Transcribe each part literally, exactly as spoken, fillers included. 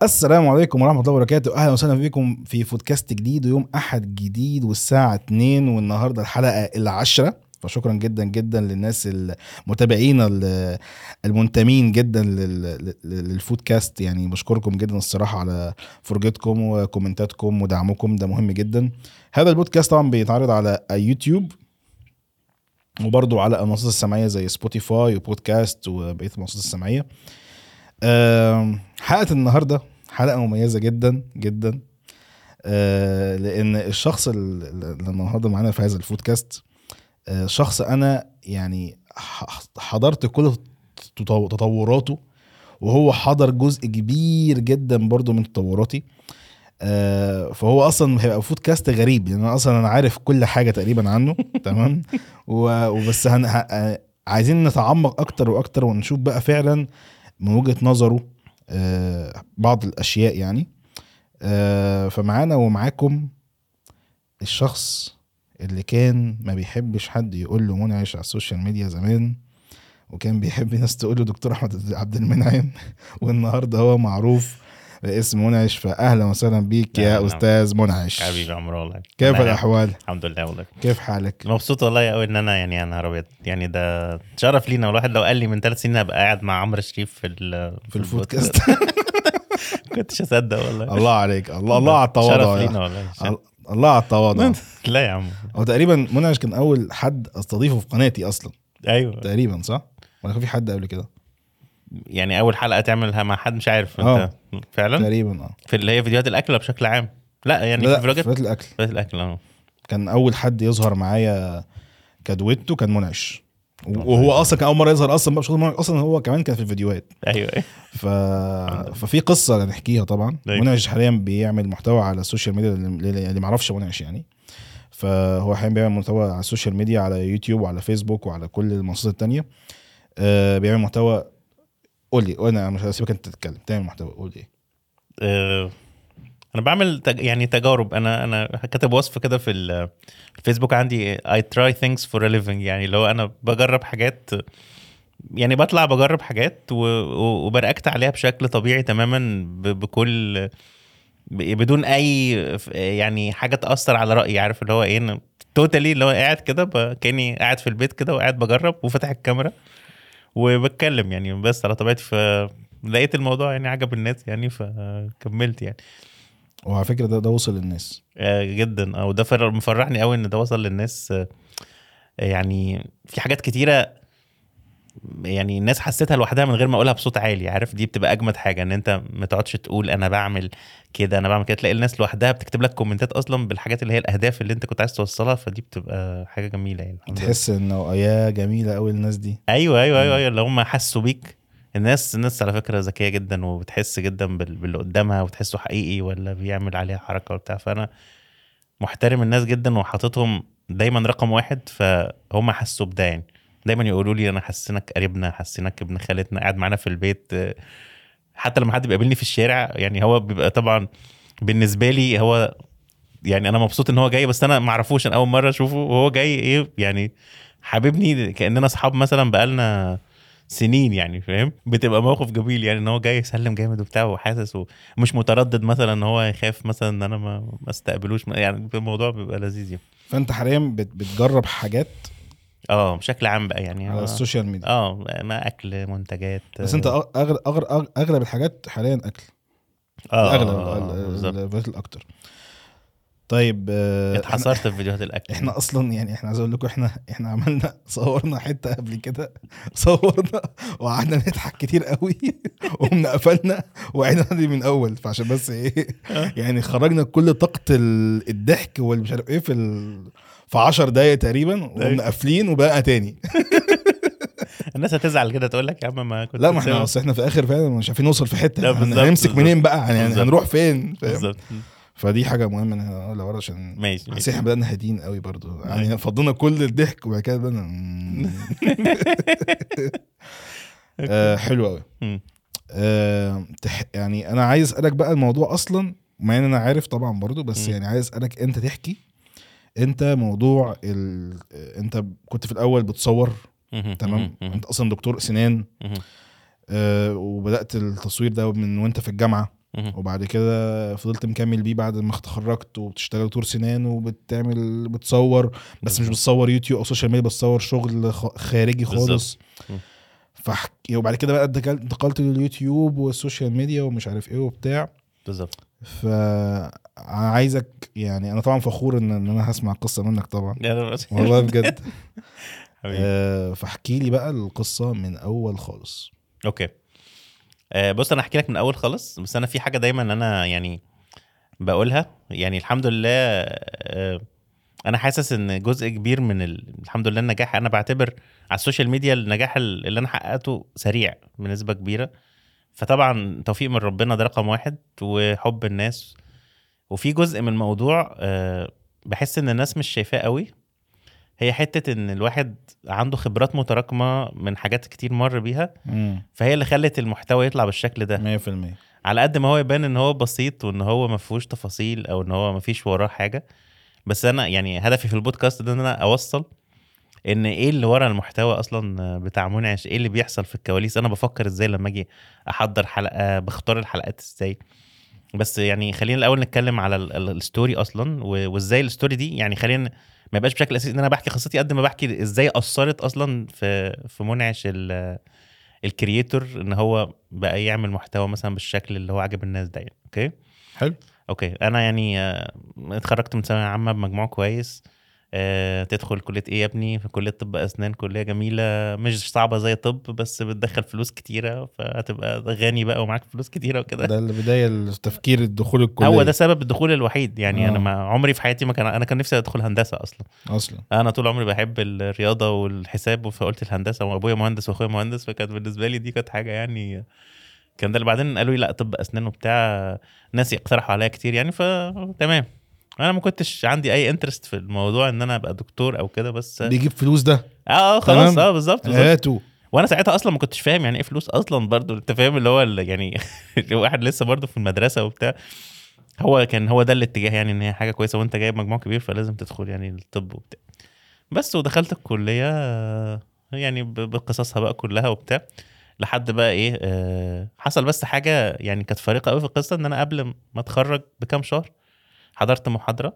السلام عليكم ورحمة الله وبركاته. أهلا وسهلا بكم في فودكاست جديد ويوم أحد جديد والساعة اتنين، والنهاردة الحلقة العشرة. فشكرا جدا جدا للناس المتابعين المنتمين جدا للفودكاست، يعني بشكركم جدا الصراحة على فرجتكم وكومنتاتكم ودعمكم، ده مهم جدا. هذا البودكاست طبعا بيتعرض على يوتيوب وبرضو على المنصات السمعية زي سبوتيفاي وبودكاست وبقية المنصات السمعية. حلقة النهاردة حلقة مميزة جدا جدا، أه لأن الشخص اللي النهاردة معانا في هذا الفودكاست أه شخص أنا يعني حضرت كل تطوراته، وهو حضر جزء كبير جدا برضو من تطوراتي. أه فهو أصلا هيبقى فودكاست غريب، لأن يعني أصلا أنا عارف كل حاجة تقريبا عنه تمام. وبس هن... عايزين نتعمق أكتر وأكتر ونشوف بقى فعلا من وجهة نظره آه بعض الأشياء يعني. آه فمعانا ومعاكم الشخص اللي كان ما بيحبش حد يقول له منعش على السوشيال ميديا زمان، وكان بيحب ناس تقول له دكتور أحمد عبد المنعم، والنهاردة هو معروف باسم منعش. فأهلا وسهلا بيك يا أستاذ منعش. حبيبي عمرو والله، كيف الأحوال؟ الحمد لله والله. كيف حالك؟ مبسوط والله قوي ان انا يعني انا عربيت يعني ده شرف لينا. والواحد لو قال لي من ثلاث سنين ابقى قاعد مع عمرو شريف في في البودكاست كنتش اصدق والله. الله عليك، الله الله على التواضع. شرف لينا والله، الله على التواضع. لا يا عم، هو تقريبا منعش كان اول حد استضيفه في قناتي اصلا. ايوه تقريبا صح، ولا كان في حد قبل كده؟ يعني اول حلقه تعملها مع حد مش عارف انت أوه. فعلا تقريبا اه في اللي هي فيديوهات الاكل بشكل عام. لا يعني لا في فيديوهات فيديوهات الاكل فيديوهات الاكل اه كان اول حد يظهر معايا كدويتو كان منعش، وهو اصلا كان اول مره يظهر اصلا بقى بشغل اصلا، هو كمان كان في الفيديوهات. ايوه ف... ففي قصه نحكيها طبعا. منعش حاليا بيعمل محتوى على السوشيال ميديا اللي ما يعرفش منعش يعني. فهو حاليا بيعمل محتوى على السوشيال ميديا، على يوتيوب وعلى فيسبوك وعلى كل المنصات التانية. أه بيعمل محتوى. قول لي، وانا مش هسيبك انت تتكلم. تعمل محتوى، قول لي. أه انا بعمل تج... يعني تجارب. انا انا كاتب وصف كده في الفيسبوك عندي I try things for a living، يعني لو انا بجرب حاجات، يعني بطلع بجرب حاجات و... وبرأكت عليها بشكل طبيعي تماما ب... بكل ب... بدون اي يعني حاجه تأثر على رأيي. عارف اللي هو ايه، توتالي اللي هو قاعد كده ب... كاني قاعد في البيت كده وقاعد بجرب وفتح الكاميرا وبتكلم يعني بس على طبيعتي. فلقيت الموضوع يعني عجب الناس يعني فكملت يعني. وعلى فكرة ده ده وصل للناس آه جدا، او ده مفرحني قوي ان ده وصل للناس. آه يعني في حاجات كتيرة يعني الناس حسيتها لوحدها من غير ما اقولها بصوت عالي. عارف دي بتبقى اجمد حاجة، ان انت ما تقعدش تقول انا بعمل كده انا بعمل كده، تلاقي الناس لوحدها بتكتب لك كومنتات اصلا بالحاجات اللي هي الاهداف اللي انت كنت عايز توصلها. فدي بتبقى حاجة جميلة يعني. تحس انه يا جميلة قوي الناس دي. ايوه ايوه ايوه, أيوة اللي هم حسوا بيك. الناس الناس على فكرة ذكية جدا وبتحس جدا باللي قدامها وتحسه حقيقي ولا بيعمل عليها حركة وبتاع. فانا محترم الناس جدا وحاططهم دايما رقم واحد. فهم حسوا بده يعني. دايما يقولوا لي انا حسينك قريبنا، حسينك ابن خالتنا قاعد معانا في البيت. حتى لما حد بيقابلني في الشارع يعني هو بيبقى طبعا بالنسبة لي هو يعني انا مبسوط ان هو جاي، بس انا ما اعرفوش، انا اول مرة اشوفه وهو جاي ايه يعني حبيبني كأننا اصحاب مثلا بقالنا سنين يعني. فاهم؟ بتبقى موقف جميل يعني ان هو جاي يسلم جامد وبتاع وحاسس ومش متردد مثلا ان هو يخاف مثلا ان انا ما ما استقبلوش يعني. الموضوع بيبقى لذيذ يعني. فانت حاليا بتجرب حاجات اه بشكل عام بقى يعني على السوشيال ميديا. اه ما اكل منتجات. بس انت اغلب اغلب اغلب الحاجات حاليا اكل. اه الاغلب الفيديوهات الاكتر. طيب اتحصرت في فيديوهات الاكل. احنا اصلا يعني احنا عايز اقول لكم احنا احنا عملنا صورنا حته قبل كده، صورنا وقعدنا نضحك كتير قوي وقمنا قفلنا وعينا دي من اول. فعشان بس ايه يعني خرجنا كل طاقه الضحك والمش عارف ايه في ال... في عشر دقايق تقريبا وقمنا قافلين وبقى تاني. الناس هتزعل كده تقول لك يا عم ما كنت. لا ما احنا اصل احنا في اخر فعلا مش عارفين نوصل في حته، هنمسك منين بقى يعني هنروح فين؟ بالظبط. فدي حاجه مهمه ان احنا نقولها ورا عشان ماشي ماشي. احنا بدأنا هادين قوي برضو يعني فضلنا كل الضحك وبعد كده بدأنا آه حلو قوي. آه يعني انا عايز اسالك بقى الموضوع اصلا، مع ان انا عارف طبعا برضو، بس يعني عايز اسالك انت تحكي انت موضوع ال... انت كنت في الاول بتصور تمام، انت اصلا دكتور اسنان آه وبدأت التصوير ده من وانت في الجامعه. مهم. وبعد كده فضلت مكمل بيه بعد ما اتخرجت، وبتشتغل دكتور سنان وبتعمل بتصور، بس مش بالظبط. بتصور يوتيوب او سوشيال ميديا، بتصور شغل خ- خارجي خالص. بالظبط. مم. فحكي وبعد كده بقى انتقلت انتقلت لليوتيوب والسوشيال ميديا ومش عارف ايه وبتاع. بالظبط. فعايزك يعني انا طبعا فخور ان ان انا هسمع قصة منك طبعا يعني بس- والله بجد. حبيبي. آه، فاحكي لي بقى القصة من اول خالص. اوكي. آه، بص انا احكي لك من اول خالص، بس انا في حاجه دايما انا يعني بقولها، يعني الحمد لله. آه، انا حاسس ان جزء كبير من ال... الحمد لله النجاح، انا بعتبر على السوشيال ميديا النجاح اللي انا حققته سريع بنسبه كبيره. فطبعا توفيق من ربنا ده رقم واحد، وحب الناس. وفي جزء من الموضوع آه، بحس ان الناس مش شايفاه قوي، هي حته ان الواحد عنده خبرات متراكمه من حاجات كتير مر بيها، امم فهي اللي خلت المحتوى يطلع بالشكل ده. مية في المية. على قد ما هو يبان ان هو بسيط وان هو ما فيهوش تفاصيل او ان هو ما فيش وراه حاجه، بس انا يعني هدفي في البودكاست ده ان انا اوصل ان ايه اللي ورا المحتوى اصلا بتاع منعش، ايه اللي بيحصل في الكواليس، انا بفكر ازاي لما اجي احضر حلقه، بختار الحلقات ازاي. بس يعني خلينا الاول نتكلم على ال- ال- الستوري اصلا، و- وازاي الستوري دي يعني خلينا ما يبقاش بشكل اساسي ان انا بحكي قصتي قد ما بحكي ازاي اثرت اصلا في في منعش ال- الكرييتور ان هو بقى يعمل محتوى مثلا بالشكل اللي هو عاجب الناس ده يعني. اوكي. حلو. اوكي. انا يعني آه، اتخرجت من ثانويه عامه بمجموع كويس. آه، تدخل كليه ايه يا ابني؟ في كليه طب اسنان، كليه جميله مش صعبه زي طب، بس بتدخل فلوس كتيره، فهتبقى غني بقى ومعاك فلوس كتيره وكده. ده البداية التفكير الدخول الكلية. هو ده سبب الدخول الوحيد يعني. انا آه. ما عمري في حياتي ما كان انا كان نفسي ادخل هندسه اصلا. اصلا انا طول عمري بحب الرياضه والحساب، فقلت الهندسه، وابويا مهندس واخويا مهندس، فكانت بالنسبه لي دي كانت حاجه يعني. كان ده اللي بعدين قالوا لي لا طب اسنان وبتاع، ناس يقترحوا عليا كتير يعني، فتمام. انا ما كنتش عندي اي انترست في الموضوع ان انا ابقى دكتور او كده، بس اه بيجيب فلوس ده. اه خلاص. تمام. اه بالظبط بالظبط. هاتوا. وانا ساعتها اصلا ما كنتش فاهم يعني ايه فلوس اصلا برضو، انت فاهم اللي هو اللي يعني الواحد لسه برضو في المدرسه وبتاع. هو كان هو ده الاتجاه يعني، ان هي حاجه كويسه وانت جايب مجموع كبير فلازم تدخل يعني الطب وبتاع. بس ودخلت الكليه آه، يعني ب- بقصصها بقى كلها وبتاع، لحد بقى ايه آه، حصل بس حاجه يعني كانت فارقه قوي في القصه، ان انا قبل ما اتخرج بكام شهر حضرت محاضره.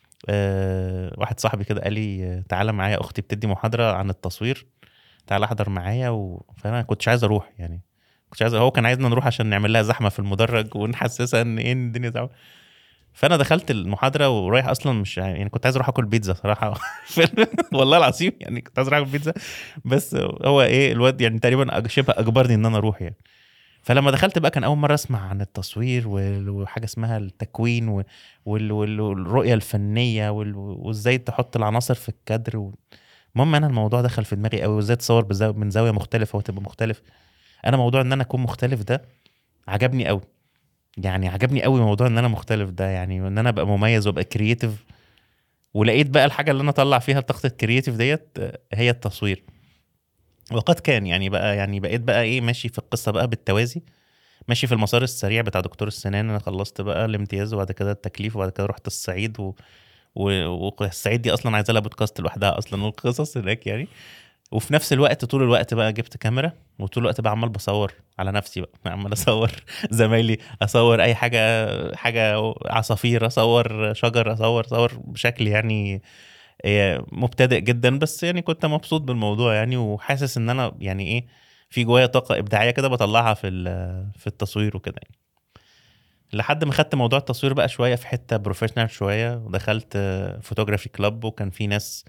آه، واحد صاحبي كده قال لي آه، تعالى معايا، اختي بتدي محاضره عن التصوير، تعالى احضر معايا و... فانا كنتش عايز اروح يعني. كنتش عايز، هو كان عايزنا نروح عشان نعمل لها زحمه في المدرج ونحسسها ان ايه إن الدنيا زحمه. فانا دخلت المحاضره ورايح اصلا مش يعني، كنت عايز اروح اكل بيتزا صراحه والله العظيم يعني كنت عايز اروح اكل بيتزا، بس هو ايه الواد يعني تقريبا شبه اجبرني ان انا اروح يعني. فلما دخلت بقى كان اول مره اسمع عن التصوير وال- وحاجه اسمها التكوين و- وال- وال- والرؤيه الفنيه وال- وازاي تحط العناصر في الكادر و... المهم انا الموضوع دخل في دماغي قوي، وازاي تصور بزاوية من زاويه مختلفه وتبقى مختلف. انا موضوع ان انا اكون مختلف ده عجبني قوي، يعني عجبني قوي موضوع ان انا مختلف ده، يعني ان انا ابقى مميز وابقى كرييتيف. ولقيت بقى الحاجه اللي انا اطلع فيها طاقه الكرييتيف ديت آه، هي التصوير. وقد كان يعني بقى يعني بقيت بقى ايه ماشي في القصه بقى بالتوازي، ماشي في المسار السريع بتاع دكتور السنان. انا خلصت بقى الامتياز وبعد كده التكليف وبعد كده رحت الصعيد و... و... والصعيد دي اصلا عايزه لها بودكاست لوحدها اصلا، والقصص هناك يعني. وفي نفس الوقت طول الوقت بقى جبت كاميرا، وطول الوقت بقى عمال بصور على نفسي بقى، عمال اصور زمايلي، اصور اي حاجه، حاجه عصافير، اصور شجر، اصور اصور بشكل يعني إيه، مبتدئ جدا، بس يعني كنت مبسوط بالموضوع يعني، وحاسس ان انا يعني ايه في جوايا طاقه ابداعيه كده بطلعها في ال- في التصوير وكده يعني. لحد ما خدت موضوع التصوير بقى شويه في حته بروفيشنال شويه، ودخلت فوتوغرافي كلاب، وكان في ناس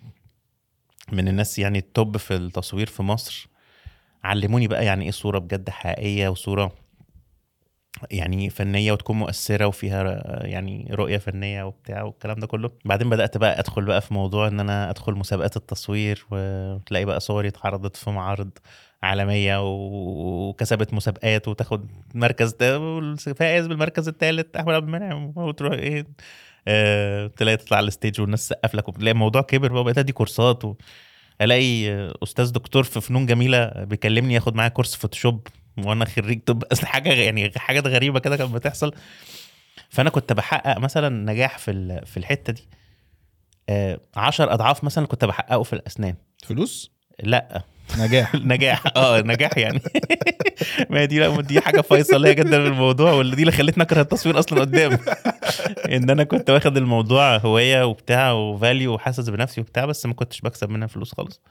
من الناس يعني التوب في التصوير في مصر، علموني بقى يعني ايه صورة بجد حقيقية، وصورة يعني فنية وتكون مؤثرة وفيها ر- يعني رؤية فنية وبتاع والكلام ده كله. بعدين بدأت بقى ادخل بقى في موضوع ان انا ادخل مسابقات التصوير، وتلاقي بقى صوري اتعرضت في معارض عالمية و- وكسبت مسابقات وتاخد مركز تا- والفائز بالمركز الثالث احمد عبد المنعم، وتروح ايه آه، تلاقي تطلع على الستيج والناس تسقف لك، وتلاقي الموضوع كبر بقى، بقيت ادي كورسات و... الاقي استاذ دكتور في فنون جميله بيكلمني ياخد معايا كورس فوتوشوب، وانا خريج طب. اصل حاجه يعني حاجات غريبه كده كانت بتحصل. فانا كنت بحقق مثلا نجاح في ال- في الحته دي آه، عشر اضعاف مثلا كنت بحققه في الاسنان. فلوس. لا نجاح نجاح اه نجاح يعني. ما دي لا دي حاجه فيصليه جدا في الموضوع، واللي دي اللي خلتني اكره التصوير اصلا قدام. ان انا كنت واخد الموضوع هوايه وبتاع وفاليو وحاسس بنفسي وبتاع، بس ما كنتش بكسب منها فلوس خالص.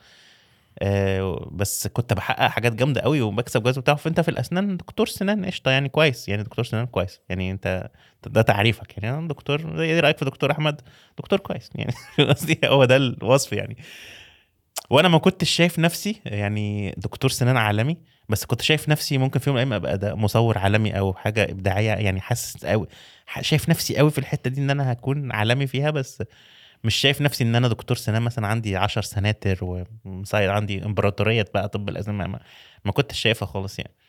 آه بس كنت بحقق حاجات جامده قوي وبكسب جوائز وبتاع. فانت في الاسنان دكتور سنان قشطه يعني كويس، يعني دكتور سنان كويس يعني، انت ده تعريفك يعني. انا دكتور، ايه رايك في دكتور احمد؟ دكتور كويس يعني. قصدي هو ده الوصف يعني. وانا ما كنتش شايف نفسي يعني دكتور سنان عالمي، بس كنت شايف نفسي ممكن في يوم من الايام ابقى ده مصور عالمي او حاجه ابداعيه يعني. حاسس قوي، شايف نفسي قوي في الحته دي ان انا هكون عالمي فيها، بس مش شايف نفسي ان انا دكتور سنان مثلا عندي عشر سناتر ومصير عندي امبراطوريه بقى طب الاسنان. ما, ما كنتش شايفها خالص يعني.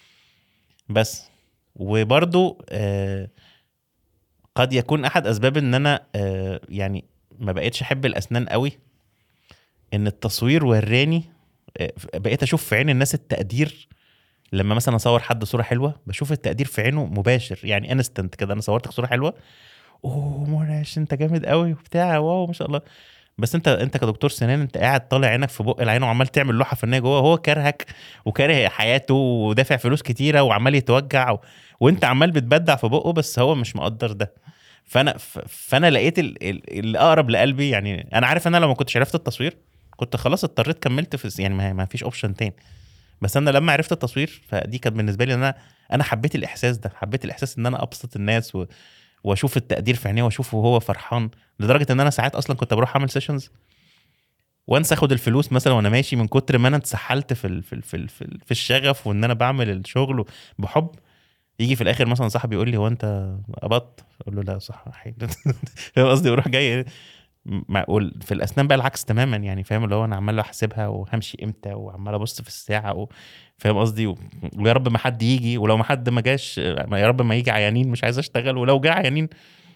بس وبرضو آه قد يكون احد اسباب ان انا آه يعني ما بقيتش احب الاسنان قوي، ان التصوير وراني. بقيت اشوف في عين الناس التقدير لما مثلا اصور حد صوره حلوه، بشوف التقدير في عينه مباشر يعني انستنت كده. انا صورتك صوره حلوه، اوه مناش انت جامد قوي وبتاع، واو ما شاء الله. بس انت انت كدكتور سنان انت قاعد طالع عينك في بق العين وعمال تعمل لوحه فنيه جوه، هو كارهك وكاره حياته ودافع فلوس كتيره وعمال يتوجع و... وانت عمال بتبدع في بقه، بس هو مش مقدر ده. فانا ف... فانا لقيت ال... ال... اللي اقرب لقلبي يعني. انا عارف ان انا لو ما كنتش عرفت التصوير كنت خلاص اضطريت كملت في يعني ما, ما فيش اوبشن تاني. بس انا لما عرفت التصوير فدي كانت بالنسبه لي ان انا انا حبيت الاحساس ده، حبيت الاحساس ان انا ابسط الناس و... واشوف التقدير في عينيه واشوفه وهو فرحان، لدرجه ان انا ساعات اصلا كنت بروح اعمل سيشنز وانسى اخد الفلوس مثلا وانا ماشي من كتر ما انا اتسحلت في ال... في ال... في, ال... في, ال... في الشغف وان انا بعمل الشغل بحب. يجي في الاخر مثلا صاحبي يقول لي هو انت قبضت؟ اقول له لا صح. فاهم قصدي؟ بروح جاي معقول. في الاسنان بقى العكس تماما يعني، فاهم اللي هو انا عمال احسبها وهمشي امتى وعمال ابص في الساعه و... فاهم قصدي؟ و... ويا رب ما حد يجي، ولو ما حد ما جاش يا رب ما يجي عيانين مش عايز اشتغل، ولو جه عيانين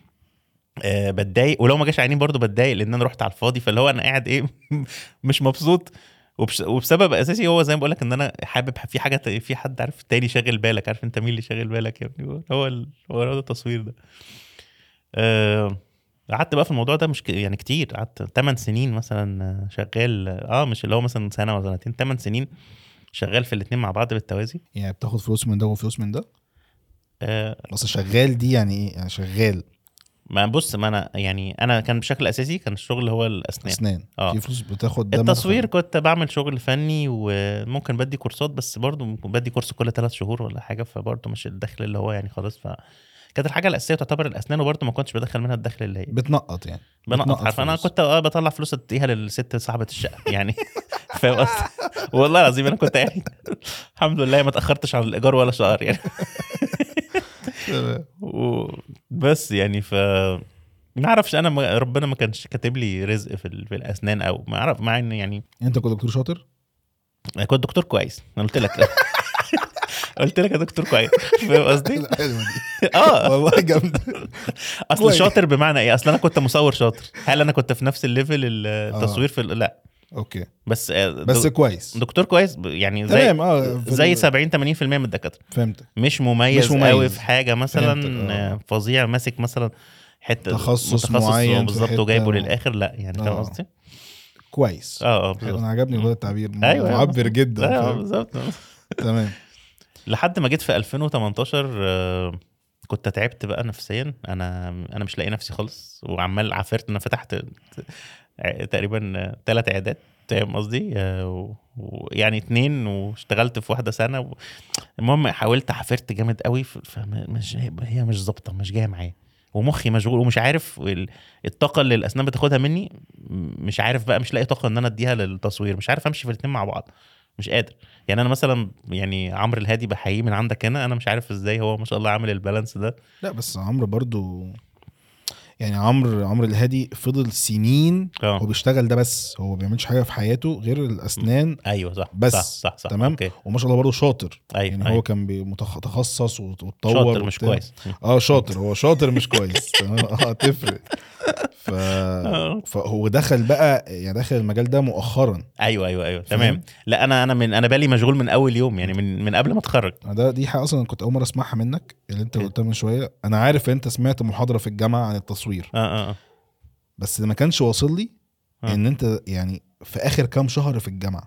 آه بتضايق، ولو ما جاش عيانين برضو بتضايق لان انا رحت على الفاضي. فاللي هو انا قاعد ايه مش مبسوط. وبش... وبسبب اساسي هو زي ما بقول لك ان انا حابب في حاجه في حد عارف تاني شاغل بالك. عارف انت مين اللي شاغل بالك يا ابني؟ هو ال... هو التصوير ده. آه... قعدت بقى في الموضوع ده مش ك... يعني كتير، قعدت ثمانية سنين مثلا شغال. اه مش اللي هو مثلا سنه ولا سنتين، ثمانية سنين شغال في الاثنين مع بعض بالتوازي. يعني بتاخد فلوس من ده وفلوس من ده؟ آه اصل شغال دي يعني ايه يعني شغال؟ ما بص، ما انا يعني انا كان بشكل اساسي كان الشغل هو الاسنان. اسنان اه في فلوس بتاخد ده؟ التصوير مدخل. كنت بعمل شغل فني وممكن بدي كورسات، بس برضو ممكن بدي كورس كل ثلاث شهور ولا حاجه، فبرضو مش الدخل اللي هو يعني خلاص. ف كانت الحاجه الاساسيه تعتبر الاسنان، وبرضو ما كنتش بدخل منها الدخل اللي هي بتنقط يعني بنقط حرف. انا كنت اه بطلع فلوس اديها للست صاحبه الشقه يعني. فاهم قصدي؟ والله العظيم انا كنت قاعد الحمد لله ما تاخرتش عن الايجار ولا شهر يعني. بس يعني ف ما اعرفش انا ما ربنا ما كانش كاتب لي رزق في, في الاسنان او ما اعرف، مع ان يعني انت كنت دكتور شاطر؟ انا كنت دكتور كويس. انا قلت لك قلت لك يا دكتور كويس. فاهم قصدي؟ اه والله جامد. اصل شاطر بمعنى ايه؟ اصل انا كنت مصور شاطر. هل انا كنت في نفس الليفل التصوير في لا اوكي بس بس كويس دكتور كويس يعني زي تمام. اه زي سبعين ثمانين في المية من الدكاتره. فهمت. مش مميز, مش مميز قوي في حاجه مثلا آه. فظيع ماسك مثلا حته تخصص معين بالظبط وجايبه للاخر لا يعني. فاهم آه. قصدي؟ كويس. اه اه انا عجبني هذا التعبير. أيوة معبر جدا. اه بالظبط. تمام. لحد ما جيت في ألفين وتمنتاشر آه كنت تعبت بقى نفسيا. انا انا مش لاقي نفسي خالص وعمال عافرت. انا فتحت تقريبا ثلاث عيادات. فاهم قصدي؟ ويعني اتنين واشتغلت في واحده سنه و... المهم حاولت عافرت جامد قوي. فمش هي مش ظابطه، مش جايه معايا ومخي مشغول ومش عارف الطاقه اللي الاسنان بتاخدها مني. مش عارف بقى، مش لاقي طاقه ان انا اديها للتصوير. مش عارف امشي في الاثنين مع بعض، مش قادر يعني. انا مثلا يعني عمرو الهادي بحييه من عندك هنا، انا مش عارف ازاي هو ما شاء الله عامل البالانس ده. لا بس عمرو برضو يعني عمرو عمرو الهادي فضل سنين أوه. هو بيشتغل ده، بس هو ما بيعملش حاجه في حياته غير الاسنان. ايوه صح بس صح صح, صح. تمام. أوكي. وما شاء الله برضه شاطر. أيوة. يعني أيوة. هو كان متخصص وتطور شاطر مش كويس. اه شاطر هو شاطر مش كويس. اه تفرق. ف... فهو دخل بقى يعني دخل المجال ده مؤخرا. ايوه ايوه ايوه تمام. لا انا انا من انا بالي مشغول من اول يوم يعني، من من قبل ما اتخرج. ده دي حاجه اصلا كنت اول مره اسمعها منك اللي انت قلتها من شويه. انا عارف انت سمعت محاضره في الجامعه عن التصوير. اه اه بس ما كانش واصل لي آه. ان انت يعني في اخر كام شهر في الجامعه.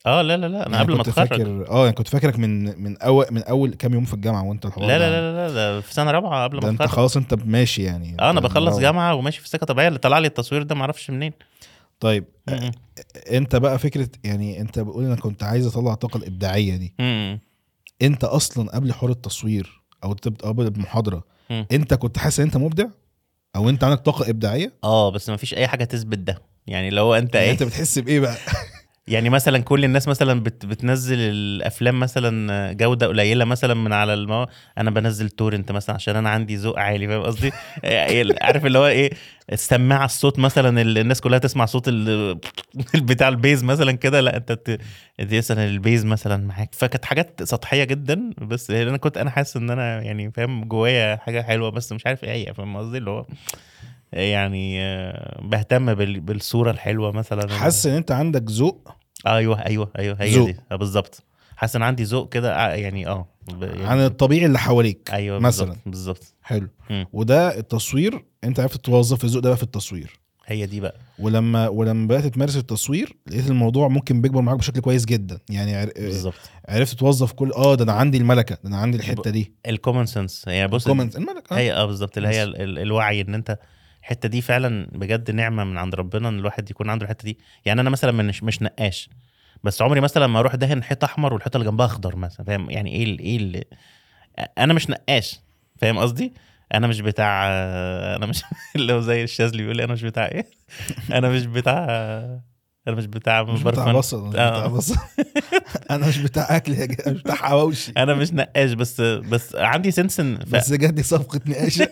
اه لا لا لا انا يعني قبل ما كنت اتخرج. فاكر اه يعني كنت فاكرك من من اول من اول كام يوم في الجامعه وانت الحوار لا ده لا عندك. لا لا لا ده في سنه رابعه قبل ما ده انت اتخرج. خلاص انت ماشي يعني اه انت انا بخلص مروح. جامعه وماشي في السكه طبيعيه، اللي طلع لي التصوير ده معرفش منين. طيب م- م. انت بقى فكره يعني انت بتقول انا كنت عايز اطلع الطاقه الابداعيه دي، م- م. انت اصلا قبل حوار التصوير او تبدا قبل المحاضره م. انت كنت حاسس ان انت مبدع او انت عندك طاقه ابداعيه؟ اه بس ما فيش اي حاجه تثبت ده، يعني لو انت يعني ايه انت بتحس بايه بقى؟ يعني مثلا كل الناس مثلا بت بتنزل الافلام مثلا جوده قليله مثلا من على المو... انا بنزل تورنت مثلا عشان انا عندي ذوق عالي، فاهم قصدي؟ يعني عارف اللي هو ايه، السماعه الصوت مثلا اللي الناس كلها تسمع صوت ال... بتاع البيز مثلا كده، لا انت ت... انت مثلا البيز مثلا معاك، فكانت حاجات سطحيه جدا. بس انا كنت انا حاسس ان انا يعني فاهم جوايا حاجه حلوه، بس مش عارف ايه هي، فاهم قصدي؟ اللي هو يعني آه، بهتم بال... بالصوره الحلوه مثلا ال... حاسس ان انت عندك ذوق ايوه ايوه ايوه هي ذوق دي آه، بالظبط. حاسس ان عندي ذوق كده آه، يعني اه ب- عن يعني الطبيعي اللي حواليك ايوه بالظبط مثلا. بالظبط. حلو. مم. وده التصوير انت عرفت توظف الذوق ده بقى في التصوير، هي دي بقى ولما ولما بدات تمارس التصوير لقيت الموضوع ممكن بيكبر معاك بشكل كويس جدا، يعني عر- بالظبط. عرفت توظف كل اه ده انا عندي الملكه، ده انا عندي الحته دي. الكومن سنس يعني بص دي- الكومنت الملكه اه هي اه بالظبط اللي هي بس ال... ال... الوعي ان انت الحته دي فعلا بجد نعمه من عند ربنا ان الواحد يكون عنده الحته دي. يعني انا مثلا مش مش نقاش، بس عمري مثلا ما اروح دهن حته احمر والحته اللي جنبها اخضر مثلا، فاهم يعني ايه ال... ايه اللي... انا مش نقاش، فاهم قصدي؟ انا مش بتاع انا مش اللي هو زي الشاذلي بيقول لي انا مش بتاع ايه انا مش بتاع انا مش بتاع مش بتاع برفان. بصل، مش بتاع اه بصل. انا مش بتاع اكل يا جدع، مش بتاع حواوشي. انا مش نقاش، بس بس عندي سنس إن- ف بس جد دي صفقه نقاشه.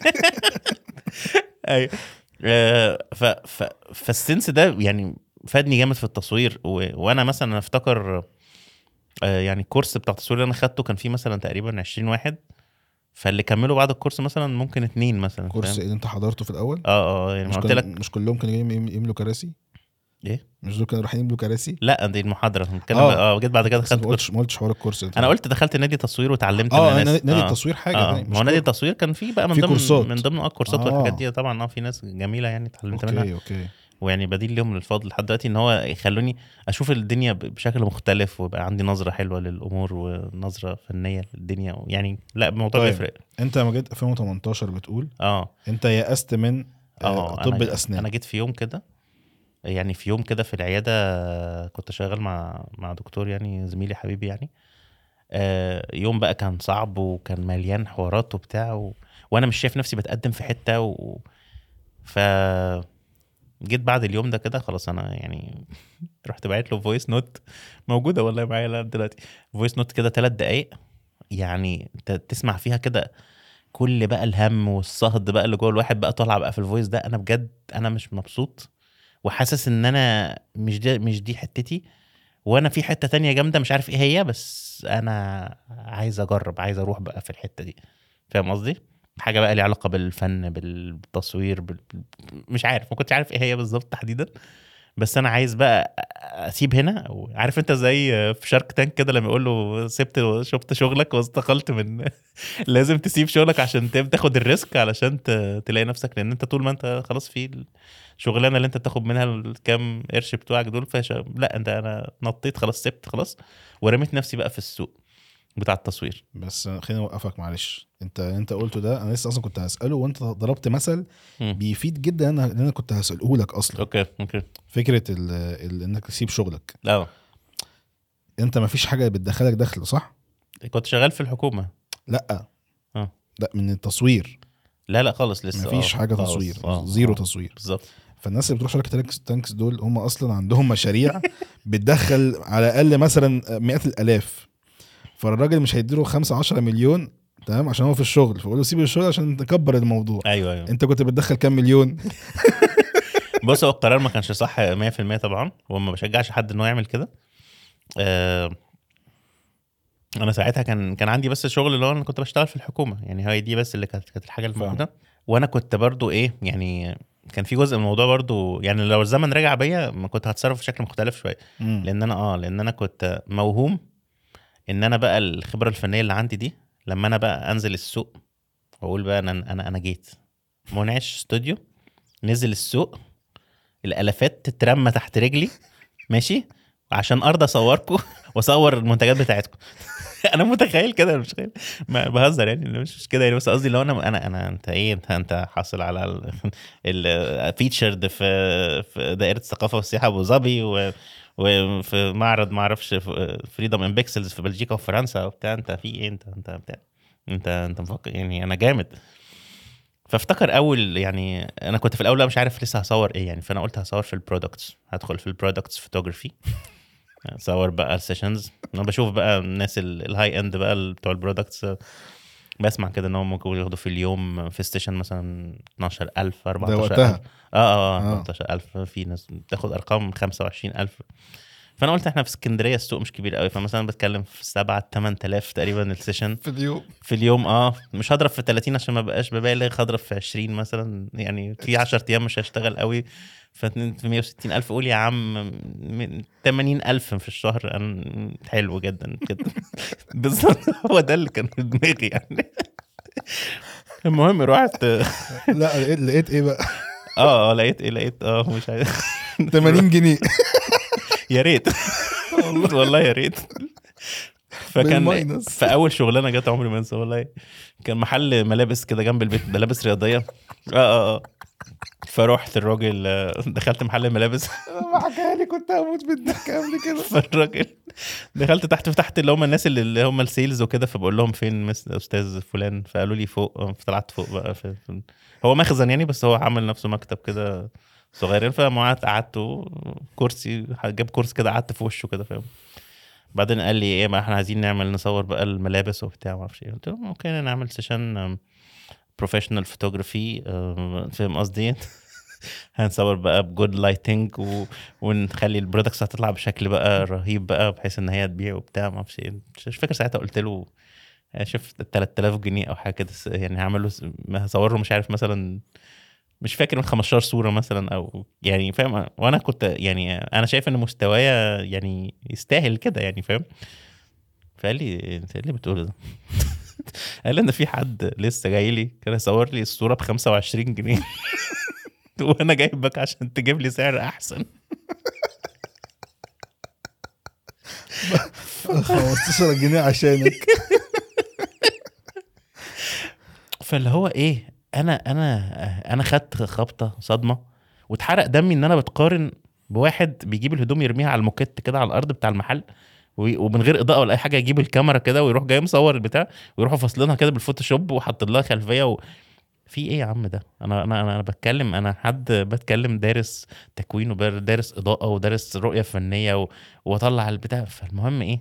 ايوه آه، ف ف فالسنس ده يعني فادني جامد في التصوير و... وانا مثلا أنا افتكر آه، يعني الكورس بتاع التصوير اللي انا خدته كان فيه مثلا تقريبا عشرين واحد، فاللي كملوا بعد الكورس مثلا ممكن اتنين مثلا، الكورس فاهم؟ اللي انت حضرته في الاول اه اه يعني ما مش قلت كان لك مش كلهم كانوا جايين يم- يملوا كراسي؟ ايه. مش دول كانوا رايحين يملوا كراسي؟ لا دي المحاضره بنتكلم اه اه جيت بعد كده بس انت دخلت ما كورس. قلتش ما قلتش حوار الكورس اللي انت انا خدته. قلت دخلت نادي تصوير واتعلمت من اه ناس نادي اه التصوير حاجه اه تانية ما هو مش نادي كور. التصوير كان فيه بقى من في ضمن كورسات من ضمن اه الكورسات والحاجات اه دي طبعا اه في ناس جميله يعني اتعلمت منها. اوكي اوكي ويعني بديل لهم للفضل لحد دلوقتي ان هو يخلوني اشوف الدنيا ب- بشكل مختلف ويبقى عندي نظره حلوه للامور ونظره فنيه للدنيا، يعني لا الموضوع طيب بيفرق. انت لما جيت ألفين وتمنتاشر بتقول اه انت يأست من آه، اه طب انا الاسنان. انا جيت في يوم كده، يعني في يوم كده في العياده كنت شغال مع مع دكتور يعني زميلي حبيبي يعني. آه، يوم بقى كان صعب وكان مليان حوارات وبتاع و... وانا مش شايف نفسي بتقدم في حته و... ف جيت بعد اليوم ده كده خلاص انا يعني رحت باعت له فويس نوت موجوده والله معايا لغايه دلوقتي. فويس نوت كده ثلاث دقايق، يعني انت تسمع فيها كده كل بقى الهم والصهد بقى اللي جوه الواحد بقى طالع بقى في الفويس ده. انا بجد انا مش مبسوط وحاسس ان انا مش دي مش دي حتتي، وانا في حته تانية جامده مش عارف ايه هي، بس انا عايز اجرب عايز اروح بقى في الحته دي، فاهم قصدي؟ حاجه بقى ليها علاقه بالفن بالتصوير بال... مش عارف ما كنتش عارف ايه هي بالظبط تحديدا، بس انا عايز بقى اسيب هنا. او عارف انت زي في شارك تانك كده لما يقول له سبت شفت شغلك واستقلت من لازم تسيب شغلك عشان تب- تاخد الريسك علشان ت- تلاقي نفسك، لان انت طول ما انت خلاص في الشغلانه اللي انت بتاخد منها الكام قرش بتوعك دول فش... لا انت انا نطيت خلاص سبت خلاص ورميت نفسي بقى في السوق بتاع التصوير. بس خليني اوقفك معلش، انت انت قلته ده انا لسه اصلا كنت هسأله وانت ضربت مثل مم. بيفيد جدا انا اللي انا كنت هسأله لك اصلا. اوكي اوكي فكرة ال ال انك تسيب شغلك، اه انت ما فيش حاجة بتدخلك دخل صح؟ كنت شغال في الحكومه. لا اه لا من التصوير لا لا خالص ما لسه فيش اه حاجة تصوير، خالص اه زيرو اه تصوير. بالظبط. فالناس اللي بتروح شركة تانكس تانكس دول هم اصلا عندهم مشاريع بتدخل على الاقل مثلا مئات الالاف، فالراجل مش هيديله خمسة عشرة مليون تمام عشان هو في الشغل، فقول له سيب الشغل عشان نكبر الموضوع. ايوه ايوه انت كنت بتدخل كام مليون؟ بص هو القرار ما كانش صح مية في المية طبعا وما بشجعش حد ان هو يعمل كده. آه انا ساعتها كان كان عندي بس الشغل اللي هو انا كنت بشتغل في الحكومه، يعني هي دي بس اللي كانت كانت الحاجه الموجوده. وانا كنت برضو ايه يعني كان في جزء من الموضوع برضو، يعني لو الزمن رجع بيا ما كنت هتصرف بشكل مختلف شويه، مم. لان انا اه لان انا كنت موهوم ان انا بقى الخبره الفنيه اللي عندي دي لما انا بقى انزل السوق واقول بقى انا انا انا جيت منعش استوديو نزل السوق الالافات تترمى تحت رجلي ماشي عشان ارضى اصوركم واصور المنتجات بتاعتكم. انا متخيل كده، مش خيل ما بهزر يعني، مش مش كده يعني، بس قصدي لو انا انا انا انت ايه انت انت حاصل على الفيتشرد في في دائره الثقافه والسياحه ابو ظبي، و وفي معرض ما اعرفش فريدم ان بيكسلز في بلجيكا وفرنسا وبتاع، انت في ايه انت انت بتاع انت انت مفكر يعني انا جامد. فافتكر اول يعني انا كنت في الاول مش عارف لسه هصور ايه يعني، فانا قلت هصور في البرودكتس، هدخل في البرودكتس فوتوغرافي، صور بقى السيشنز. انا بشوف بقى الناس الهاي اند بقى بتوع البرودكتس، بسمع كده ان هم ممكن ياخدوا في اليوم في ستيشن مثلا اتناشر ألف اربعتاشر ألف. اه اه اربعتاشر ألف، في ناس بتاخد ارقام خمسة وعشرين ألف. فانا قلت احنا في اسكندريه السوق مش كبير قوي، فمثلا بتكلم في سبعة ثمانية آلاف تقريبا السيشن في اليوم في اليوم. اه مش هضرب في ثلاثين عشان ما بقاش ببالغ، هضرب في عشرين مثلا يعني، في عشرة ايام مش هشتغل قوي، ف مية وستين ألف قول يا عم، ثمانين ألف في الشهر، أنا حلو جدا كده. بالظبط هو ده اللي كان في دماغي يعني. المهم رحت لا لقيت لقيت ايه بقى؟ اه اه لقيت ايه لقيت اه مش عارف ثمانين جنيه. يا ريت والله والله يا ريت. فكان بالماينس. في اول شغلانه جت عمري ما انسى والله، كان محل ملابس كده جنب البيت، ملابس رياضيه. اه اه اه فروحت الراجل، دخلت محل ملابس. ما حكى لي كنت هموت بالضحك قبل كده. فالراجل دخلت تحت فتحت اللي هم الناس اللي هم السيلز وكده، فبقول لهم فين مس استاذ فلان، فقالوا لي فوق. فطلعت فوق بقى في في هو مخزن يعني، بس هو عامل نفسه مكتب كده صغيرين. فما قعدت كرسي، جاب كرسي كده قعدت في وشه كده فاهم. بعدين قال لي ايه، ما احنا عايزين نعمل نصور بقى الملابس وبتاع ما اعرفش ايه. قلت له ممكن نعمل سيشن بروفيشنال فوتوغرافي، فاهم قصدي. هنصور بقى بجود لايتنج و... ونخلي البرودكتس هتطلع بشكل بقى رهيب بقى، بحيث ان هي تبيع وبتاع ما اعرفش ايه. مش فاكر ساعتها قلت له شفت تلات آلاف جنيه او حاجه كده يعني، هعمل له هصور له مش عارف مثلا، مش فاكر من خمستاشر صوره مثلا او يعني فاهم. وانا كنت يعني انا شايف ان مستوايا يعني يستاهل كده يعني فاهم. فقال لي انت ايه اللي بتقوله ده؟ قال لي ان في حد لسه جاي لي كان يصور لي الصوره ب خمسة وعشرين جنيه وانا جايبك عشان تجيب لي سعر احسن. خمستاشر جنيه عشانك. فاللي هو ايه، انا انا انا خدت خبطه صدمه، واتحرق دمي ان انا بتقارن بواحد بيجيب الهدوم يرميها على الموكيت كده على الارض بتاع المحل، ومن غير اضاءه ولا اي حاجه، يجيب الكاميرا كده ويروح جاي مصور البتاع، ويروحوا فاصلينها كده بالفوتوشوب وحاطط لها خلفيه و... في ايه يا عم ده؟ انا انا انا بتكلم، انا حد بتكلم دارس تكوين ودارس اضاءه ودارس رؤيه فنيه و... واطلع البتاع. فالمهم ايه،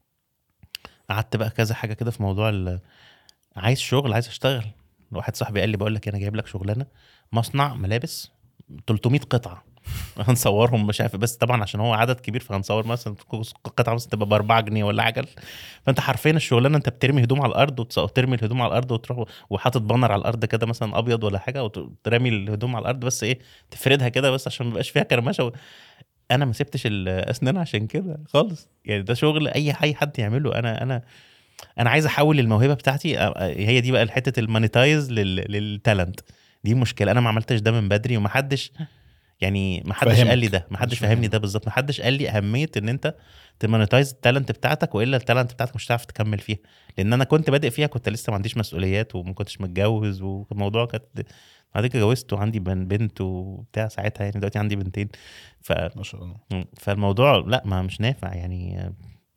قعدت بقى كذا حاجه كده في موضوع ال... عايز شغل، عايز اشتغل. واحد صاحبي قال لي بقول لك انا جايب لك شغلانه مصنع ملابس تلتمية قطعه هنصورهم مش عارف، بس طبعا عشان هو عدد كبير فهنصور مثلا قطعه مثلا تبقى ب أربعة جنيه ولا حاجه. فانت حرفيا الشغلانه انت بترمي هدوم على الارض وترمي الهدوم على الارض وتروح وحاطط بانر على الارض كده مثلا ابيض ولا حاجه، وترمي الهدوم على الارض بس ايه تفردها كده بس عشان ما يبقاش فيها كرمشه و... انا ما سبتش الاسنان عشان كده خالص يعني، ده شغل اي اي حد يعمله. انا انا انا عايز احول الموهبه بتاعتي، هي دي بقى الحته المونيتايز للتالنت. دي مشكله انا ما عملتش ده من بدري، ومحدش يعني ما حدش قال لي ده، ما حدش فهمني ده بالظبط، ما حدش قال لي اهميه ان انت تمونيتايز التالنت بتاعتك، والا التالنت بتاعتك مش هتعرف تكمل فيها. لان انا كنت بادئ فيها، كنت لسه ما عنديش مسؤوليات وما كنتش متجوز، والموضوع كانت بعد كده اتجوزت وعندي بنت وبتاع ساعتها يعني، دلوقتي عندي بنتين. ف ما شاء الله. فالموضوع لا ما مش نافع يعني.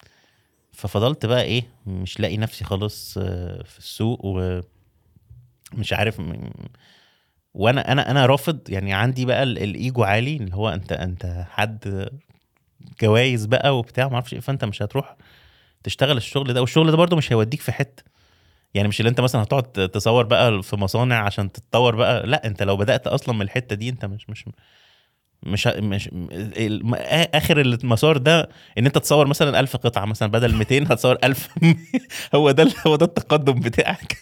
ففضلت بقى ايه مش لاقي نفسي خالص في السوق، ومش عارف م... وانا انا انا رافض يعني، عندي بقى الايجو عالي اللي هو انت انت حد جوايز بقى وبتاع ما اعرفش ايه، فانت مش هتروح تشتغل الشغل ده، والشغل ده برضو مش هيوديك في حته يعني. مش اللي انت مثلا هتقعد تصور بقى في مصانع عشان تتطور بقى، لا انت لو بدأت اصلا من الحته دي انت مش مش مش مش اخر المسار ده ان انت تصور مثلا ألف قطعه مثلا بدل مئتين هتصور ألف. هو ده هو ده التقدم بتاعك.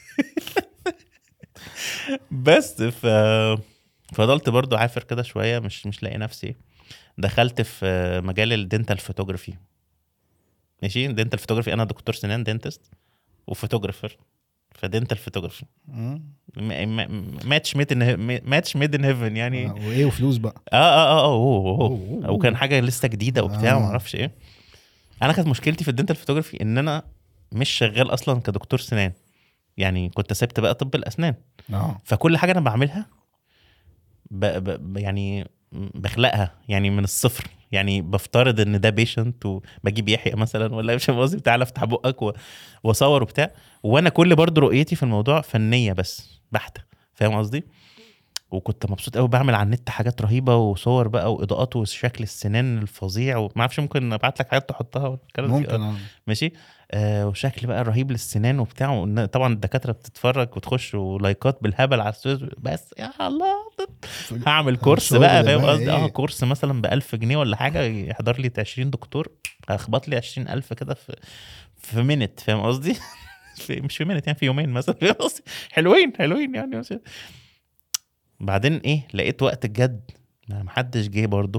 بس ف فضلت برضو عافر كده شويه، مش مش لاقي نفسي. دخلت في مجال الدنتال فوتوغرافي. ماشي، دنتال فوتوغرافي، انا دكتور سنان دنتست وفوتوغرافر، فدنتال فوتوغرافي مم. ماتش ميد ان ماتش ميد ان هيفن يعني. آه، وايه وفلوس بقى. اه اه اه اه أوه أوه، أوه. أوه. وكان حاجه لسه جديده وبتاع آه. ما اعرفش ايه. انا كانت مشكلتي في الدنتال فوتوغرافي ان انا مش شغال اصلا كدكتور سنان، يعني كنت سبت بقى طب الاسنان. اه فكل حاجه انا بعملها ب... ب... يعني بخلقها يعني من الصفر، يعني بفترض ان ده بيشنت وبجيب يحيى مثلا ولا مش قصدي تعالى افتح بقك و... واصور وبتاع. وانا كل برضو رؤيتي في الموضوع فنيه بس بحته، فاهم قصدي. وكنت مبسوط قوي بعمل على النت حاجات رهيبه وصور بقى واضاءات وشكل السنان الفظيع وما اعرفش ممكن ابعت لك حاجات تحطها ولا الكلام ده. ممكن اه ماشي. آه وشكل بقى رهيب للسنان وبتاع. وإن- طبعا الدكاتره بتتفرج وتخش ولايكات بالهبل على السويس. بس يا الله هعمل كورس الشغل بقى، فاهم بقى قصدي. اه ايه. كورس مثلا بألف جنيه ولا حاجه، يحضر لي عشرين دكتور، اخبط لي عشرين ألف كده في في مينت، فاهم قصدي. في مش في مينت يعني، في يومين مثلا، فاهم قصدي. حلوين حلوين يعني. مش... بعدين ايه لقيت وقت الجد ما محدش جه برضو.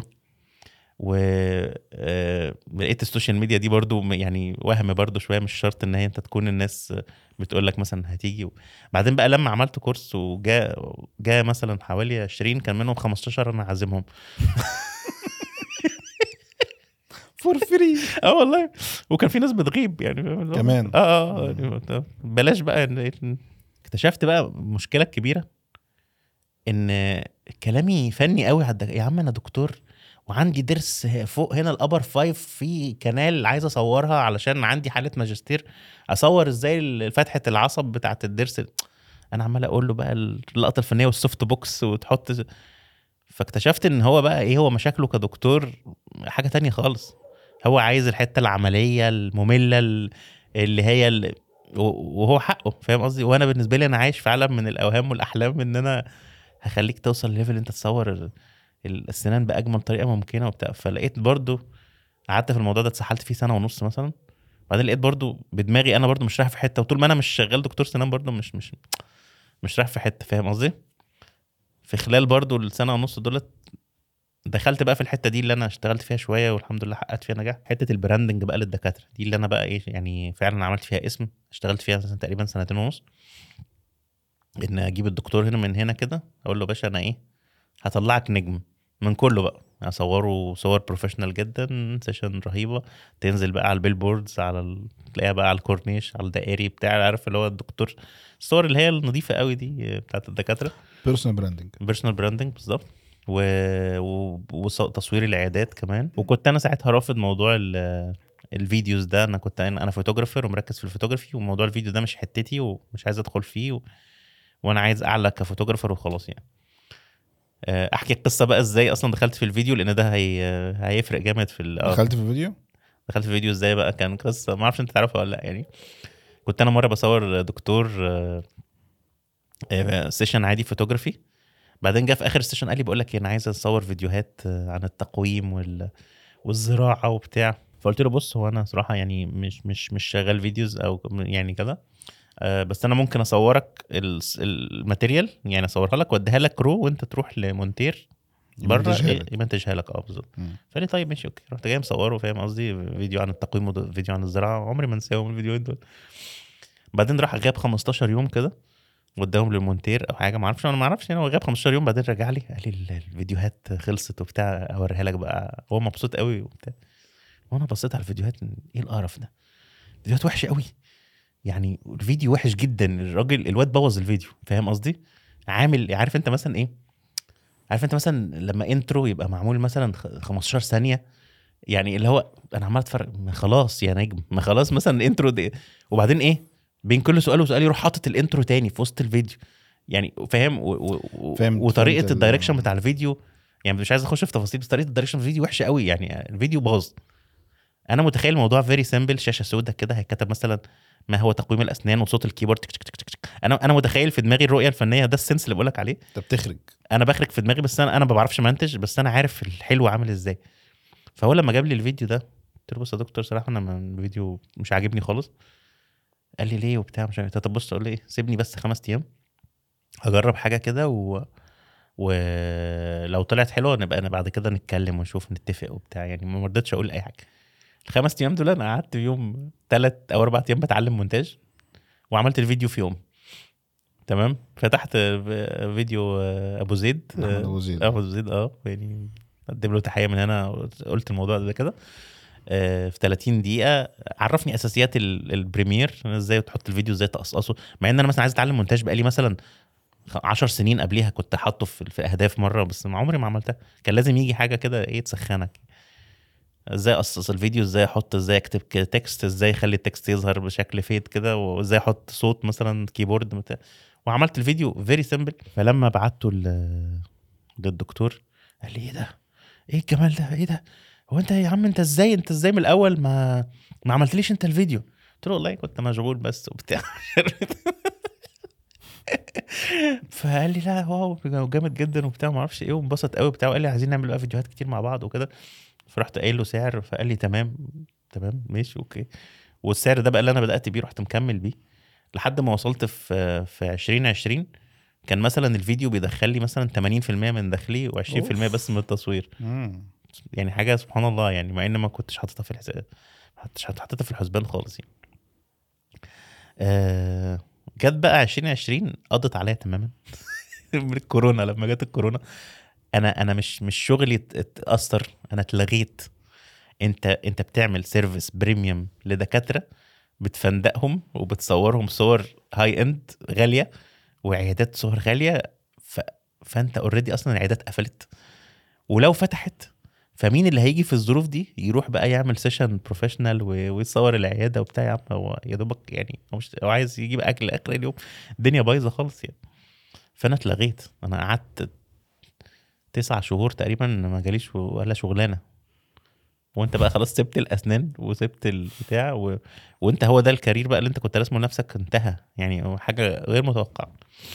ولقيت السوشيال ميديا دي برضو م- يعني وهم برضو شويه، مش شرط ان هي انت تكون الناس بتقول لك مثلا هتيجي. بعدين بقى لما عملت كورس وجاء جاء مثلا حوالي عشرين، كان منهم خمستاشر انا عازمهم. فور فري اه والله. وكان في ناس بتغيب يعني، فاهم اللي هو- كمان. اه اه يعني طب بلاش بقى إن- اكتشفت بقى المشكله الكبيره ان كلامي فني قوي على الدك... يا عم انا دكتور وعندي ضرس فوق هنا الابر فايف في كنال عايز اصورها علشان عندي حاله ماجستير، اصور ازاي فتحه العصب بتاعه الضرس. انا عمال اقول له بقى اللقطه الفنيه والسوفت بوكس وتحط. فاكتشفت ان هو بقى ايه، هو مشاكله كدكتور حاجه تانية خالص. هو عايز الحته العمليه الممله ال- اللي هي ال... و- وهو حقه، فاهم قصدي. وانا بالنسبه لي انا عايش في عالم من الاوهام والاحلام ان انا هخليك توصل لليفل انت تصور ال- السنان باجمل طريقه ممكنه وبتاع. فلقيت برضو قعدت في الموضوع ده اتسحلت فيه سنه ونص مثلا. بعدين لقيت برضو بدماغي انا برضو مش رايح في حته، وطول ما انا مش شغال دكتور سنان برضو مش مش مش رايح في حته، فاهم قصدي. في خلال برضو السنه ونص دولت دخلت بقى في الحته دي اللي انا اشتغلت فيها شويه والحمد لله حققت فيها نجاح. حته البراندنج بقى للدكاتره دي اللي انا بقى ايه يعني فعلا عملت فيها اسم، اشتغلت فيها مثلا تقريبا سنتين ونص. ان اجيب الدكتور هنا من هنا كده اقول له باشا انا ايه هطلعك نجم من كله بقى، اصوره صور بروفيشنال جدا، سيشن رهيبه، تنزل بقى على البيل بوردز، على ال... تلاقيها بقى على الكورنيش على الدائري بتاع، عارف اللي هو الدكتور، الصور اللي هي النظيفه قوي دي بتاعت الدكاتره، بيرسونال براندنج. بيرسونال براندنج بالظبط. و... و... وتصوير العيادات كمان. وكنت انا ساعتها رافض موضوع ال... الفيديوز ده. انا كنت انا فوتوغرافر ومركز في الفوتوغرافي، وموضوع الفيديو ده مش حتتي ومش عايز ادخل فيه و... وانا عايز اعلى كفوتوغرافر وخلاص يعني. احكي القصه بقى ازاي اصلا دخلت في الفيديو، لان ده هي... هيفرق جامد في ال... دخلت في الفيديو. دخلت في الفيديو ازاي بقى، كان قصه ما اعرفش انت تعرفها ولا لا يعني. كنت انا مره بصور دكتور سيشن عادي فوتوغرافي. بعدين جه في اخر السيشن قال لي بقول لك انا عايز اصور فيديوهات عن التقويم وال... والزراعه وبتاع. فقلت له بص هو انا صراحه يعني مش مش مش شغال فيديوز او يعني كده، أه بس انا ممكن اصورك ال- الماتيريال يعني اصورها لك واديها لك رو وانت تروح لمونتير بره يمنتجها لك. يمنتجها لك. اه بالظبط. مم. فقال لي طيب ماشي اوكي. رحت جاي مصوره، فاهم قصدي، فيديو عن التقويم وفيديو عن الزراعه، عمري ما انساهم الفيديوهين دول. بعدين راح غاب خمستاشر يوم كده واداهم للمونتير او حاجه ما اعرفش، انا ما اعرفش يعني. هو غاب خمستاشر يوم بعدين رجع لي قال لي ال- الفيديوهات خلصت وبتاع، اوريها لك بقى. هو مبسوط قوي وبتاع. وانا بصيت على الفيديوهات، ايه القرف ده، فيديوهات وحشه قوي يعني. الفيديو وحش جدا، الراجل الواد بوظ الفيديو، فاهم قصدي. عامل عارف انت مثلا ايه، عارف انت مثلا لما انترو يبقى معمول مثلا خ- خمستاشر ثانيه، يعني اللي هو انا عمال اتفرج ما خلاص يا نجم، ما خلاص مثلا الانترو دي. وبعدين ايه بين كل سؤال وسؤال يروح حاطط الانترو تاني في وسط الفيديو يعني، فاهم. و... و... و... فهمت- وطريقه فهمت ال- الدايركشن بتاع الفيديو يعني مش عايز اخش في تفاصيل، بس طريقه الدايركشن في الفيديو وحشه قوي يعني. الفيديو باظ. انا متخيل الموضوع فيري سيمبل، شاشه سوداء كده هيكتب مثلا ما هو تقويم الاسنان وصوت الكيبورد تك تك تك تك تك. انا انا متخيل في دماغي الرؤيه الفنيه، ده السنس اللي بقولك عليه. انت بتخرج. انا بخرج في دماغي، بس انا انا ما بعرفش منتج، بس انا عارف الحلو عامل ازاي. فهو لما جاب لي الفيديو ده قلت له بص يا دكتور صراحه انا من الفيديو مش عاجبني خالص. قال لي ليه وبتاع مش عارف. طب بص اقول لي ايه، سيبني بس خمس ايام هجرب حاجه كده و... ولو طلعت حلوه نبقى انا بعد كده نتكلم ونشوف نتفق وبتاع يعني. ما رضيتش اقول اي حاجه. الخمس ايام دول انا قعدت يوم ثلاث او اربع ايام بتعلم مونتاج. وعملت الفيديو في يوم. تمام. فتحت فيديو ابو زيد محمد ابو زيد ابو زيد اه يعني قدم له تحيه من هنا. قلت الموضوع ده كده في ثلاثين دقيقه عرفني اساسيات البريمير، ازاي تحط الفيديو، ازاي تقصقصه، مع ان انا مثلا عايز اتعلم مونتاج بقالي مثلا عشر سنين قبليها، كنت حاطه في, في اهداف مره بس ما عمري ما عملتها. كان لازم يجي حاجه كده ايه تسخنك، ازاي اقصص الفيديو، ازاي احط، ازاي اكتب تكست، ازاي اخلي التكست يظهر بشكل فيد كده، وازاي احط صوت مثلا كيبورد مت... وعملت الفيديو فيري سيمبل. فلما بعته للدكتور قال لي ايه ده، ايه الجمال ده، ايه ده، هو انت يا عم انت ازاي انت ازاي من الاول ما ما عملتليش انت الفيديو؟ قلت له والله كنت مشغول بس وبتاع. فقال لي لا واو جامد جدا وبتاع ما اعرفش ايه، وانبسط قوي بتاع، وقال لي عايزين نعمل بقى فيديوهات كتير مع بعض وكده. فرحت قايل له سعر، فقال لي تمام تمام ماشي اوكي. والسعر ده بقى اللي انا بدات بيه، رحت مكمل بيه لحد ما وصلت في في عشرين عشرين كان مثلا الفيديو بيدخل لي مثلا ثمانين في المية من دخلي و20% بس من التصوير. مم. يعني حاجه سبحان الله يعني، مع ان ما كنتش حاططها في الحساب، حطيتش حطيتها في الحسبان خالص يعني. آه جت بقى عشرين عشرين قضت عليا تماما. من الكورونا، لما جت الكورونا انا انا مش مش شغلي اتاثر، انا اتلغيت. انت انت بتعمل سيرفيس بريميوم لدكاتره، بتفندقهم وبتصورهم صور هاي اند غاليه وعيادات صور غاليه. ف... فانت اوريدي اصلا العيادات قفلت، ولو فتحت فمين اللي هيجي في الظروف دي يروح بقى يعمل سيشن بروفيشنال ويصور العياده وبتاع؟ يا عم هو يا دوبك يعني هو مش هو عايز يجيب اكل اخر اليوم، الدنيا بايظه خالص يعني. فانا اتلغيت، انا قعدت تسع شهور تقريبا ما جاليش ولا شغلانه. وانت بقى خلاص سبت الاسنان وسبت البتاع و... وانت هو ده الكارير بقى اللي انت كنت راسمه لنفسك انتهى، يعني حاجه غير متوقعه.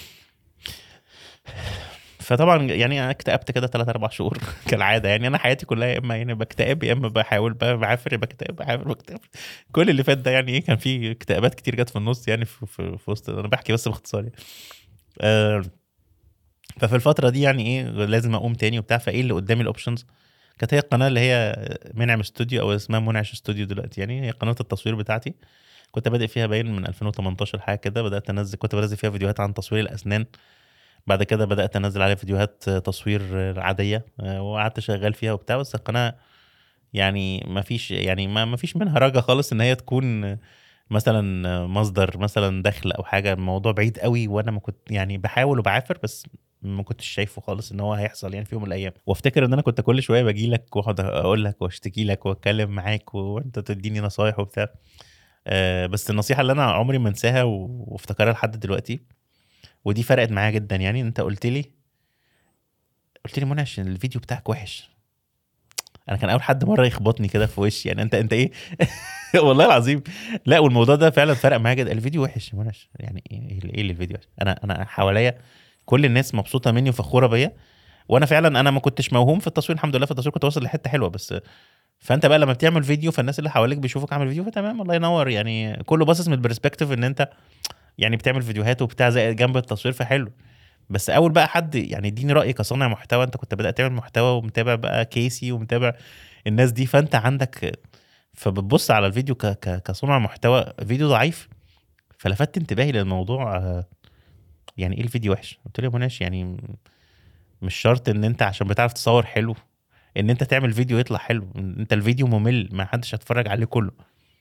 فطبعا يعني انا اكتئبت كده ثلاثة أربعة شهور كالعاده يعني. انا حياتي كلها يا اما يعني بكتئب يا اما بحاول بعافر، بكتئب بعافر بكتئب. كل اللي فات ده يعني ايه، كان في اكتئابات كتير جت في النص يعني في, في, في وسط. انا بحكي بس باختصار يعني. آه ففي الفتره دي يعني ايه لازم اقوم تاني وبتاع. فايه اللي قدامي الاوبشنز؟ كانت هي القناه اللي هي منعم استوديو او اسمها منعش استوديو دلوقتي، يعني هي قناه التصوير بتاعتي. كنت بادئ فيها باين من ألفين وتمنتاشر حاجه كده. بدات انزل، كنت بنزل فيها فيديوهات عن تصوير الاسنان. بعد كده بدات انزل عليها فيديوهات تصوير عاديه، وقعدت شغال فيها وبتاع. بس القناه يعني ما فيش يعني ما ما فيش منها رجا خالص ان هي تكون مثلا مصدر مثلا دخل او حاجه. الموضوع بعيد قوي، وانا ما كنت يعني بحاول وبعافر بس ما كنتش شايفه خالص ان هو هيحصل يعني في يوم من الايام. وافتكر ان انا كنت كل شويه باجي لك واقعد اقول لك واشتكي لك واتكلم معاك وانت تديني نصايح وبتاع. آه بس النصيحه اللي انا عمري ما انساها وافتكرها لحد دلوقتي، ودي فرقت معايا جدا يعني. انت قلت لي قلت لي منى عشان الفيديو بتاعك وحش. انا كان اول حد مره يخبطني كده في وشي يعني، انت انت ايه؟ والله العظيم. لا والموضوع ده فعلا فرق معايا جدا. الفيديو وحش يا منى يعني ايه؟ ايه اللي الفيديو وحش؟ انا انا حواليا كل الناس مبسوطه مني وفخوره بيا، وانا فعلا انا ما كنتش موهوم في التصوير الحمد لله. في التصوير كنت واصل لحته حلوه بس. فانت بقى لما بتعمل فيديو فالناس اللي حواليك بيشوفوك عامل فيديو فتمام الله ينور يعني. كله باصص من البرسبكتيف ان انت يعني بتعمل فيديوهات وبتاع زي جنب التصوير فحلو. بس اول بقى حد يعني اديني رايي كصانع محتوى، انت كنت بدات تعمل محتوى ومتابع بقى كيسي ومتابع الناس دي، فانت عندك فبتبص على الفيديو ك ك كصانع محتوى فيديو ضعيف. فلفت انتباهي للموضوع. يعني ايه الفيديو وحش؟ قلت له مناش يعني مش شرط ان انت عشان بتعرف تصور حلو ان انت تعمل فيديو يطلع حلو. انت الفيديو ممل ما حدش هتفرج عليه كله.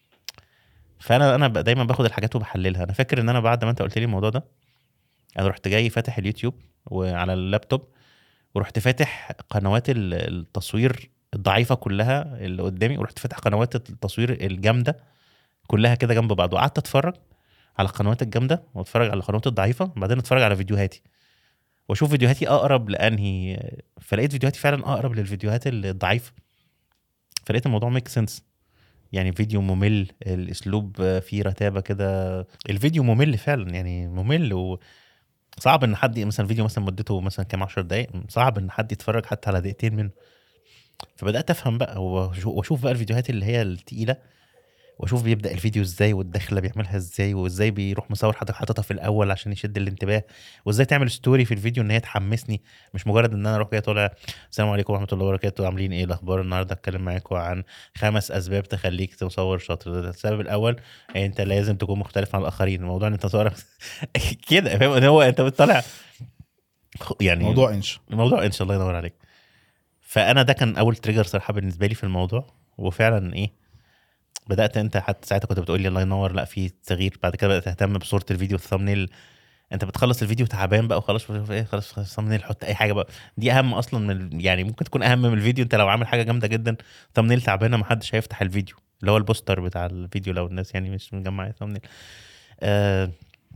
فانا انا دايما باخد الحاجات وبحللها. انا فاكر ان انا بعد ما انت قلت لي الموضوع ده انا رحت جاي فاتح اليوتيوب وعلى اللابتوب، ورحت فاتح قنوات التصوير الضعيفه كلها اللي قدامي، ورحت فاتح قنوات التصوير الجامده كلها كده جنب بعض، وقعدت اتفرج على القنوات الجامده واتفرج على القنوات الضعيفه، بعدين اتفرج على فيديوهاتي واشوف فيديوهاتي اقرب لانهي. فلقيت فيديوهاتي فعلا اقرب للفيديوهات الضعيفه. فلقيت الموضوع ميك سنس يعني. فيديو ممل، الاسلوب فيه رتابه كده، الفيديو ممل فعلا يعني ممل. وصعب ان حد مثلا فيديو مثلا مدته مثلا كام عشر دقايق صعب ان حد يتفرج حتى على دقيقتين منه. فبدات افهم بقى واشوف بقى الفيديوهات اللي هي التقيله واشوف بيبدا الفيديو ازاي والدخله بيعملها ازاي وازاي بيروح مصور حضرتك حاططها في الاول عشان يشد الانتباه وازاي تعمل ستوري في الفيديو ان هي تحمسني مش مجرد ان انا اروح جاي طالع السلام عليكم ورحمه الله وبركاته عاملين ايه الاخبار النهارده اتكلم معاكم عن خمس اسباب تخليك مصور شاطر. ده السبب الاول يعني انت لازم تكون مختلف عن الاخرين. الموضوع ان انت تصور كده فاهم ان هو انت بتطلع يعني موضوع انش الموضوع ان شاء الله ينور عليك. فانا ده كان اول تريجر صراحه بالنسبه لي في الموضوع. وفعلا ايه بدات انت حتى ساعتها كنت بتقول لي الله ينور لا في تغيير. بعد كده بدات تهتم بصوره الفيديو الثامنيل. انت بتخلص الفيديو تعبان بقى وخلاص ايه خلاص خلاص ثامنيل حط اي حاجه بقى. دي اهم اصلا من يعني ممكن تكون اهم من الفيديو. انت لو عامل حاجه جامده جدا ثامنيل تعبانه ما حدش هيفتح الفيديو اللي هو البوستر بتاع الفيديو لو الناس يعني مش مجمعه ثامنيل. آه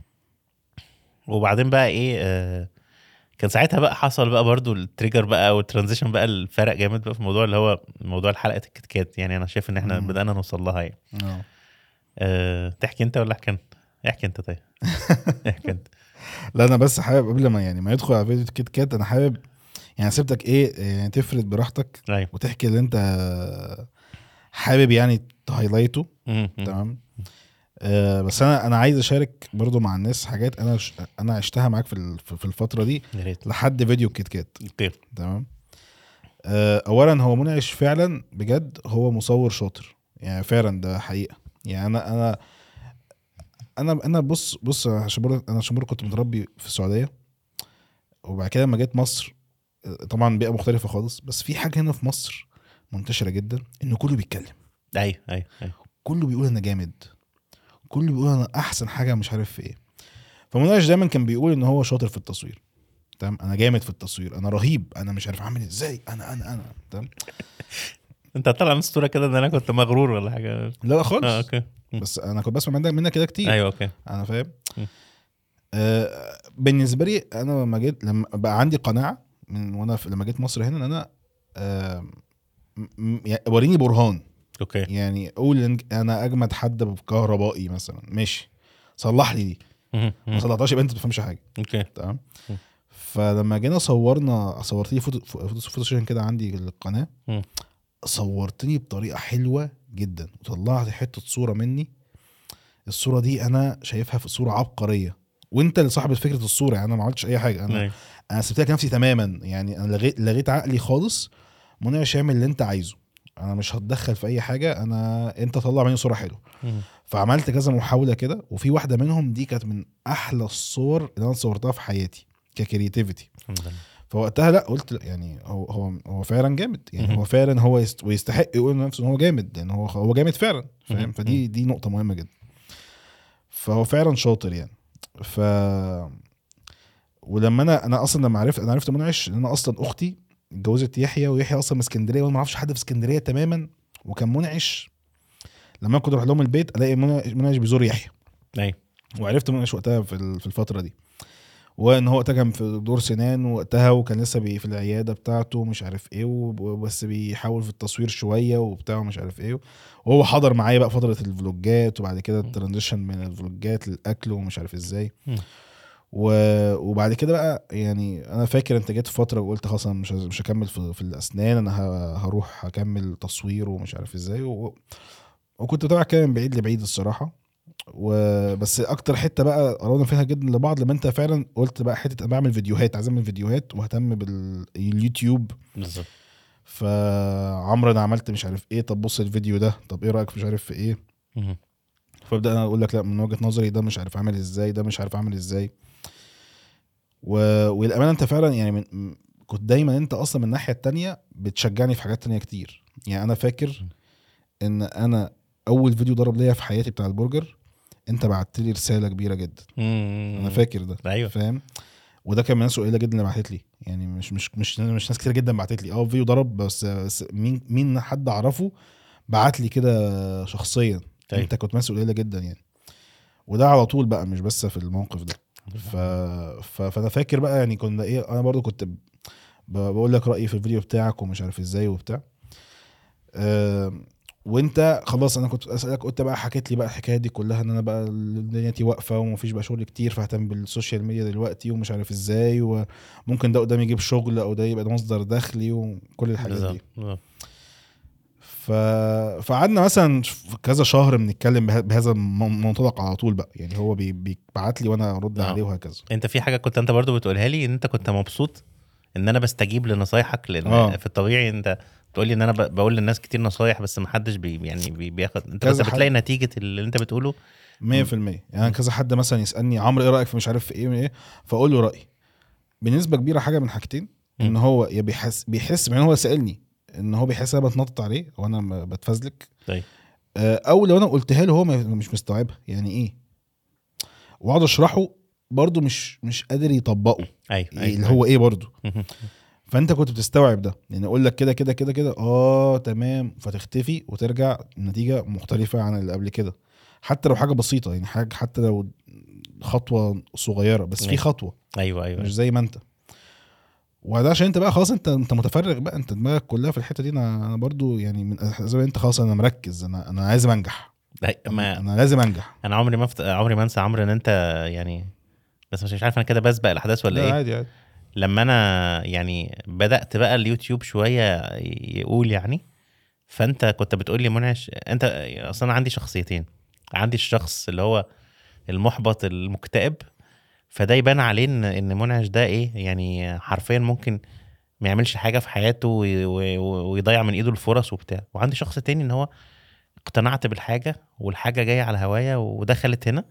وبعدين بقى ايه آه كان ساعتها بقى حصل بقى برضو التريجر بقى والترانزيشن بقى الفرق جامد بقى في الموضوع اللي هو موضوع الحلقه الكتكات. يعني انا شايف ان احنا مم. بدانا نوصل لها يعني. اه أه تحكي انت ولا احكي انت؟ احكي انت طيب. احكي انت. لا انا بس حابب قبل ما يعني ما يدخل على فيديو كيت كات انا حابب يعني سيبتك ايه يعني تفرد براحتك ايوه وتحكي اللي انت حابب يعني تهايلايته. م- م. تمام. آه بس انا انا عايز اشارك برضو مع الناس حاجات انا ش... انا عشتها معاك في ال- في الفتره دي يا ريت. لحد فيديو كيت كات. اوكي تمام. آه اولا هو منعش فعلا بجد هو مصور شاطر يعني فعلا ده حقيقه. يعني انا انا انا انا بص بص عشان برضه- انا عشان برضه كنت متربي في السعوديه وبعد كده لما جيت مصر آه، طبعا بيئه مختلفه خالص بس في حاجه هنا في مصر منتشره جدا ان كله بيتكلم ايوه ايوه ايوه كله بيقول انا جامد كله بيقول انا احسن حاجه مش عارف في ايه. فمناقش دايما كان بيقول ان هو شاطر في التصوير. تمام. انا جامد في التصوير انا رهيب انا مش عارف اعمل ازاي انا انا انا تمام. انت طلع من الصوره كده ان انا كنت مغرور ولا حاجه؟ لا لا خالص. اه اوكي م. بس انا كنت بسمع منك منك كده كتير. ايوه اوكي انا فاهم. م. آه بالنسبه لي انا لما جيت لما بقى عندي قناعه من وانا في لما جيت مصر هنا ان انا آه م- م- يعني وريني برهان. اوكي يعني قول إن انا اجمد حد بكهربائي مثلا ماشي صلح لي دي م- ما م. صلحتهاش يبقى انت ما بتفهمش حاجه. اوكي تمام. م. فلما جينا صورنا صورت لي فوتو فوتو فوتو سيشن كده عندي للقناه م. صورتني بطريقه حلوه جدا وطلعت حته صوره مني. الصوره دي انا شايفها في صوره عبقريه وانت اللي صاحب فكره الصوره يعني انا ما عملتش اي حاجه. انا ايوه انا سبت لك نفسي تماما يعني انا لغيت لغيت عقلي خالص. منعش اعمل اللي انت عايزه انا مش هتدخل في اي حاجه انا انت طلع مني صوره حلوه. م. فعملت كذا محاوله كده وفي واحده منهم دي كانت من احلى الصور اللي انا صورتها في حياتي ككرياتيفيتي. الحمد لله. فوقتها لا قلت لا يعني هو هو هو فعلا جامد يعني مهم. هو فعلا هو يست ويستحق يقول لنفسه ان هو جامد لان هو هو جامد فعلا مهم. فاهم. فدي دي نقطه مهمه جدا. فهو فعلا شاطر يعني. ف ولما انا انا اصلا لما عرفت انا عرفت منعش ان انا اصلا اختي اتجوزت يحيى ويحيى اصلا من اسكندريه وانا ما اعرفش حد في اسكندريه تماما. وكان منعش لما كنت اروح لهم البيت الاقي منعش منعش بيزور يحيى. ايوه وعرفت منعش وقتها في ال- في الفتره دي وان هو وقتها كان في دور سنان وقتها وكان لسه بي في العياده بتاعته مش عارف ايه وبس بيحاول في التصوير شويه وبتاع مش عارف ايه. وهو حضر معايا بقى فتره الفلوجات وبعد كده الترانزيشن من الفلوجات للاكل ومش عارف ازاي. م. و- وبعد كده بقى يعني انا فاكر انت جيت في فتره وقلت خلاص انا مش مش هكمل في, في الاسنان انا ه- هروح هكمل تصوير ومش عارف ازاي و... وكنت بتابع كده من بعيد لبعيد الصراحه. وبس اكتر حته بقى قربنا فيها جدا لبعض لما انت فعلا قلت بقى حته انا بعمل فيديوهات عايز اعمل فيديوهات وهتم باليوتيوب. بالظبط فعمرو انا عملت مش عارف ايه طب بص الفيديو ده طب ايه رايك في مش عارف في ايه. مهم. فابدا انا اقول لك لا من وجهه نظري ده مش عارف اعمل ازاي ده مش عارف اعمل ازاي. و... والامانه انت فعلا يعني من... م- كنت دايما انت اصلا من الناحيه التانية بتشجعني في حاجات تانية كتير. يعني انا فاكر ان انا اول فيديو ضرب ليا في حياتي بتاع البرجر انت بعت لي رساله كبيره جدا. م. انا فاكر ده ايوه فاهم. وده كان من ناس قليله جدا اللي بعتت لي يعني مش مش مش مش ناس كتير جدا بعتت لي اه فيديو ضرب بس, بس مين مين حد اعرفه بعت لي كده شخصيا. طيب. انت كنت ناس قليله جدا يعني. وده على طول بقى مش بس في الموقف ده. ف... ف... فانا فاكر بقى يعني كنا ايه انا برضو كنت ب... بقول لك رايي في الفيديو بتاعك ومش عارف ازاي وبتاع. أه... وانت خلاص انا كنت اسالك قلت بقى حكيت لي بقى الحكايه دي كلها ان انا بقى دنيتي واقفه ومفيش بقى شغل كتير فاهتم بالسوشيال ميديا دلوقتي ومش عارف ازاي وممكن ده قدام يجيب شغل او ده يبقى ده مصدر دخلي وكل الحاجات بالظبط دي. بالظبط. ف فقعدنا مثلا كذا شهر بنتكلم به- بهذا المنطلق على طول بقى، يعني هو بي- بيبعت لي وانا ارد آه. عليه وهكذا. انت في حاجه كنت انت برضو بتقولها لي، ان انت كنت مبسوط ان انا بستجيب لنصايحك، لان آه. في الطبيعي انت بتقول لي ان انا ب- بقول للناس كتير نصايح بس ما حدش بي يعني بي بياخد، انت كذا كنت بتلاقي حد. نتيجه اللي انت بتقوله. مية في المية. يعني كذا حد مثلا يسالني عمرو ايه رايك في مش عارف في ايه من ايه، فاقول له رايي بنسبه كبيره حاجه من حاجتين، ان مم. هو يا بيحس بيحس يعني هو سالني ان هو بيحس انا بتنطط عليه وانا م- بتفزلك، طيب. آه، او لو انا قلتها له هو ما- مش مستوعبها يعني ايه، واقعد اشرحه برضو مش مش قادر يطبقه ايوه إيه ايوه اللي هو ايه برضو. أيوة. فانت كنت بتستوعب ده، يعني اقول لك كده كده كده كده اه تمام، فتختفي وترجع النتيجه مختلفه عن اللي قبل كده، حتى لو حاجه بسيطه، يعني حاجه حتى لو خطوه صغيره بس في أيوة. خطوه ايوه ايوه مش زي ما انت. وده عشان انت بقى خلاص انت انت متفرغ بقى، انت دماغك كلها في الحته دي. انا انا برضو يعني من زي ما انت خلاص انا مركز، انا انا لازم انجح، أيوة. انا, ما أنا لازم انجح. انا عمري ما فت... عمري ما انسى عمرو ان انت يعني، بس مش مش عارف انا كده بسبق الاحداث ولا لا ايه. عادي عادي. لما انا يعني بدات بقى اليوتيوب شويه يقول يعني، فانت كنت بتقول لي منعش، انت اصلا عندي شخصيتين، عندي الشخص اللي هو المحبط المكتئب، فده يبان عليه ان ان منعش ده ايه يعني حرفيا ممكن ما يعملش حاجه في حياته وي- وي- ويضيع من ايده الفرص وبتاع. وعندي شخص تاني ان هو اقتنعت بالحاجه والحاجه جايه على هوايا ودخلت هنا.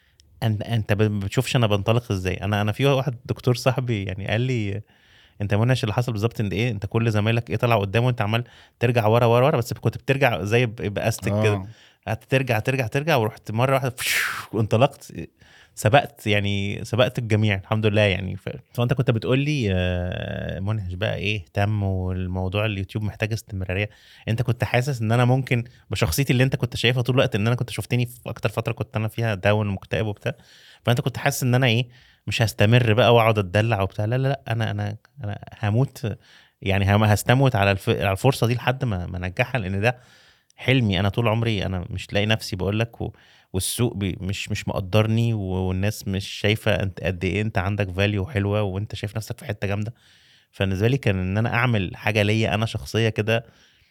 انت انت ب- بتشوفش انا بنطلق ازاي. انا انا في واحد دكتور صاحبي يعني قال لي انت منعش اللي حصل بالظبط ان ايه، انت كل زمايلك ايه طلع قدامه وانت عمال ترجع ورا ورا ورا، بس كنت بترجع زي ب- باستك كده، اه هترجع ترجع ترجع ورحت مره واحده وانطلقت، سبقت يعني سبقت الجميع الحمد لله يعني. ف... فانت كنت بتقول لي آه، منهج بقى ايه اهتم، والموضوع اليوتيوب محتاج استمراريه. انت كنت حاسس ان انا ممكن بشخصيتي اللي انت كنت شايفها طول الوقت، ان انا كنت شفتني في اكتر فتره كنت انا فيها داون مكتئب وبتاع، فانت كنت حاسس ان انا ايه مش هستمر بقى واقعد اتدلع وبتاع، لا لا لا انا انا انا هموت يعني، هم- هستموت على الف... على الفرصه دي لحد ما ما انجحها، لان ده حلمي انا طول عمري. انا مش لاقي نفسي بقول لك و... والسوق بي... مش مش مقدرني، و- والناس مش شايفه انت قد ايه انت عندك فاليو حلوه وانت شايف نفسك في حته جامده. فبالنسبه لي كان ان انا اعمل حاجه ليا انا شخصيه كده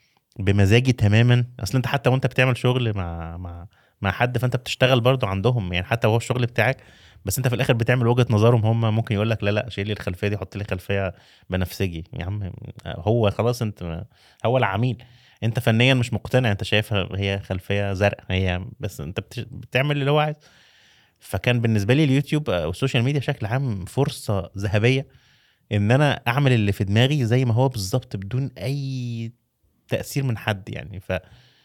بمزاجي تماما. اصل انت حتى وانت بتعمل شغل مع مع مع حد فانت بتشتغل برضو عندهم يعني، حتى هو الشغل بتاعك بس انت في الاخر بتعمل وجهة نظرهم. هم ممكن يقول لك لا لا شيل لي الخلفيه دي، حط لي خلفيه بنفسجي يا عم، هو خلاص انت هو العميل، انت فنيا مش مقتنع، انت شايفها هي خلفيه زرق هي، بس انت بت- بتعمل اللي هو عايز. فكان بالنسبه لي اليوتيوب او السوشيال ميديا بشكل عام فرصه ذهبيه ان انا اعمل اللي في دماغي زي ما هو بالظبط بدون اي تأثير من حد يعني. ف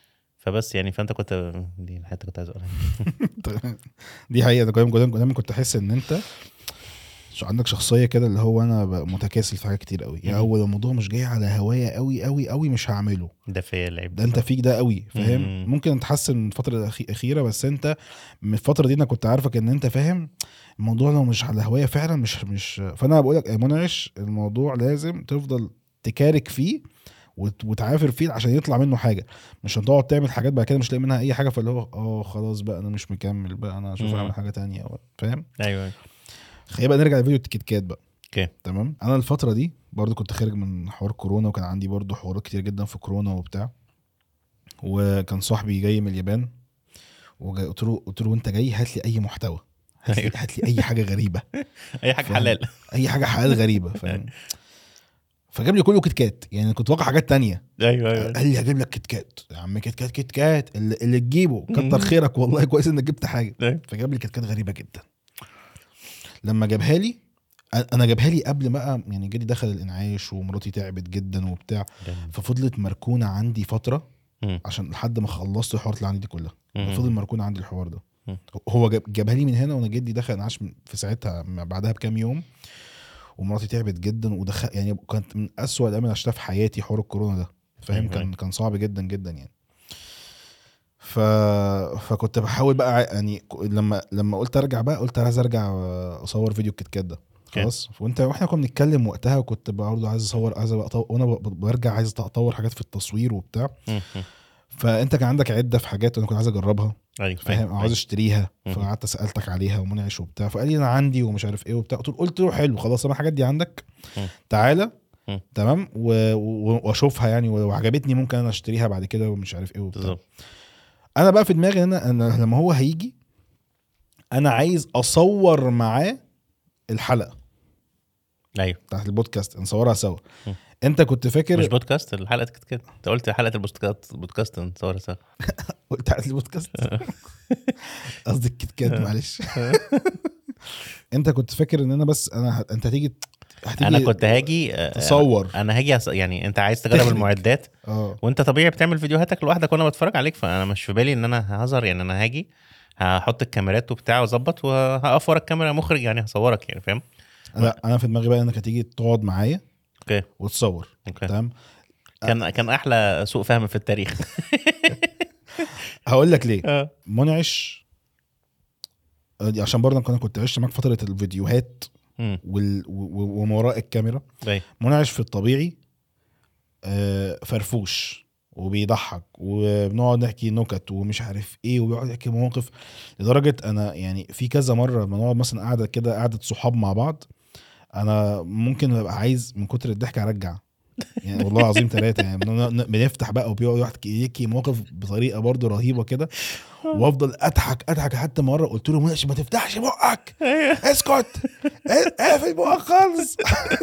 فبس يعني فانت كنت دي الحته كنت عايز اقولها. دي حقيقة. انا دايما دايما دايما كنت احس ان انت شو عندك شخصية كده اللي هو انا بقى متكاسل في حاجات كتير قوي، يعني مهم. اول الموضوع مش جاي على هواية قوي قوي قوي مش هعمله، ده فيا العيب ده انت فيك ده قوي فاهم. مم. ممكن تتحسن من الفترة الأخي- الأخيرة، بس انت من الفترة دي انا كنت عارفك ان انت فاهم الموضوع لو مش على هواية فعلا مش مش فانا بقول لك يا منعش الموضوع لازم تفضل تكارك فيه وت- وتعافر فيه عشان يطلع منه حاجه، مش هتقعد تعمل حاجات بعد كده مش لاقي منها اي حاجه، فاللي هو اه خلاص بقى انا مش مكمل بقى انا اشوف اعمل مم. حاجه تانية فاهم. ايوه أيوة. خلينا بقى نرجع لفيديو التيكيتات بقى. اوكي. تمام. انا الفتره دي برضو كنت خارج من حوار كورونا، وكان عندي برضو حوارات كتير جدا في كورونا وبتاع، وكان صاحبي جاي من اليابان، وجاي قلت له قلت له انت جاي هات لي اي محتوى، هات لي أيوة. هات لي اي حاجه غريبه، اي حاجه فاهم؟ حلال. اي حاجه حلال غريبه فاهم. فجاب لي كله كيت كات، يعني كنت واقع حاجات تانية. ايوه ايوه قال لي هجيب لك كيت كات يا عم، كيت كات كيت كات اللي, اللي تجيبه كتر خيرك والله كويس انك جبت حاجه. أيوة. فجاب لي كيت كات غريبه جدا. لما جابها لي انا جابها لي قبل بقى يعني جدي دخل الانعاش ومراتي تعبت جدا وبتاع، ففضلت مركونه عندي فتره مم. عشان لحد ما خلصت الحوارات اللي عندي دي كلها، مم. فضل مركونه عندي الحوار ده. مم. هو جاب جابها لي من هنا، وانا جدي دخل انعاش في ساعتها بعدها بكام يوم، ومراتي تعبت جدا ودخل يعني كانت من اسوأ الايام اللي عشتها في حياتي حوار الكورونا ده فاهم. أيوة. كان كان صعب جدا جدا يعني. ف... فكنت بحاول بقى ع- يعني ك- لما لما قلت ارجع بقى قلت عايز ارجع اصور فيديو الكيت كات ده خلاص. وانت واحنا كنا بنتكلم وقتها وكنت برضه عايز اصور، عايز أطور وانا ب- برجع عايز اطور حاجات في التصوير وبتاع. مم. فانت كان عندك عده في حاجات وانا كنت عايز اجربها ايوه فاهم، أيوة. عاوز اشتريها. مم. فقعدت سالتك عليها ومنعش وبتاع، فقال لي انا عندي ومش عارف ايه وبتاع. قلت له قلت له حلو خلاص انا الحاجات دي عندك، مم. تعالى مم. تمام و- و- واشوفها يعني وعجبتني ممكن انا اشتريها بعد كده ومش عارف ايه وبتاع. بالظبط. انا بقى في دماغي ان انا أنا لما هو هيجي انا عايز اصور معاه الحلقه ايوه بتاعت البودكاست نصورها سوا. م. انت كنت فاكر مش بودكاست الحلقه كده كده، انت قلت حلقه البودكاست بودكاست نصورها سوا. بتاعت البودكاست قصدي الكيت كات معلش. انت كنت فاكر ان انا بس انا ه... انت هتيجي هتيجي انا كنت هاجي آه، تصور. انا هاجي أص... يعني انت عايز تجرب تخرج. المعدات اه وانت طبيعي بتعمل فيديوهاتك لوحدك وانا بتفرج عليك، فانا مش في بالي ان انا ههزر يعني. انا هاجي هحط الكاميرات وبتاع واظبط وهقف ورا الكاميرا مخرج يعني هصورك يعني فاهم. لا انا في دماغي بقى انك هتيجي تقعد معايا اوكي وتصور. اوكي تمام كان كان احلى سوء فهم في التاريخ. هقول لك ليه. اه منعش دي عشان برضه انا كنت عشت معاك فتره الفيديوهات امم وال... و- وما وراء الكاميرا. ايوه منعش في الطبيعي آه، فرفوش وبيضحك وبنقعد نحكي نكت ومش عارف ايه وبيقعد يحكي مواقف لدرجه انا يعني في كذا مره لما نقعد مثلا قاعده كده قاعده صحاب مع بعض انا ممكن ابقى عايز من كتر الضحك ارجع يعني والله العظيم ثلاثه يعني بن- بنفتح بقى وبيقعد يحكي يحكي مواقف بطريقه برضو رهيبه كده وافضل اضحك اضحك. حتى مره قلت له منعش ما تفتحش بقك اسكت اقفل بقك خالص.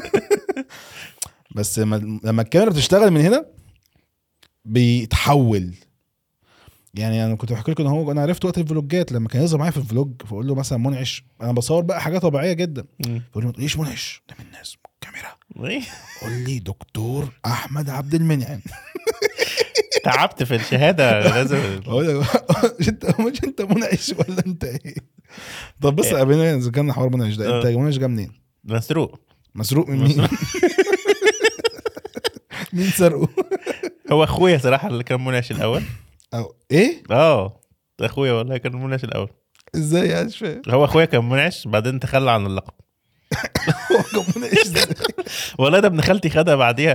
بس لما لما الكاميرا بتشتغل من هنا بيتحول. يعني انا كنت بحكي لكم ان هو انا عرفت وقت الفلوجات لما كان يظهر معايا في الفلوج فاقول له مثلا منعش انا بصور بقى حاجات طبيعيه جدا فقول له ليش منعش ده من الناس كاميرا قول لي دكتور احمد عبد المنعم. تعبت في الشهاده لازم. اقول له انت مش انت منعش ولا انت ايه؟ طب بس قابلنا اذا كان حوار منعش ده انت منعش جاي منين؟ مسروق مسروق من مين؟ مين سرقه؟ هو اخويا صراحه اللي كان منعش الاول. او ايه؟ اه اخويا والله كان منعش الاول. ازاي يعني مش فاهم. هو اخويا كان منعش بعدين تخلى عن اللقب. هو كان منعش ازاي؟ والله ده ابن خالتي خدها بعديها.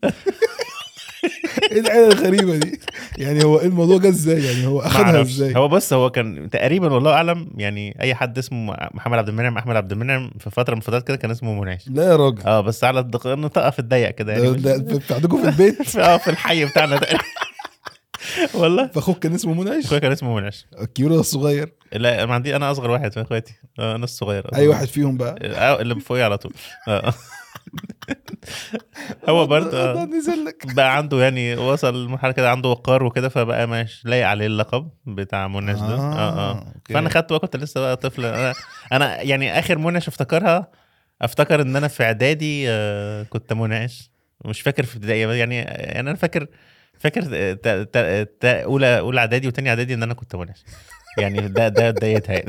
ايه العيله الغريبه دي؟ يعني هو ايه الموضوع جه ازاي؟ يعني هو اخدها معرفش. ازاي؟ هو بص هو كان تقريبا والله اعلم يعني اي حد اسمه محمد عبد المنعم احمد عبد المنعم في فتره من فترات كده كان اسمه منعش. لا يا راجل اه بس على الدق... النطاق في الضيق كده ده, يعني ده, ده في عندكم في البيت في اه في الحي بتاعنا تقريبا. والله فاخوك كان اسمه منعش اخويا كان اسمه منعش. الكبير الصغير لا انا عندي انا اصغر واحد من اخواتي. اه انا الصغير اي واحد فيهم بقى اه اللي فوقي على طول. اه هو برضه آه. نزل لك بقى عنده يعني وصل لمرحله كده عنده وقار وكده فبقى ماشي لايق عليه اللقب بتاع منعش ده. اه اه أوكي. فانا خدته بقى كنت لسه بقى طفل. انا انا يعني اخر منعش افتكرها افتكر ان انا في اعدادي آه كنت منعش مش فاكر في ابتدائي يعني يعني انا فاكر فاكر تا- تا- تا- اولى اولى اعدادي وتاني اعدادي ان انا كنت منعش يعني ده ده بدايتها يعني.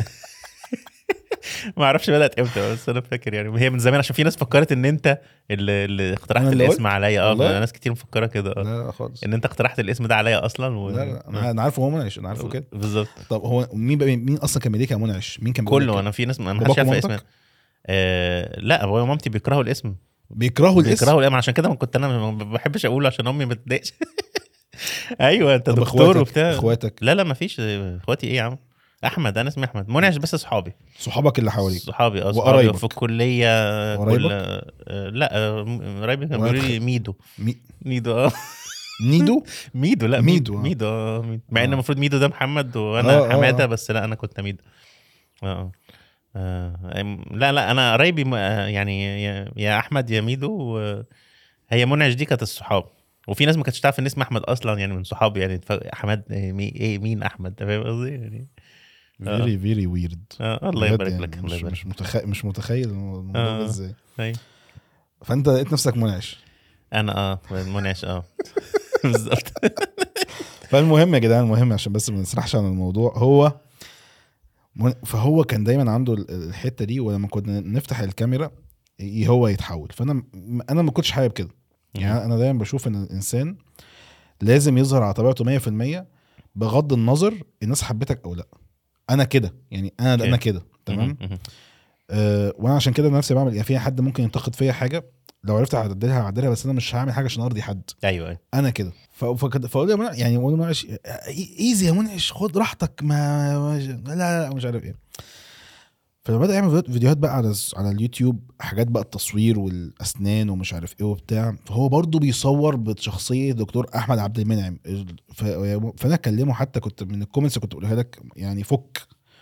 ما اعرفش بدات امتى بس انا فاكر يعني هي من زمان عشان في ناس فكرت ان انت اللي, اللي اقترحت أنا اللي الاسم قلت؟ عليا. اه والله؟ ناس كتير مفكره كده اه لا لا خالص ان انت اقترحت الاسم ده عليا اصلا و... لا لا انا أنا عارفه هو منعش انا عارفه كده. بالظبط. طب هو مين بقى مين اصلا كان بيديك يا منعش؟ مين كان بيقول لك كله كده؟ انا في ناس ما حدش باباك عارف ومامتك؟ اسمه. آه لا هو مامتي بيكرهوا الاسم بيكرهوا الاسم بيكرهوا الاسم عشان كده كنت انا ما بحبش اقوله عشان امي ما تتضايقش. ايوه انت طب دكتور اخواتك وبتاع. اخواتك لا لا ما فيش اخواتي ايه يا عم احمد انا اسمي احمد منعش بس صحابي صحابك اللي حواليك صحابي اه صحابي وقرايبك؟ في الكليه وقرايبك؟ كل آه لا آه، قرايبي كانوا بيقولوا لي ميدو مي... ميدو اه نيدو ميدو لا ميدو، ميدو آه. ميدو اه ميدو. مع ان آه. المفروض ميدو ده محمد وانا آه، آه، حماده آه. بس لا انا كنت ميدو. اه آه، لا لا انا قرايبي م- آه، يعني يا, يا احمد يا ميدو. آه، هي منعش دي كانت الصحاب وفي ناس ما كانتش تعرف ان اسم احمد اصلا يعني من صحابي يعني تف- حماد آه، مي ايه مين احمد ده فاهم قصدي يعني. فيري فيري ويرد اه الله يبارك لك الله مش يبارك. مش متخيل مش متخيل الموضوع ده آه. ازاي. ايوه فانت لقيت نفسك منعش. انا اه منعش اه بالظبط. فالمهم يا جدعان المهم عشان بس ما نسرحش عن الموضوع هو من- فهو كان دايما عنده ال- الحته دي ولما كنا نفتح الكاميرا ي- هو يتحول. فانا م- انا ما كنتش حابب كده. يعني انا دايما بشوف ان الانسان لازم يظهر على طبيعته مية في المية بغض النظر الناس حبتك او لا. انا كده يعني انا أوكي. انا كده تمام. مهم. أه وانا عشان كده نفسي بعمل يعني في حد ممكن ينتقد فيا حاجه لو عرفت اعدلها هعدلها بس انا مش هعمل حاجه عشان ارضي حد. ايوه ايوه انا كده ف- فكده فاقول يا منعش يعني اقول معلش ايزي يا منعش خد راحتك ما ما- لا لا لا مش عارف ايه. فبدا يعمل فيديوهات بقى على على اليوتيوب، حاجات بقى التصوير والاسنان ومش عارف ايه وبتاع. فهو برضو بيصور بشخصيه دكتور احمد عبد المنعم. فانا اكلمه حتى كنت من الكومنتس كنت بقولها لك يعني فك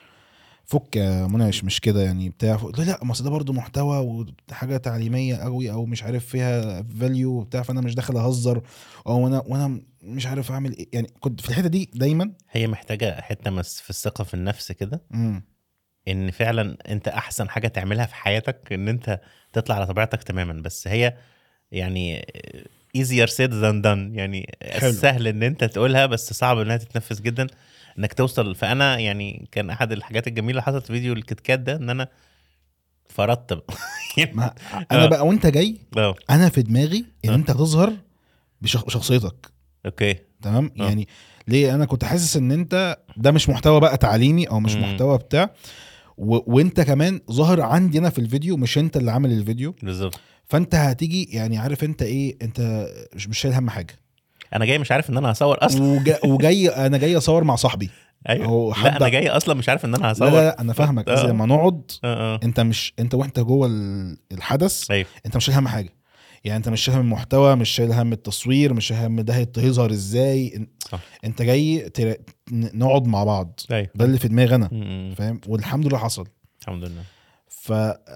فك يا منعش مش كده يعني بتاع. لا لا ما ده برضو محتوى وحاجه تعليميه قوي او مش عارف فيها فاليو وبتاع، فانا مش داخل اهزر او انا وانا مش عارف اعمل ايه يعني. كنت في الحته دي دايما. هي محتاجه حته مس في الثقه في النفس كده، امم ان فعلا انت احسن حاجه تعملها في حياتك ان انت تطلع على طبيعتك تماما. بس هي يعني easier said than done، يعني حلو. سهل ان انت تقولها بس صعب انها تتنفذ جدا انك توصل. فانا يعني كان احد الحاجات الجميله اللي حصلت في فيديو الكتكات ده ان انا فرطت بقى. ما انا آه. بقى وانت جاي اه انا في دماغي ان آه. انت تظهر بشخ- بشخصيتك. اوكي تمام آه. يعني ليه انا كنت حاسس ان انت ده مش محتوى بقى تعليمي او مش مم. محتوى بتاع و... وانت كمان ظاهر عندي انا في الفيديو، مش انت اللي عامل الفيديو. بالظبط. فانت هتيجي يعني عارف انت ايه، انت مش مش شايل هم حاجه. انا جاي مش عارف ان انا هصور اصلا. وجا... وجاي انا جاي اصور مع صاحبي ايوه او لا حد. انا جاي اصلا مش عارف ان انا لا هصور. لا لا انا فاهمك، قصدي اه لما نقعد اه اه انت مش انت وانت جوه ال- الحدث ايوه انت مش شايل هم حاجه. يعني انت مش شايل هم المحتوى، مش شايل هم التصوير، مش شايل هم ده هيظهر ازاي. صح انت جاي تر... نقعد مع بعض. ايوه ده اللي في دماغي انا م- م. فاهم، والحمد لله حصل. الحمد لله. ف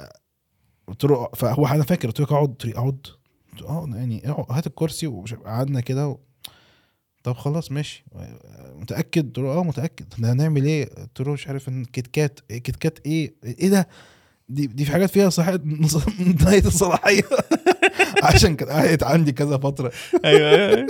قلت له، فهو انا فاكر قلت له اقعد، قلت له اقعد، قلت له اه يعني اقعد، هات الكرسي. وقعدنا كده و... طب خلاص ماشي متاكد؟ قلت له اه متاكد. ده هنعمل ايه؟ قلت له مش عارف ان كيت كات إيه كيت كات ايه ايه ده، دي دي في حاجات فيها صحيح نهايه الصلاحيه. عشان كانت قعدت عندي كذا فتره. ايوه ايوه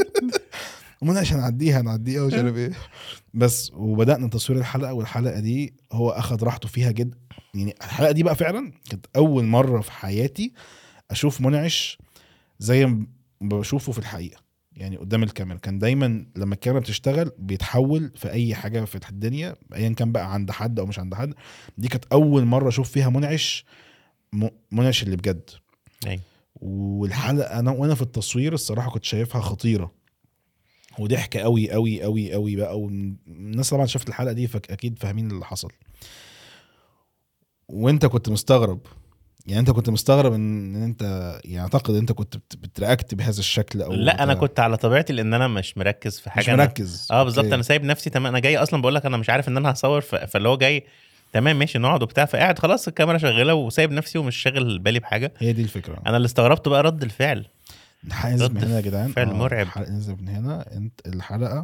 ومن عشان نعديها نعديها ومش عارف ايه. بس وبدانا تصوير الحلقه، والحلقه دي هو اخذ راحته فيها جدا. يعني الحلقه دي بقى فعلا كانت اول مره في حياتي اشوف منعش زي ما بشوفه في الحقيقه. يعني قدام الكاميرا كان دايما لما الكاميرا بتشتغل بيتحول في اي حاجه في الدنيا ايا كان بقى عند حد او مش عند حد. دي كانت اول مره اشوف فيها منعش م- منعش اللي بجد. ايوه والحلقه انا وانا في التصوير الصراحه كنت شايفها خطيره وضحك قوي قوي قوي قوي بقى. والناس طبعا شافت الحلقه دي فاكيد فاهمين اللي حصل. وانت كنت مستغرب، يعني انت كنت مستغرب ان انت يعني اعتقد انت كنت بت- بترياكت بهذا الشكل او لا انا بتاع. كنت على طبيعتي لان انا مش مركز في حاجه. مش أنا... مركز. اه بالظبط أوكي. انا سايب نفسي تمام. انا جاي اصلا بقول لك انا مش عارف ان انا هصور ف... فاللي هو جاي تمام ماشي نقعد وبتاع، فقاعد خلاص الكاميرا شغاله وسايب نفسي ومش شاغل بالي بحاجه. هي دي الفكره. انا اللي استغربته بقى رد الفعل. ننزل من هنا يا جدعان. فعل مرعب. الحلقه ننزل من هنا. انت الحلقه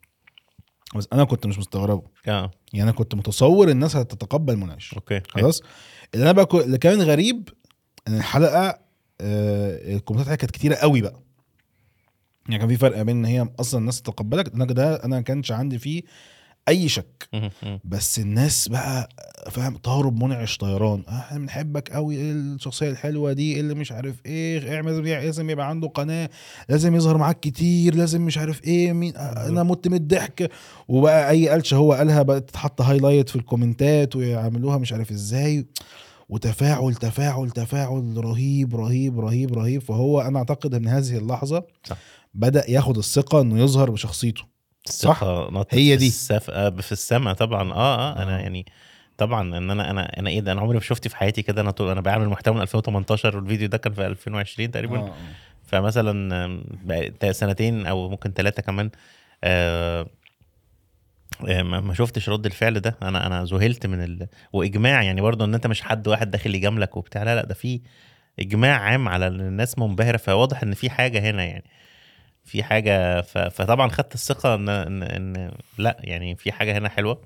بس انا كنت مش مستغربه. اه يعني انا كنت متصور الناس هتتقبل منعش. اوكي خلاص. اللي انا بقى كو- اللي كان غريب ان الحلقه آه الكومنتات عليها كانت كتيره قوي بقى. يعني كان في فرق بين ان هي اصلا الناس تتقبلك، انا ده انا ما كانش عندي فيه اي شك. م- م. بس الناس بقى فاهم طاروا بمنعش طيران. آه، احنا بنحبك قوي، إيه الشخصيه الحلوه دي اللي مش عارف ايه، اعمل لازم يبقى عنده قناه، لازم يظهر معاك كتير، لازم مش عارف ايه مين. آه، انا مت من الضحك. وبقى اي قلشه هو قالها بقت تتحط هايلايت في الكومنتات ويعملوها مش عارف ازاي. وتفاعل تفاعل تفاعل رهيب رهيب رهيب رهيب. فهو انا اعتقد ان هذه اللحظه صح. بدأ ياخد الثقه انه يظهر بشخصيته. صح؟ الثقة نطت هي في دي. السف... آه، في السماء طبعا. اه اه انا آه. يعني طبعا ان انا انا انا ايه ده، انا عمري ما شفت في حياتي كده. انا طول انا بعمل محتوى من ألفين وتمنتاشر والفيديو ده كان في ألفين وعشرين تقريبا. آه. فمثلا آم، بقى سنتين او ممكن ثلاثة كمان. آه آه، ما ما شفتش رد الفعل ده. انا انا ذهلت من ال... واجماع يعني برضه ان انت مش حد واحد داخل يجاملك وبتاع، لا لا ده في اجماع عام على ان الناس منبهره. فواضح ان في حاجه هنا يعني في حاجه ف... فطبعا خدت الثقه ان ان, إن لا يعني في حاجه هنا حلوه.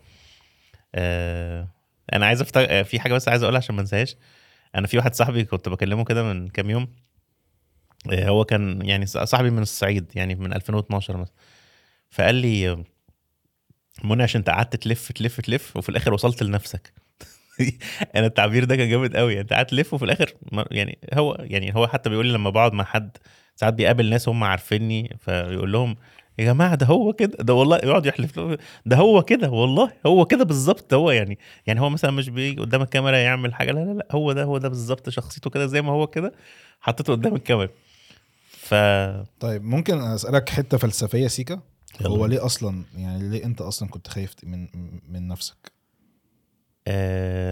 آه... انا عايز افتكر في حاجه بس عايز اقولها عشان ما انساهاش. انا في واحد صاحبي كنت بكلمه كده من كام يوم. آه، هو كان يعني صاحبي من الصعيد يعني من ألفين واتناشر مثلا. فقال لي آه، منى عشان انت قعدت تلف تلف تلف وفي الاخر وصلت لنفسك. انا التعبير ده كان جامد قوي. انت قعدت تلف وفي الاخر يعني هو يعني هو حتى بيقول لي لما بقعد مع حد ساعات بيقابل ناس هم عارفيني فيقول لهم يا جماعه ده هو كده، ده والله يقعد يحلف له ده هو كده والله هو كده بالظبط. هو يعني يعني هو مثلا مش بيجي قدام الكاميرا يعمل حاجه، لا لا لا هو ده هو ده بالظبط شخصيته كده زي ما هو كده حطيته قدام الكاميرا. ف طيب ممكن اسالك حته فلسفيه سيكا؟ يلا. هو ليه اصلا يعني ليه انت اصلا كنت خايف من من نفسك؟ آه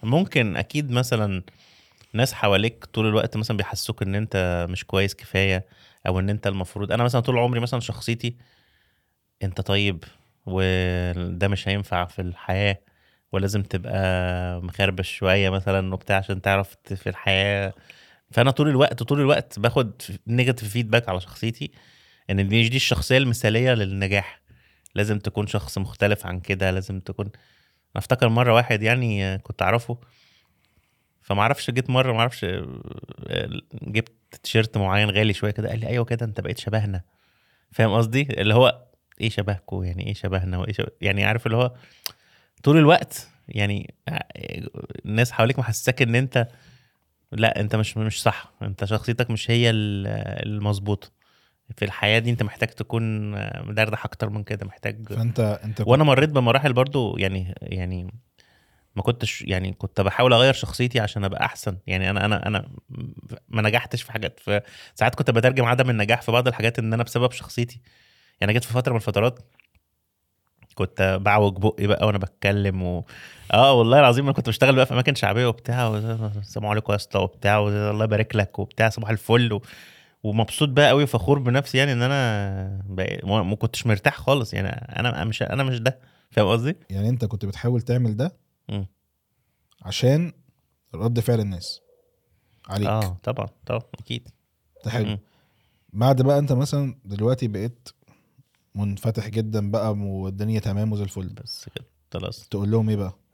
ممكن اكيد مثلا ناس حواليك طول الوقت مثلا بيحسوك ان انت مش كويس كفايه، او ان انت المفروض. انا مثلا طول عمري مثلا شخصيتي انت طيب وده مش هينفع في الحياه، ولازم تبقى مخربش شويه مثلا وبتاع عشان تعرف ت- في الحياه. فانا طول الوقت طول الوقت باخد نيجاتيف فيدباك على شخصيتي، ان دي مش دي الشخصيه المثاليه للنجاح، لازم تكون شخص مختلف عن كده، لازم تكون. انا افتكر مره واحد يعني كنت اعرفه، فما اعرفش جيت مره ما اعرفش جبت تيشيرت معين غالي شويه كده، قال لي ايوه كده انت بقيت شبهنا. فاهم قصدي؟ اللي هو ايه شبهكو يعني، ايه شبهنا وايه شبه... يعني عارف اللي هو طول الوقت يعني الناس حواليك محسساك ان انت لا انت مش مش صح، انت شخصيتك مش هي ال- المظبوطه في الحياه دي، انت محتاج تكون مدردح اكتر من كده، محتاج. فانت انت وانا كنت مريت بمراحل برضو يعني يعني ما كنتش يعني كنت بحاول اغير شخصيتي عشان ابقى احسن. يعني انا انا انا ما نجحتش في حاجات، فساعات كنت بترجم عدم النجاح في بعض الحاجات ان انا بسبب شخصيتي. يعني جيت في فتره من الفترات كنت بعوج بقي بقى وانا بتكلم و... اه والله العظيم انا كنت بشتغل بقى في اماكن شعبيه وبتاع و... السلام عليكم يا اسطى وبتاع و... الله يبارك لك وبتاع صباح الفل و... ومبسوط بقى قوي وفخور بنفسي، يعني ان انا بقى... ما ما كنتش مرتاح خالص. يعني انا مش انا مش ده. فاهم قصدي؟ يعني انت كنت بتحاول تعمل ده مم. عشان رد فعل الناس عليك. اه طبعا طبعا اكيد. ده حلو. مم. بعد بقى انت مثلا دلوقتي بقيت منفتح جدا بقى والدنيا تمام وزي الفل، بس كده خلاص. تقول لهم ايه بقى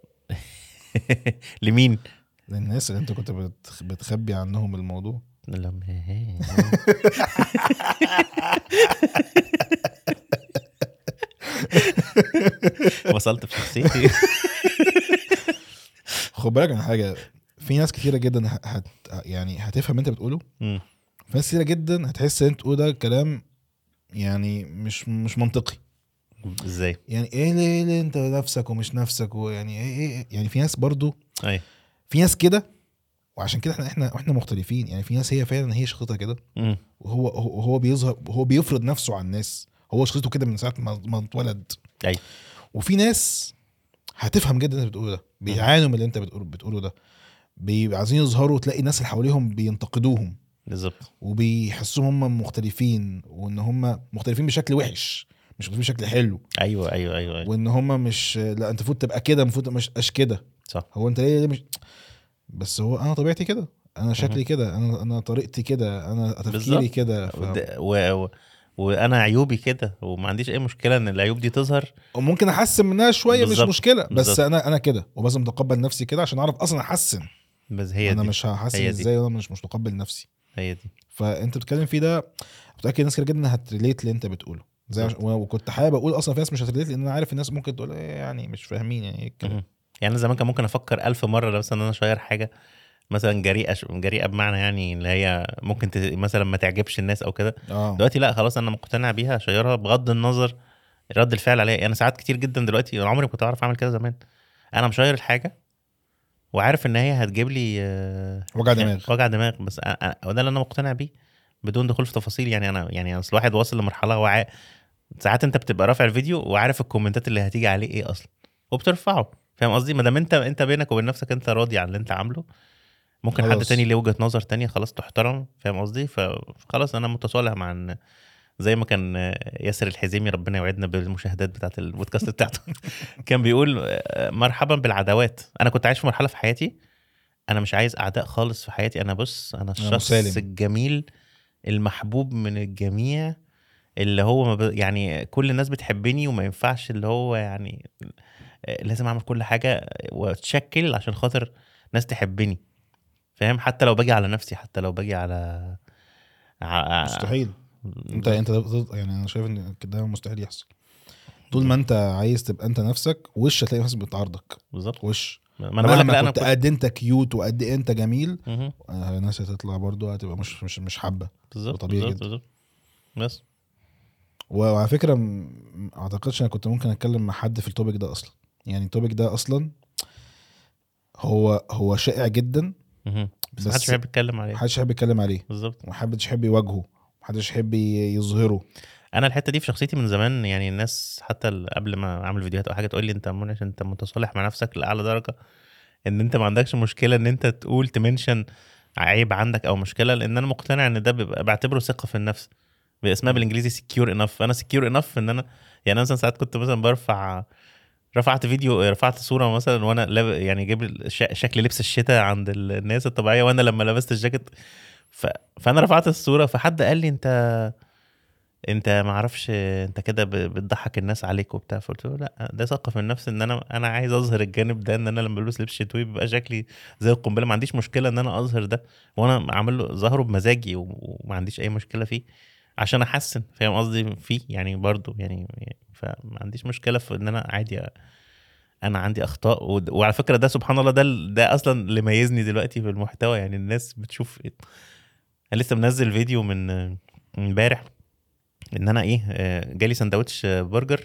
لمين؟ للناس اللي انت كنت بتخ- بتخبي عنهم الموضوع؟ لما وصلت في شخصيتي. خد بالك من حاجه، في ناس كتيره جدا ه- هت يعني هتفهم انت بتقوله، مم. في ناس كتيره جدا هتحس ان انت بتقول ده كلام يعني مش مش منطقي. ازاي؟ يعني ايه ليه, ليه انت نفسك ومش نفسك، ويعني ايه ايه يعني في ناس برضو، اي. في ناس كده. وعشان كده احنا احنا احنا مختلفين. يعني في ناس هي فعلا هي شخصيتها كده، مم. وهو هو هو بيظهر، هو بيفرض نفسه على الناس، هو شخصيته كده من ساعه ما ما اتولد. اي. وفي ناس هتفهم جدا اللي انت بتقوله ده، مم. بيعانوا من اللي انت بتقوله بتقوله ده، بيبقوا عايزين يظهروا، تلاقي الناس اللي حواليهم بينتقدوهم بالظبط. وبيحسوهم هم مختلفين، وان هم مختلفين بشكل وحش مش مختلفين بشكل حلو، ايوه ايوه ايوه ايوه. وان هم مش لا انت المفروض تبقى كده، المفروض مش ابقاش كده. صح. هو انت ليه ليه مش، بس هو انا طبيعتي كده، انا مهم. شكلي كده، انا انا طريقتي كده، انا تفكيري بالظبط. كده. ف ود- و... و... وانا عيوبي كده وما عنديش اي مشكله ان العيوب دي تظهر. وممكن احسن منها شويه مش بالظبط مشكله، بس بالظبط. انا انا كده ولازم اتقبل نفسي كده عشان اعرف اصلا احسن. بس ما هي انا دي. مش هحسن هي دي. ازاي وانا مش مش متقبل نفسي. هي دي. فانت بتتكلم فيه ده، متاكد ناس كتير جدا هتريليت اللي انت بتقوله زي عش... بالظبط. وكنت حابب اقول اصلا في ناس مش هتريليت، لان انا عارف الناس ممكن تقول ايه يعني مش فاهمين يعني ايه الكلام. مهم. يعني أنا زمان كان ممكن افكر الف مره لو مثلا انا شاير حاجه مثلا جريئه ش- جريئه بمعنى يعني اللي هي ممكن ت... مثلا ما تعجبش الناس او كده. اه دلوقتي لا خلاص انا مقتنع بيها اشيرها بغض النظر رد الفعل عليها. انا ساعات كتير جدا دلوقتي، انا عمري ما كنت اعرف اعمل كده زمان، انا مشاير الحاجه وعارف ان هي هتجيب لي آه، وجع يعني دماغ. وجع دماغ، بس أنا- أنا- وده اللي انا مقتنع بيه بدون دخول في تفاصيل. يعني انا يعني اصل الواحد واصل لمرحله وع... ساعات انت بتبقى رافع الفيديو وعارف الكومنتات اللي هتيجي عليه ايه اصلا وبترفعه. فاهم قصدي؟ ما دام انت انت بينك وبين نفسك انت راضي عن اللي انت عامله، ممكن حد تاني خلاص ليه وجهة نظر تانية خلاص تحترم. فاهم قصدي؟ ف- فخلاص انا متصالح مع ان زي ما كان ياسر الحزيمي ربنا يوعدنا بالمشاهدات بتاعت البودكاست بتاعته كان بيقول آه، مرحبا بالعداوات. انا كنت عايش في مرحلة في حياتي انا مش عايز اعداء خالص في حياتي، انا بص انا انا الشخص مسالم. الجميل المحبوب من الجميع، اللي هو ما ب... يعني كل الناس بتحبني وما ينفعش اللي هو يعني آه، لازم اعمل كل حاجة واتشكل عشان خاطر ناس تحبني. فاهم؟ حتى لو باجي على نفسي، حتى لو باجي على ع- مستحيل. انت بالظبط. انت ضد- يعني انا شايف ان ده مستحيل يحصل. طول ما بالظبط. انت عايز تبقى انت نفسك، وش هتلاقي ناس بتعارضك. بالظبط. وش ما انا بقول لك مهما لا انا كنت كنت. قد انت كيوت وقد ايه انت جميل، مهم. آه، الناس هتطلع برضو هتبقى مش مش مش حابه. ده بالظبط طبيعي بالظبط جدا. بالظبط. بس وعلى فكره م- ما اعتقدش انا كنت ممكن اتكلم مع حد في التوبيك ده اصلا. يعني التوبيك ده اصلا هو هو شائع جدا، مهم. بس ما حدش بس بيحب يتكلم عليه. محدش يحب يتكلم عليه، بالظبط. ومحدش يحب يواجهه، محدش يحب ي- يظهره. انا الحته دي في شخصيتي من زمان. يعني الناس حتى ال- قبل ما اعمل فيديوهات او حاجه تقول لي انت منعش انت متصالح مع نفسك لاعلى درجه. ان انت ما عندكش مشكله ان انت تقول تمنشن عيب عندك او مشكله، لان انا مقتنع ان ده بيبقى بعتبره ثقه في النفس، بيبقى اسمها بالانجليزي سكيور انف. انا سكيور انف ان انا يعني مثلا ساعات كنت مثلا برفع رفعت فيديو رفعت صوره مثلا وانا لاب... يعني جايب الش... شكل لبس الشتاء عند الناس الطبيعيه، وانا لما لبست الجاكيت ف... فانا رفعت الصوره، فحد قال لي انت انت ما اعرفش انت كده ب- بتضحك الناس عليك وبتاع. فقلت له لا، ده ثقه في النفس ان انا انا عايز اظهر الجانب ده، ان انا لما بلبس لبس شتوي بيبقى شكلي زي القنبله، ما عنديش مشكله ان انا اظهر ده، وانا عامل له ظهره بمزاجي و- وما عنديش اي مشكله فيه عشان احسن، فاهم قصدي فيه يعني برضو يعني. فما عنديش مشكله في ان انا عادي انا عندي اخطاء. ود- وعلى فكره ده سبحان الله ده ال- ده اصلا اللي ميزني دلوقتي في المحتوى، يعني الناس بتشوف إيه. انا لسه منزل فيديو من من امبارح ان انا ايه آه، جالي سندوتش آه، برجر،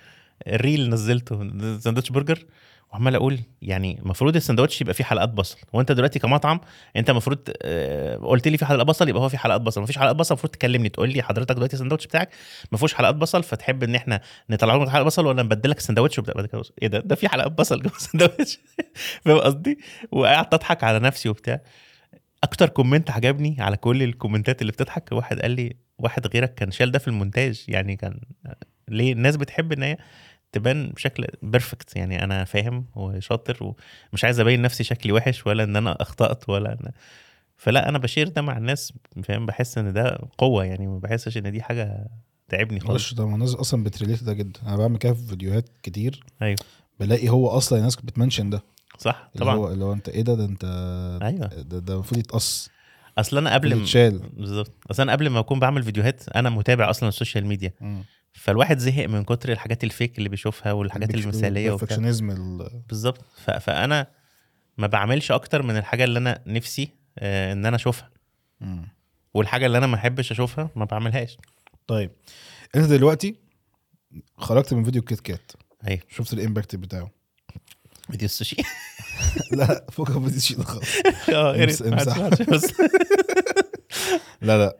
الريل نزلته سندوتش برجر، وعمال اقول يعني المفروض السندوتش يبقى فيه حلقات بصل، وانت دلوقتي كمطعم انت المفروض آه، قلت لي في حلقات بصل يبقى هو في حلقات بصل، مفيش حلقات بصل المفروض تكلمني تقول لي حضرتك دلوقتي السندوتش بتاعك ما فيهوش حلقات بصل، فتحب ان احنا نطلع لك حلقه بصل ولا نبدلك السندوتش وبتاع بعد كده بص، ايه ده ده في حلقات بصل جوه السندوتش فاهم قصدي؟ وقعدت اضحك على نفسي وبتاع. اكتر كومنت عجبني على كل الكومنتات اللي بتضحك، واحد قال لي واحد غيرك كان شال ده في المونتاج، يعني كان ليه الناس بتحب ان هي تبان بشكل بيرفكت، يعني انا فاهم وشاطر ومش عايز ابين نفسي شكلي وحش ولا ان انا اخطأت ولا أنا. فلا انا بشير ده مع الناس، فاهم، بحس ان ده قوة، يعني ما بحسش ان دي حاجة تعبني وش خالص. ده الناس اصلا بتريليت ده جدا. انا بعمل كده في فيديوهات كتير، ايوه بلاقي هو اصلا الناس بتمنشن ده، صح اللي طبعا. هو اللي هو انت ايه ده ده انت ايوه ده ده المفروض يتقص، اصل انا قبل المفروض م... يتشال. بالظبط، اصل انا قبل ما اكون بعمل فيديوهات انا متابع اصلا السوشيال ميديا، مم. فالواحد زهق من كتر الحاجات الفيك اللي بيشوفها والحاجات المثالية وبتاع. البرفكشنزم ال... بالظبط. ف... فانا ما بعملش اكتر من الحاجة اللي انا نفسي آه ان انا اشوفها، مم. والحاجة اللي انا ما احبش اشوفها ما بعملهاش. طيب انت دلوقتي خرجت من فيديو كيت كات، ايوه شفت الامباكت بتاعه؟ فيديو السوشي لا فوق من فيديو شيء ده خالص، اه يا امس ريت ما عادش امسح. ما عادش بس لا لا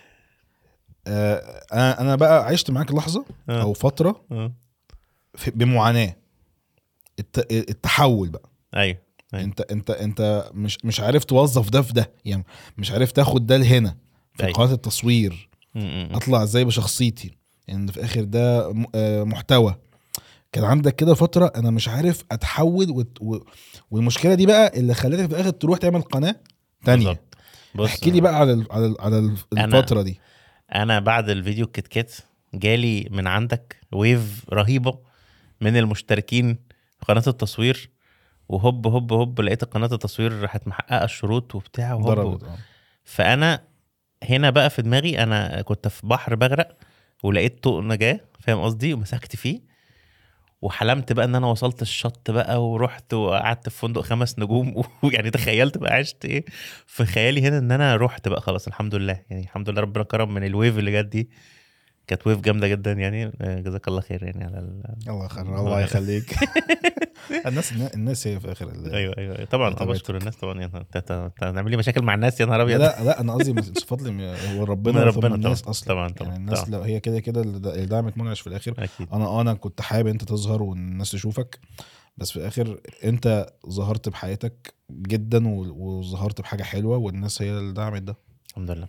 آه، انا انا بقى عشت معاك لحظه اه او فتره اه في- بمعاناه الت- التحول بقى. ايوه ايوه انت انت انت مش مش عارف توظف ده في ده، يعني مش عارف تاخد ده لهنا في ايوه قناه التصوير، م- م- م. اطلع ازاي بشخصيتي، ان في اخر ده م- آه، محتوى. كان عندك كده فتره انا مش عارف اتحول وت... و... والمشكله دي بقى اللي خلتك في الاخر تروح تعمل قناه تانية. بالظبط. بص احكي لي بقى على ال... على ال... على ال- انا الفتره دي. انا بعد الفيديو كيت كات جالي من عندك ويف رهيبة من المشتركين في قناة التصوير، وهوب هوب هوب لقيت قناة التصوير راحت محققة الشروط وبتاع وهوب. ضربت اه. فانا هنا بقى في دماغي انا كنت في بحر بغرق ولقيت طوق نجاة، فاهم قصدي، ومسكت فيه وحلمت بقى ان انا وصلت الشط بقى ورحت وقعدت في فندق خمس نجوم ويعني تخيلت بقى عشت ايه في خيالي هنا، ان انا رحت بقى خلاص الحمد لله، يعني الحمد لله ربنا كرم من الويف اللي جت دي، كانت ويف جامده جدا يعني. آه، جزاك الله خير يعني على ال... الله خير، الله يخليك. الناس الناس هي في اخر ال... ايوه ايوه طبعا اه تابعتك. بشكر الناس طبعا، يعني انت تعمل لي مشاكل مع الناس يا نهار لا ابيض لا لا انا قصدي صفات لي هو من ربنا ثم ربنا طبعا الناس اصلا. طبعا طبعا يعني الناس طبعا لو هي كده كده اللي دعمت منعش في الاخر. اكيد انا اه انا كنت حابب انت تظهر والناس تشوفك، بس في الاخر انت ظهرت بحياتك جدا و- وظهرت بحاجه حلوه والناس هي اللي دعمت ده. الحمد لله.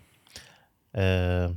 آه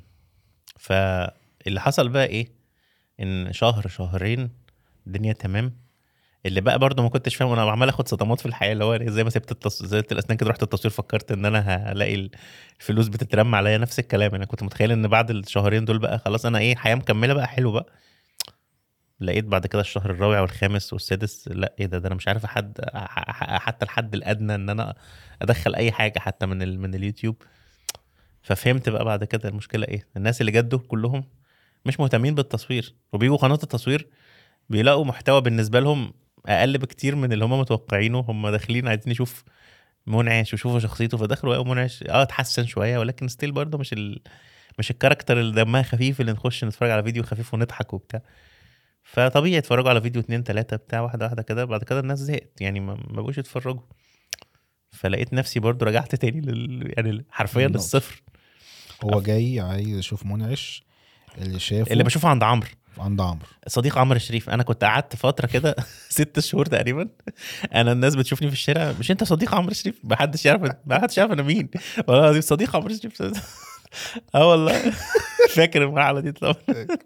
فاللي حصل بقى ايه، ان شهر شهرين الدنيا تمام، اللي بقى برضو ما كنتش فاهم، وانا عمال اخد صدمات في الحياه، اللي هو زي ما سبت التص... زي الاسنان كده رحت التصوير فكرت ان انا هلاقي الفلوس بتترمى عليا، نفس الكلام انا كنت متخيل ان بعد الشهرين دول بقى خلاص انا ايه حياه مكمله بقى حلو بقى. لقيت بعد كده الشهر الرابع والخامس والسادس لا ايه ده ده انا مش عارف حد حتى الحد الادنى ان انا ادخل اي حاجه حتى من ال... من اليوتيوب. ففهمت بقى بعد كده المشكله ايه، الناس اللي جدوا كلهم مش مهتمين بالتصوير، وبيجوا قناه التصوير بيلاقوا محتوى بالنسبه لهم اقل بكتير من اللي هم متوقعينه، هم داخلين عايزين يشوف منعش ويشوفوا شخصيته، فدخلوا لقوا منعش اه اتحسن شويه ولكن ستيل برضه مش ال... مش الكاركتر اللي دمها خفيف اللي نخش نتفرج على فيديو خفيف ونضحك وبتاع. فطبيعي يتفرجوا على فيديو اتنين تلاتة بتاع واحده واحده كده، بعد كده الناس زهقت يعني ما ما بقوش يتفرجوا. فلقيت نفسي برضه رجعت تاني لل... يعني حرفيا النقطة. للصفر. هو جاي عايز يشوف منعش اللي شافه اللي بشوفه عند عمرو عند عمرو صديق عمرو الشريف. انا كنت قعدت فتره كده ست شهور تقريبا، انا الناس بتشوفني في الشارع، مش انت صديق عمرو الشريف؟ ما حدش يعرف، ما حدش يعرف انا مين، والله دي صديق عمرو الشريف. اه والله فاكر المرحله دي طبعا.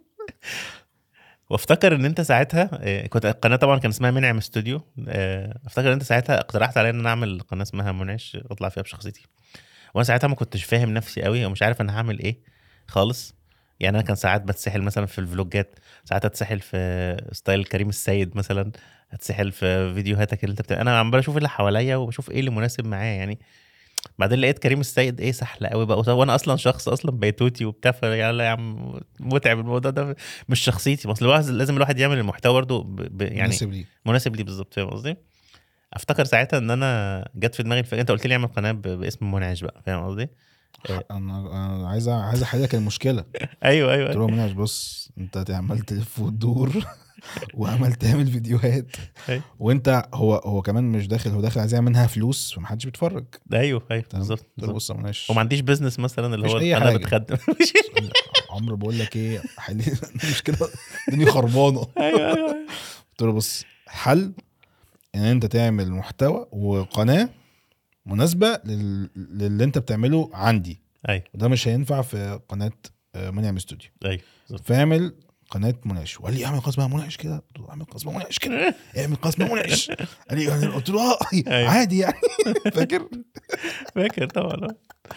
وافتكر ان انت ساعتها آه، كنت القناه طبعا كان اسمها منعم استوديو، آه، افتكر ان انت ساعتها اقترحت عليا ان انا اعمل قناه اسمها منعش اطلع فيها بشخصيتي، وانا ساعتها ما كنتش فاهم نفسي قوي ومش عارف انا هعمل ايه خالص. يعني انا كان ساعات بتسحل مثلا في الفلوجات، ساعات اتسحل في ستايل كريم السيد مثلا، اتسحل في فيديوهاتك اللي انت بتاع. انا عمال اشوف اللي حواليا وبشوف ايه اللي مناسب معايا يعني. بعدين لقيت كريم السيد ايه سحله قوي بقى، وانا اصلا شخص اصلا بيتوتي وبتاع، فيلا يا عم متعب الموضوع ده، مش شخصيتي. بس الواحد لازم الواحد يعمل المحتوى برضه ب... ب... يعني مناسب ليه. مناسب لي بالظبط، فاهم قصدي؟ افتكر ساعتها ان انا جت في دماغي الفكره، انت قلت لي اعمل قناه ب... باسم منعش بقى، فاهم قصدي؟ ح- انا انا عايز عايز احلك المشكله. ايوه قلت ايوه له منعش بص انت عمال تلف وتدور وعمال تعمل فيديوهات ايوه وانت هو هو كمان مش داخل، هو داخل عايز يعمل منها فلوس فمحدش بيتفرج. ايوه ايوه تمام. بالظبط قلت له بالظبط. بص يا منعش وما عنديش بيزنس مثلا اللي مفيش هو اي انا حاجه. بتخدم. عمرو بقول لك ايه حلي المشكله الدنيا خربانه. ايوه ايوه قلت له بص حل ان انت تعمل محتوى وقناه مناسبه لل... للي انت بتعمله عندي، ايوه وده مش هينفع في قناه آه، منعم استوديو. ايوه بالظبط. فاعمل قناه منعش. وقال لي اعمل قناه اسمها منعش كده. قلت له اعمل قناه اسمها منعش كده، اعمل قناه اسمها منعش. قال لي يعني قلت له اه أيوة. عادي يعني. فاكر فاكر طبعا.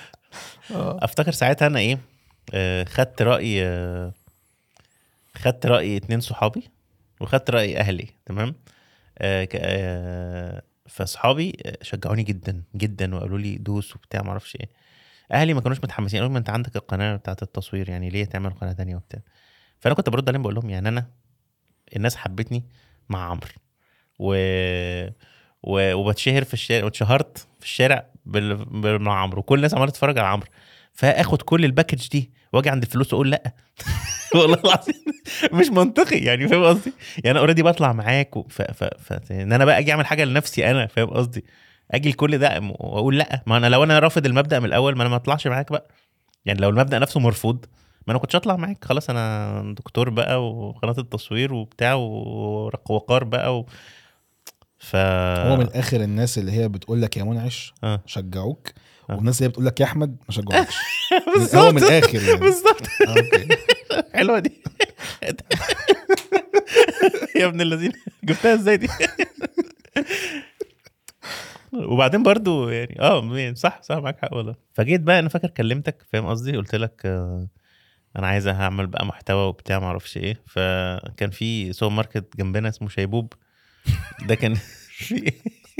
اه افتكر ساعتها انا ايه، آه، خدت راي آه، خدت راي اتنين صحابي وخدت راي اهلي، تمام. آه، ك- آه، فصحابي آه، شجعوني جدا جدا وقالوا لي دوس وبتاع ما اعرفش ايه. اهلي ما كانوش متحمسين، قالوا لي ما انت عندك القناه بتاعه التصوير، يعني ليه تعمل قناه تانية وبتاع. فانا كنت برد عليهم بقول لهم يعني انا الناس حبتني مع عمرو و... و... وبتشهر في الشارع، واتشهرت في الشارع بال... بال... مع عمرو، وكل الناس عماله تتفرج على عمرو، فاخد كل الباكج دي واجي عند الفلوس واقول لا. والله العظيم مش منطقي يعني، فاهم قصدي؟ يعني انا اوريدي بطلع معاك و... ف... ف... ف... ان انا بقى اجي اعمل حاجه لنفسي انا، فاهم قصدي؟ اجي لكل ده واقول لا. ما انا لو انا رافض المبدا من الاول ما انا ما اطلعش معاك بقى. يعني لو المبدا نفسه مرفوض ما انا كنتش اطلع معاك خلاص، انا دكتور بقى وقناه التصوير وبتاع ووقار بقى و... ف هو من الاخر الناس اللي هي بتقول لك يا منعش آه. شجعوك، آه. والناس اللي بتقول لك يا احمد ما شجعوكش. بالظبط هو من الاخر يعني. بالظبط. آه، اوكي. حلوه دي. يا ابن الذين جبتها ازاي دي؟ وبعدين برضو يعني اه صح صح معاك حق والله. فجيت بقى انا فاكر كلمتك، فاهم قصدي؟ قلت لك آه انا عايز اعمل بقى محتوى وبتاع ما اعرفش ايه. فكان في سوبر ماركت جنبنا اسمه شيبوب، ده كان في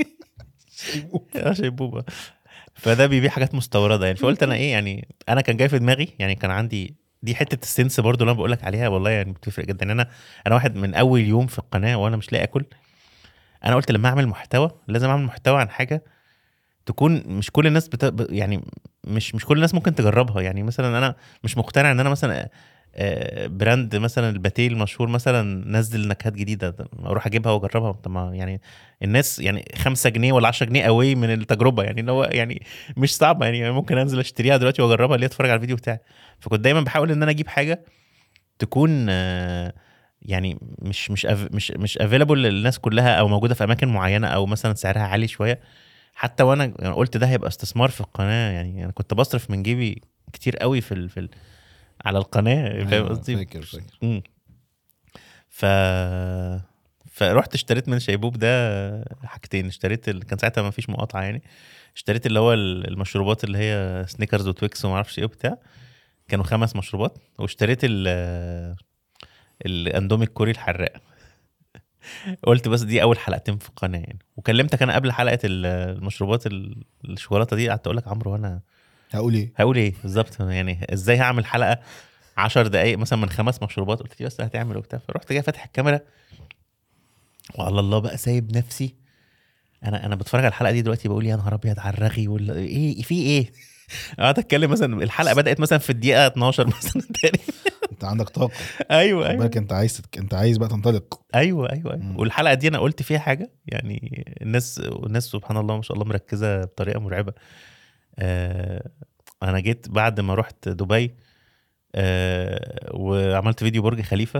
اه شيبوب. فده بيبيع حاجات مستورده يعني. فقلت انا ايه يعني، انا كان جاي في دماغي يعني، كان عندي دي حته السنس برضو اللي انا بقول لك عليها والله يعني بتفرق جدا. يعني انا انا واحد من اول يوم في القناه وانا مش لاقي اكل، انا قلت لما اعمل محتوى لازم اعمل محتوى عن حاجه تكون مش كل الناس بت... ب- يعني مش مش كل الناس ممكن تجربها. يعني مثلا انا مش مقتنع ان انا مثلا آه، براند مثلا الباتيه المشهور مثلا نزل نكهات جديده اروح اجيبها واجربها. طب ما يعني الناس يعني خمسة جنيه ولا عشرة جنيه قوي من التجربه، يعني اللي هو يعني مش صعبه يعني، ممكن انزل اشتريها دلوقتي واجربها اللي اتفرج على الفيديو بتاعي. فكنت دايما بحاول ان انا اجيب حاجه تكون آه، يعني مش مش أف... مش مش افيلابل للناس كلها او موجوده في اماكن معينه او مثلا سعرها عالي شويه. حتى وانا يعني قلت ده هيبقى استثمار في القناه، يعني انا كنت بصرف من جيبي كتير قوي في ال... في ال... على القناه، فاهم أيوة، قصدي؟ فاكر فاكر. امم ف فرحت اشتريت من شيبوب ده حاجتين. اشتريت ال... كان ساعتها ما فيش مقاطعه يعني، اشتريت اللي هو ال- المشروبات اللي هي سنيكرز وتويكس وما اعرفش ايه وبتاع، كانوا خمس مشروبات. واشتريت ال الاندومي الكوري الحراق. قلت بس دي اول حلقتين في القناه يعني. وكلمتك انا قبل حلقه ال- المشروبات ال- الشوكولاته دي، قعدت اقول لك عمرو وانا هقول ايه هقول ايه بالظبط يعني، ازاي هعمل حلقه عشر دقايق مثلا من خمس مشروبات. قلت لي بس هتعمل وبتاع. فرحت جاي فاتح الكاميرا وعلى الله بقى سايب نفسي. انا انا بتفرج على الحلقه دي دلوقتي بقول يا نهار ابيض على الرغي ولا ايه في ايه. قعدت اتكلم مثلا الحلقه بدات مثلا في الدقيقه اتناشر مثلا تاني. انت عندك طاقه. ايوه خد ايوه بالك انت عايز تك... انت عايز بقى تنطلق. ايوه ايوه, أيوة. مم. والحلقه دي انا قلت فيها حاجه يعني الناس الناس سبحان الله ما شاء الله مركزه بطريقه مرعبه. آه انا جيت بعد ما رحت دبي آه وعملت فيديو برج خليفه،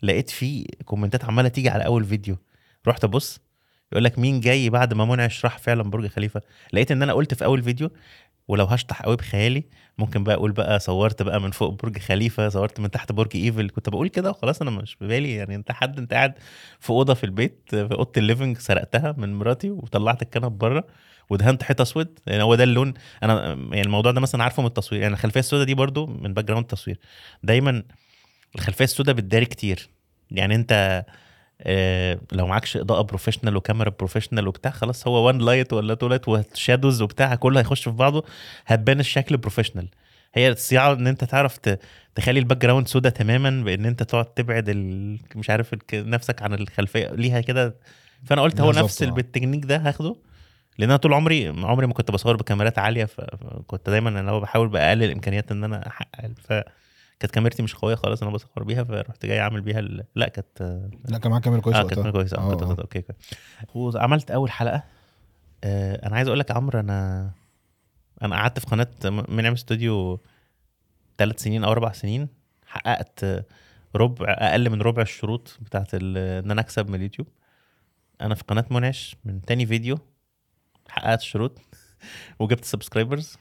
لقيت فيه كومنتات عماله تيجي على اول فيديو، رحت ابص يقول لك مين جاي بعد ما منعش راح فعلا برج خليفه. لقيت ان انا قلت في اول فيديو، ولو هشطح قوي بخيالي ممكن بقى اقول بقى صورت بقى من فوق برج خليفه، صورت من تحت برج ايفل، كنت بقول كده وخلاص. انا مش ببالي يعني انت حد انت قاعد في اوضه في البيت، في اوضه الليفنج سرقتها من مراتي وطلعت الكنب بره ودهنت حيطه اسود، يعني هو ده اللون. انا يعني الموضوع ده مثلا عارفه من التصوير، يعني الخلفيه السوداء دي برضو من باك جراوند تصوير. دايما الخلفيه السوداء بتداري كتير، يعني انت آه لو معكش اضاءه بروفيشنال وكاميرا بروفيشنال وبتاع، خلاص هو وان لايت ولا تو لايت وشادوز وبتاع كله هيخش في بعضه، هتبان الشكل بروفيشنال. هي الصياعه ان انت تعرف ت- تخلي الباك جراوند سودا تماما، بان انت تقعد تبعد ال... مش عارف الك- نفسك عن الخلفيه ليها كده. فانا قلت هو ليها نفس ظبط، آه. التكنيك ده هاخده، لان انا طول عمري عمري ما كنت بصور بكاميرات عاليه، ف- فكنت دايما انا بحاول باقلل الامكانيات ان انا احقق. فكانت كاميرتي مش قويه خالص انا بصور بيها، فرحت جاي اعمل بيها ال... لا كانت لا كان معاك كاميرا كويس اه وقتها. كانت كويسه، اه اه كانت اه اوكي كويس. وعملت اول حلقه. آه انا عايز اقول لك يا عمرو، انا انا قعدت في قناه منعم استوديو ثلاث سنين او اربع سنين، حققت ربع اقل من ربع الشروط بتاعت ال- ان انا اكسب من اليوتيوب. انا في قناه منعش من تاني فيديو حققت الشروط وجبت سبسكرايبرز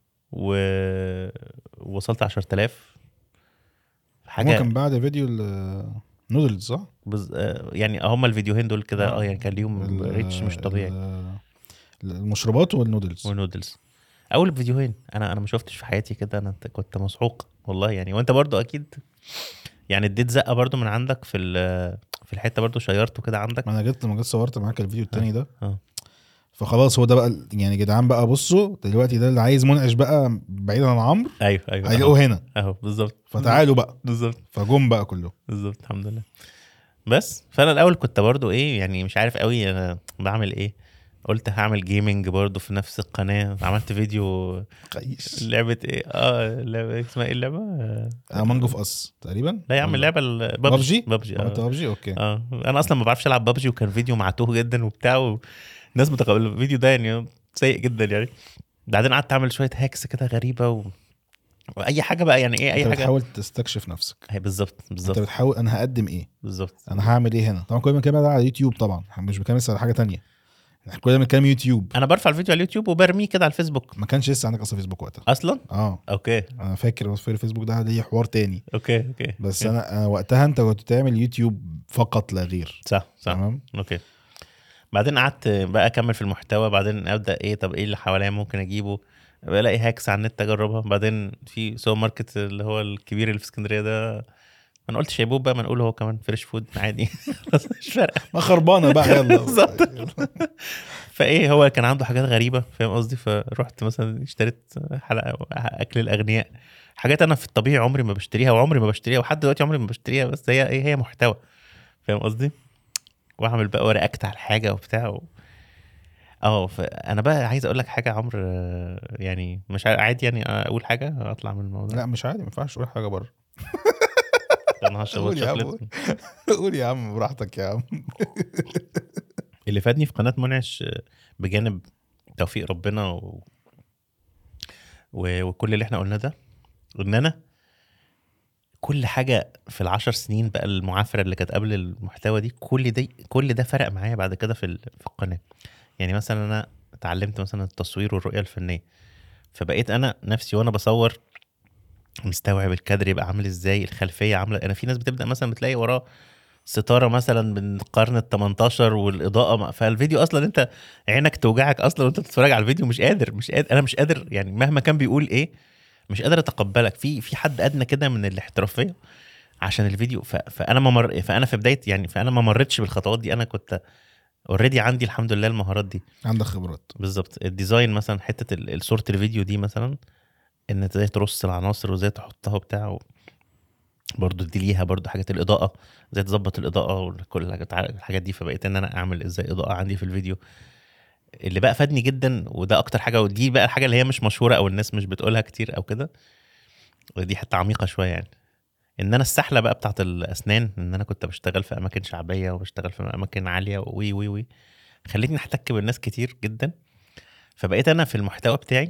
ووصلت عشرة آلاف هو حاجه. كان بعد فيديو النودلز صح؟ بز... آه، يعني هما الفيديوهين دول كده اه اه يعني كان ليهم ال- ريتش مش طبيعي. ال- المشروبات والنودلز. ونودلز اول فيديوهين انا انا ما شفتش في حياتي كده، انا ت- كنت مسحوق والله يعني. وانت برضو اكيد يعني اديت زقه برضو من عندك في ال- في الحته برضو شيرته كده عندك. ما انا جيت لما جيت صورت معاك الفيديو التاني ده، اه فخلاص هو ده بقى ال- يعني جدعان بقى بصوا دلوقتي ده اللي عايز منعش بقى بعيدا عن عمرو ايوه ايوه اهو هيلاقوه هنا، اهو بالظبط فتعالوا بقى. بالظبط فجم بقى كله. بالظبط الحمد لله. بس فانا الاول كنت برضو ايه يعني مش عارف قوي انا بعمل ايه. قلت هعمل جيمنج برضو في نفس القناه، عملت فيديو قيس لعبه ايه اه لعبة اسمها ايه اللعبه آه، امانج اوف اس تقريبا. لا يا عم ولا اللعبه الببجي بابجي؟ ببجي عملت اه بابجي اوكي. اه انا اصلا ما بعرفش العب ببجي، وكان فيديو معتوه جدا وبتاع، والناس متقبل الفيديو ده يعني سيء جدا يعني. بعدين قعدت اعمل شويه هاكس كده غريبه و... واي حاجه بقى يعني ايه اي انت حاجه. بتحاول تستكشف نفسك، هي بالظبط انت بالظبط بتحاول انا هقدم ايه، بالظبط انا هعمل ايه هنا. طبعا كل ما كلام ده على يوتيوب، طبعا احنا مش بنتكلم لسه على حاجه تانية، احنا كل ما بنتكلم يوتيوب. انا برفع الفيديو على اليوتيوب وبرميه كده على الفيسبوك ما كانش لسه عندك اصلا فيسبوك وقتها اصلا. اه. اوكي انا فاكر في الفيسبوك ده ليه حوار تاني، اوكي اوكي بس أوكي. انا, أنا وقتها انت كنت تعمل يوتيوب فقط لا غير. صح صح تمام. اوكي. بعدين قعدت بقى اكمل في المحتوى، بعدين ابدا ايه طب ايه اللي حواليا ممكن اجيبه، بلاقي هاكس على النت اجربها. بعدين في سوبر ماركت اللي هو الكبير اللي في اسكندريه ده، انا قلت شيبوب بقى، ما نقول هو كمان فريش فود عادي بس مش فارقه. ما خربانه بقى يلا. بالظبط. فايه هو كان عنده حاجات غريبه فاهم قصدي، فرحت مثلا اشتريت حلقه اكل الاغنياء، حاجات انا في الطبيعي عمري ما بشتريها وعمري ما بشتريها وحد دلوقتي عمري ما بشتريها، بس هي ايه هي محتوى فاهم قصدي. واعمل بقى ورياكت على الحاجه وبتاع و... اه فانا بقى عايز اقول لك حاجه يا عمرو، آه، يعني مش عا- عادي يعني اقول حاجه اطلع من الموضوع. لا مش عادي، ما ينفعش تقول حاجه بره. انا هشرب قول يا عم، شوكليت. قول يا عم براحتك يا عم. اللي فادني في قناه منعش آه، بجانب توفيق ربنا و... و... وكل اللي احنا قلناه ده، ان انا كل حاجه في العشر سنين بقى المعافره اللي كانت قبل المحتوى دي، كل ده كل ده فرق معايا بعد كده في ال... في القناه. يعني مثلا انا اتعلمت مثلا التصوير والرؤيه الفنيه، فبقيت انا نفسي وانا بصور مستوعب الكادر يبقى عامل ازاي، الخلفيه عامله. انا في ناس بتبدا مثلا بتلاقي وراه ستاره مثلا من القرن ال تمنتاشر والاضاءه م- فالفيديو اصلا انت عينك توجعك اصلا وانت بتتفرج على الفيديو، مش قادر مش قادر انا مش قادر يعني مهما كان بيقول ايه مش قادر اتقبلك في في حد ادنى كده من الاحترافيه عشان الفيديو. ف... فانا ما مر... فانا في بدايه يعني فانا ما مرتش بالخطوات دي، انا كنت اوريدي عندي الحمد لله المهارات دي. عندك خبرات. بالظبط الديزاين مثلا حته ال- صوره الفيديو دي مثلا، ان انت ازاي ترص العناصر وازاي تحطها وبتاع، برضو دي ليها برضو حاجات الاضاءه ازاي تظبط الاضاءه وكل الحاجات الحاجات دي. فبقيت ان انا اعمل ازاي اضاءه عندي في الفيديو، اللي بقى فادني جدا. وده اكتر حاجه، ودي بقى الحاجه اللي هي مش مشهوره او الناس مش بتقولها كتير او كده، ودي حته عميقه شويه يعني. ان انا السحله بقى بتاعت الاسنان، ان انا كنت بشتغل في اماكن شعبيه وبشتغل في اماكن عاليه وي وي وي خلتني احتك بالناس كتير جدا. فبقيت انا في المحتوى بتاعي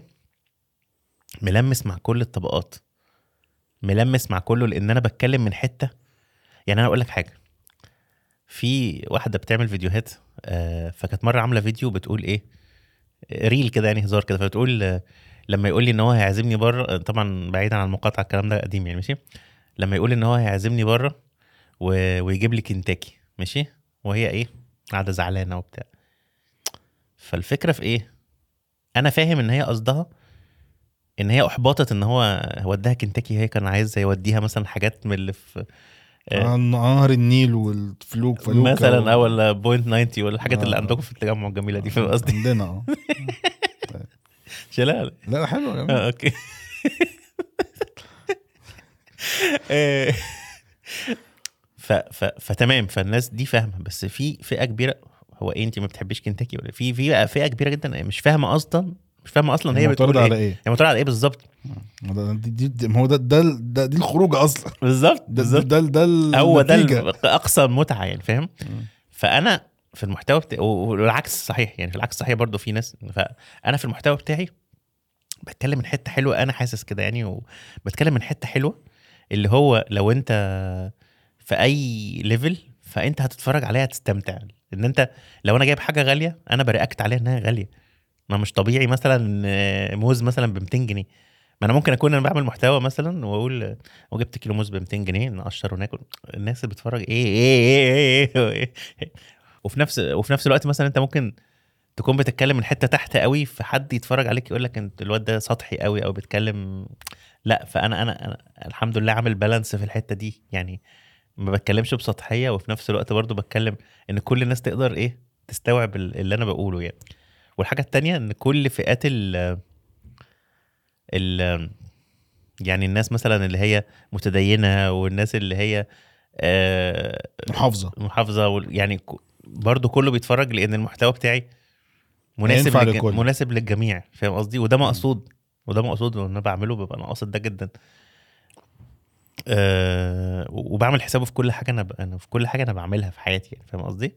ملمس مع كل الطبقات، ملمس مع كله، لان انا بتكلم من حته يعني انا اقول لك حاجه، في واحده بتعمل فيديوهات آه، فكانت مره عامله فيديو بتقول ايه، ريل كده يعني هزار كده، فبتقول آه، لما يقول لي ان هو هيعزمني بره، طبعا بعيدا عن المقاطعه الكلام ده قديم يعني ماشي، لما يقول ان هو هيعزمني بره و... ويجيب لي كنتاكي ماشي، وهي ايه قاعده زعلانه وبتاع. فالفكره في ايه، انا فاهم ان هي قصدها ان هي احبطت ان هو وداها كنتاكي، هي كان عايز يوديها مثلا حاجات من اللي في آه، آه، نهر النيل والفلوك فلوكة مثلا و... او ولا بوينت تسعين ولا الحاجات اللي آه. عندكم في التجمع الجميله دي، فاهم آه. قصدي؟ عندنا اه طيب. شلال. لا حلو يا جميل. اه اوكي. آه، ف ف فتمام، فالناس دي فاهمه، بس في فئه كبيره، هو ايه انت ما بتحبيش كنتاكي ولا في في فئه كبيره جدا مش فاهمه اصلا، مش فاهمه اصلا هي بتقول معترضة ايه، على ايه؟ هي معترضه على ايه بالظبط. ما ده دي دي دي- ما هو ده ده ده دي الخروج اصلا. بالظبط ده ده بالظبط، ده, ده هو ده النتيجة. ال- اقصى المتعه يعني فاهم. مم. فانا في المحتوى بتاعي، والعكس صحيح يعني، في العكس صحيح برضو في ناس، فانا في المحتوى بتاعي بتكلم من حته حلوه، انا حاسس كده يعني، وبتكلم من حته حلوه اللي هو لو انت في اي ليفل فانت هتتفرج عليها تستمتع. ان انت لو انا جايب حاجه غاليه انا برياكت عليها انها غاليه، ما مش طبيعي مثلا آه، موز مثلا ب ميتين جنيه، ما انا ممكن اكون انا بعمل محتوى مثلا واقول آه، وجبت كيلو موز ب ميتين جنيه نقشر وناكل، الناس اللي بتتفرج ايه ايه ايه ايه, إيه, إيه, إيه. وفي نفس وفي نفس الوقت مثلا انت ممكن تكون بتتكلم من حته تحت قوي، فحد يتفرج عليك يقول لك انت الواد ده سطحي قوي او بيتكلم. لا، فانا انا, أنا الحمد لله عامل بالانس في الحته دي يعني، ما بتكلمش بسطحيه، وفي نفس الوقت برضو بتكلم ان كل الناس تقدر ايه تستوعب ال- اللي انا بقوله يعني. والحاجه التانية ان كل فئات ال ال يعني الناس مثلا اللي هي متدينه، والناس اللي هي آه، محافظة. محافظه وال- يعني ك- برضو كله بيتفرج، لان المحتوى بتاعي مناسب هينفع للج... لكل. مناسب للجميع، فاهم قصدي؟ وده مم. مقصود، وده مقصود وان انا بعمله ببقى انا قاصد ده جدا. أه وبعمل حسابه في كل حاجه انا ب... انا في كل حاجه انا بعملها في حياتي يعني، فاهم قصدي؟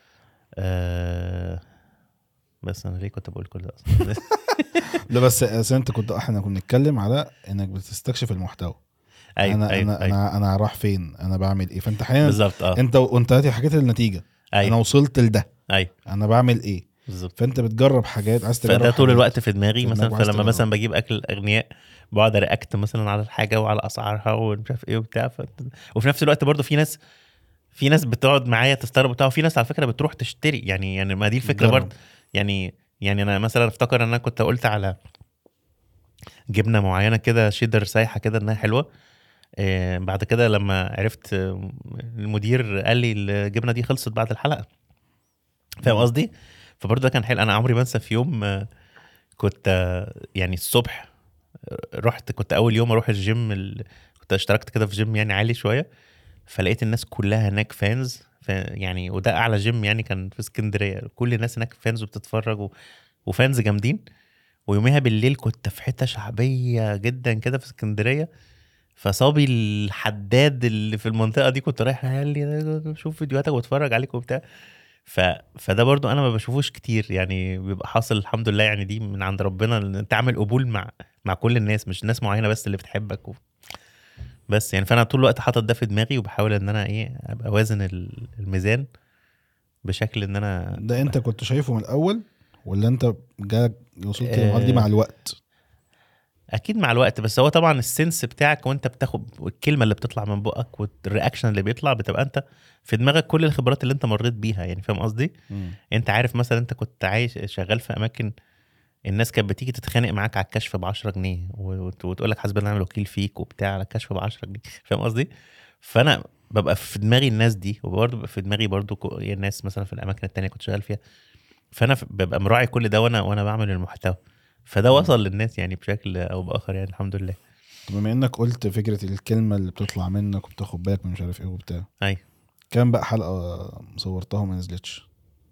أه بس انا ليه كنت بقول كل ده اصلا؟ لا بس أصل انت كنت احنا كنا بنتكلم على انك بتستكشف المحتوى. ايوه انا ايوه انا ايوه انا انا راح فين، انا بعمل ايه، فانت احيانا بالظبط اه انت وانت هاتي حكيت النتيجة. انا ايوه وصلت لده، ايوه انا بعمل ايه. بالظبط. فانت بتجرب حاجات، عايز تجرب فده طول حاجات الوقت في دماغي في مثلا، دماغك وعايز فلما مثلا تجربها. بجيب اكل الاغنياء بقعد ارياكت مثلا على الحاجه وعلى اسعارها ومش عارف ايه وبتاع ف... وفي نفس الوقت برضو في ناس في ناس بتقعد معايا تستغرب بتاع، وفي ناس على فكره بتروح تشتري يعني، يعني ما دي الفكره تجرب. برضه يعني. يعني انا مثلا افتكر ان انا كنت قلت على جبنه معينه كده شيدر سايحه كده انها حلوه، آه بعد كده لما عرفت آه، المدير قال لي الجبنه دي خلصت بعد الحلقه، فاهم مم. قصدي؟ فبرضه ده كان حلو. انا عمري ما انسى في يوم آه، كنت آه، يعني الصبح آه، رحت، كنت اول يوم اروح الجيم ال... كنت اشتركت كده في جيم يعني عالي شويه، فلقيت الناس كلها هناك فانز ف... يعني وده اعلى جيم يعني كان في اسكندريه، كل الناس هناك فانز وبتتفرج و... وفانز جامدين. ويوميها بالليل كنت في حته شعبيه جدا كده في اسكندريه، فصابي الحداد اللي في المنطقه دي كنت رايح قال لي شوف فيديوهاتك واتفرج عليك وبتاع. ف... فده برضو انا ما بشوفوش كتير يعني، بيبقى حاصل الحمد لله يعني، دي من عند ربنا ان انت عامل قبول مع مع كل الناس، مش ناس معينه بس اللي بتحبك و... بس يعني، فانا طول الوقت حاطط ده في دماغي وبحاول ان انا ايه ابقى وازن ال- الميزان بشكل ان انا ده انت كنت شايفه من الاول ولا انت جالك وصلت للمرحله دي آه، مع الوقت؟ اكيد مع الوقت، بس هو طبعا السنس بتاعك وانت بتاخد الكلمه اللي بتطلع من بقك والرياكشن اللي بيطلع بتبقى انت في دماغك كل الخبرات اللي انت مريت بيها يعني، فاهم قصدي؟ مم. انت عارف مثلا انت كنت عايش شغال في اماكن الناس كانت بتيجي تتخانق معاك على الكشف ب عشرة جنيه وت- وتقول لك حسبنا ونعم الوكيل فيك وبتاع على الكشف ب عشرة جنيه، فاهم قصدي؟ فانا ببقى في دماغي الناس دي، وبرضه ببقى في دماغي برضه كو- الناس مثلا في الاماكن التانية كنت شغال فيها، فانا ف- ببقى مراعي كل ده وانا وانا بعمل المحتوى، فده مم. وصل للناس يعني بشكل او باخر يعني الحمد لله. طب بما انك قلت فكره الكلمه اللي بتطلع منك وبتاخد بالك من مش عارف ايه وبتاع، اي كام بقى حلقه صورتها وما نزلتش؟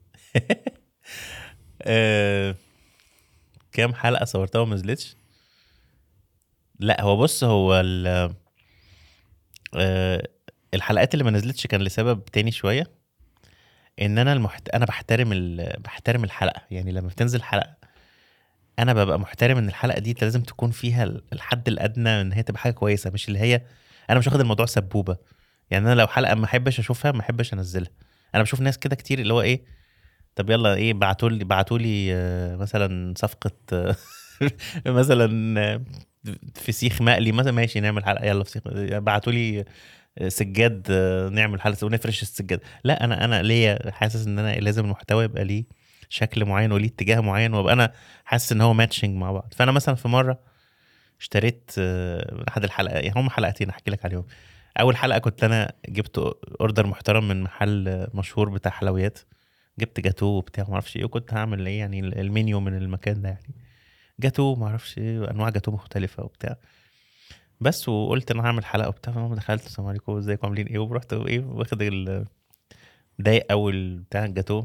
آه، كام حلقه صورتها وما نزلتش؟ لا هو بص، هو ال- آه، الحلقات اللي ما نزلتش كان لسبب تاني شويه، ان انا المحت... انا بحترم ال... بحترم الحلقه يعني، لما بتنزل حلقه انا ببقى محترم ان الحلقه دي لازم تكون فيها ال- الحد الادنى ان هي تبقى حاجه كويسه، مش اللي هي انا مش واخد الموضوع سبوبه يعني انا لو حلقه ما احبش اشوفها ما احبش انزلها. انا بشوف ناس كده كتير اللي هو ايه، طب يلا ايه بعتوا لي بعتوا لي مثلا صفقه آه، مثلا آه، فسيخ مقلي مثلا، ماشي نعمل حلقه، يلا فسيخ. بعتوا لي سجاد آه، نعمل حلقه ونفرش السجاد. لا انا انا ليا حاسس ان انا لازم المحتوى يبقى ليه شكل معين وليه اتجاه معين، وابقى انا حاسس ان هو ماتشنج مع بعض. فانا مثلا في مره اشتريت آه، احد الحلقات، يعني هم حلقتين احكي لك عليهم. اول حلقه كنت انا جبت اوردر محترم من محل آه، مشهور بتاع حلويات، جبت جاتو وبتاع ما اعرفش ايه، وكنت هعمل ايه يعني المنيو من المكان ده، يعني جاتو ما اعرفش ايه انواع جاتو مختلفه وبتاع بس. وقلت انا هعمل حلقه وبتاع، فما دخلت السلام عليكم ازيكم عاملين ايه، ورحت ايه واخد ال دايق اول بتاع الجاتو،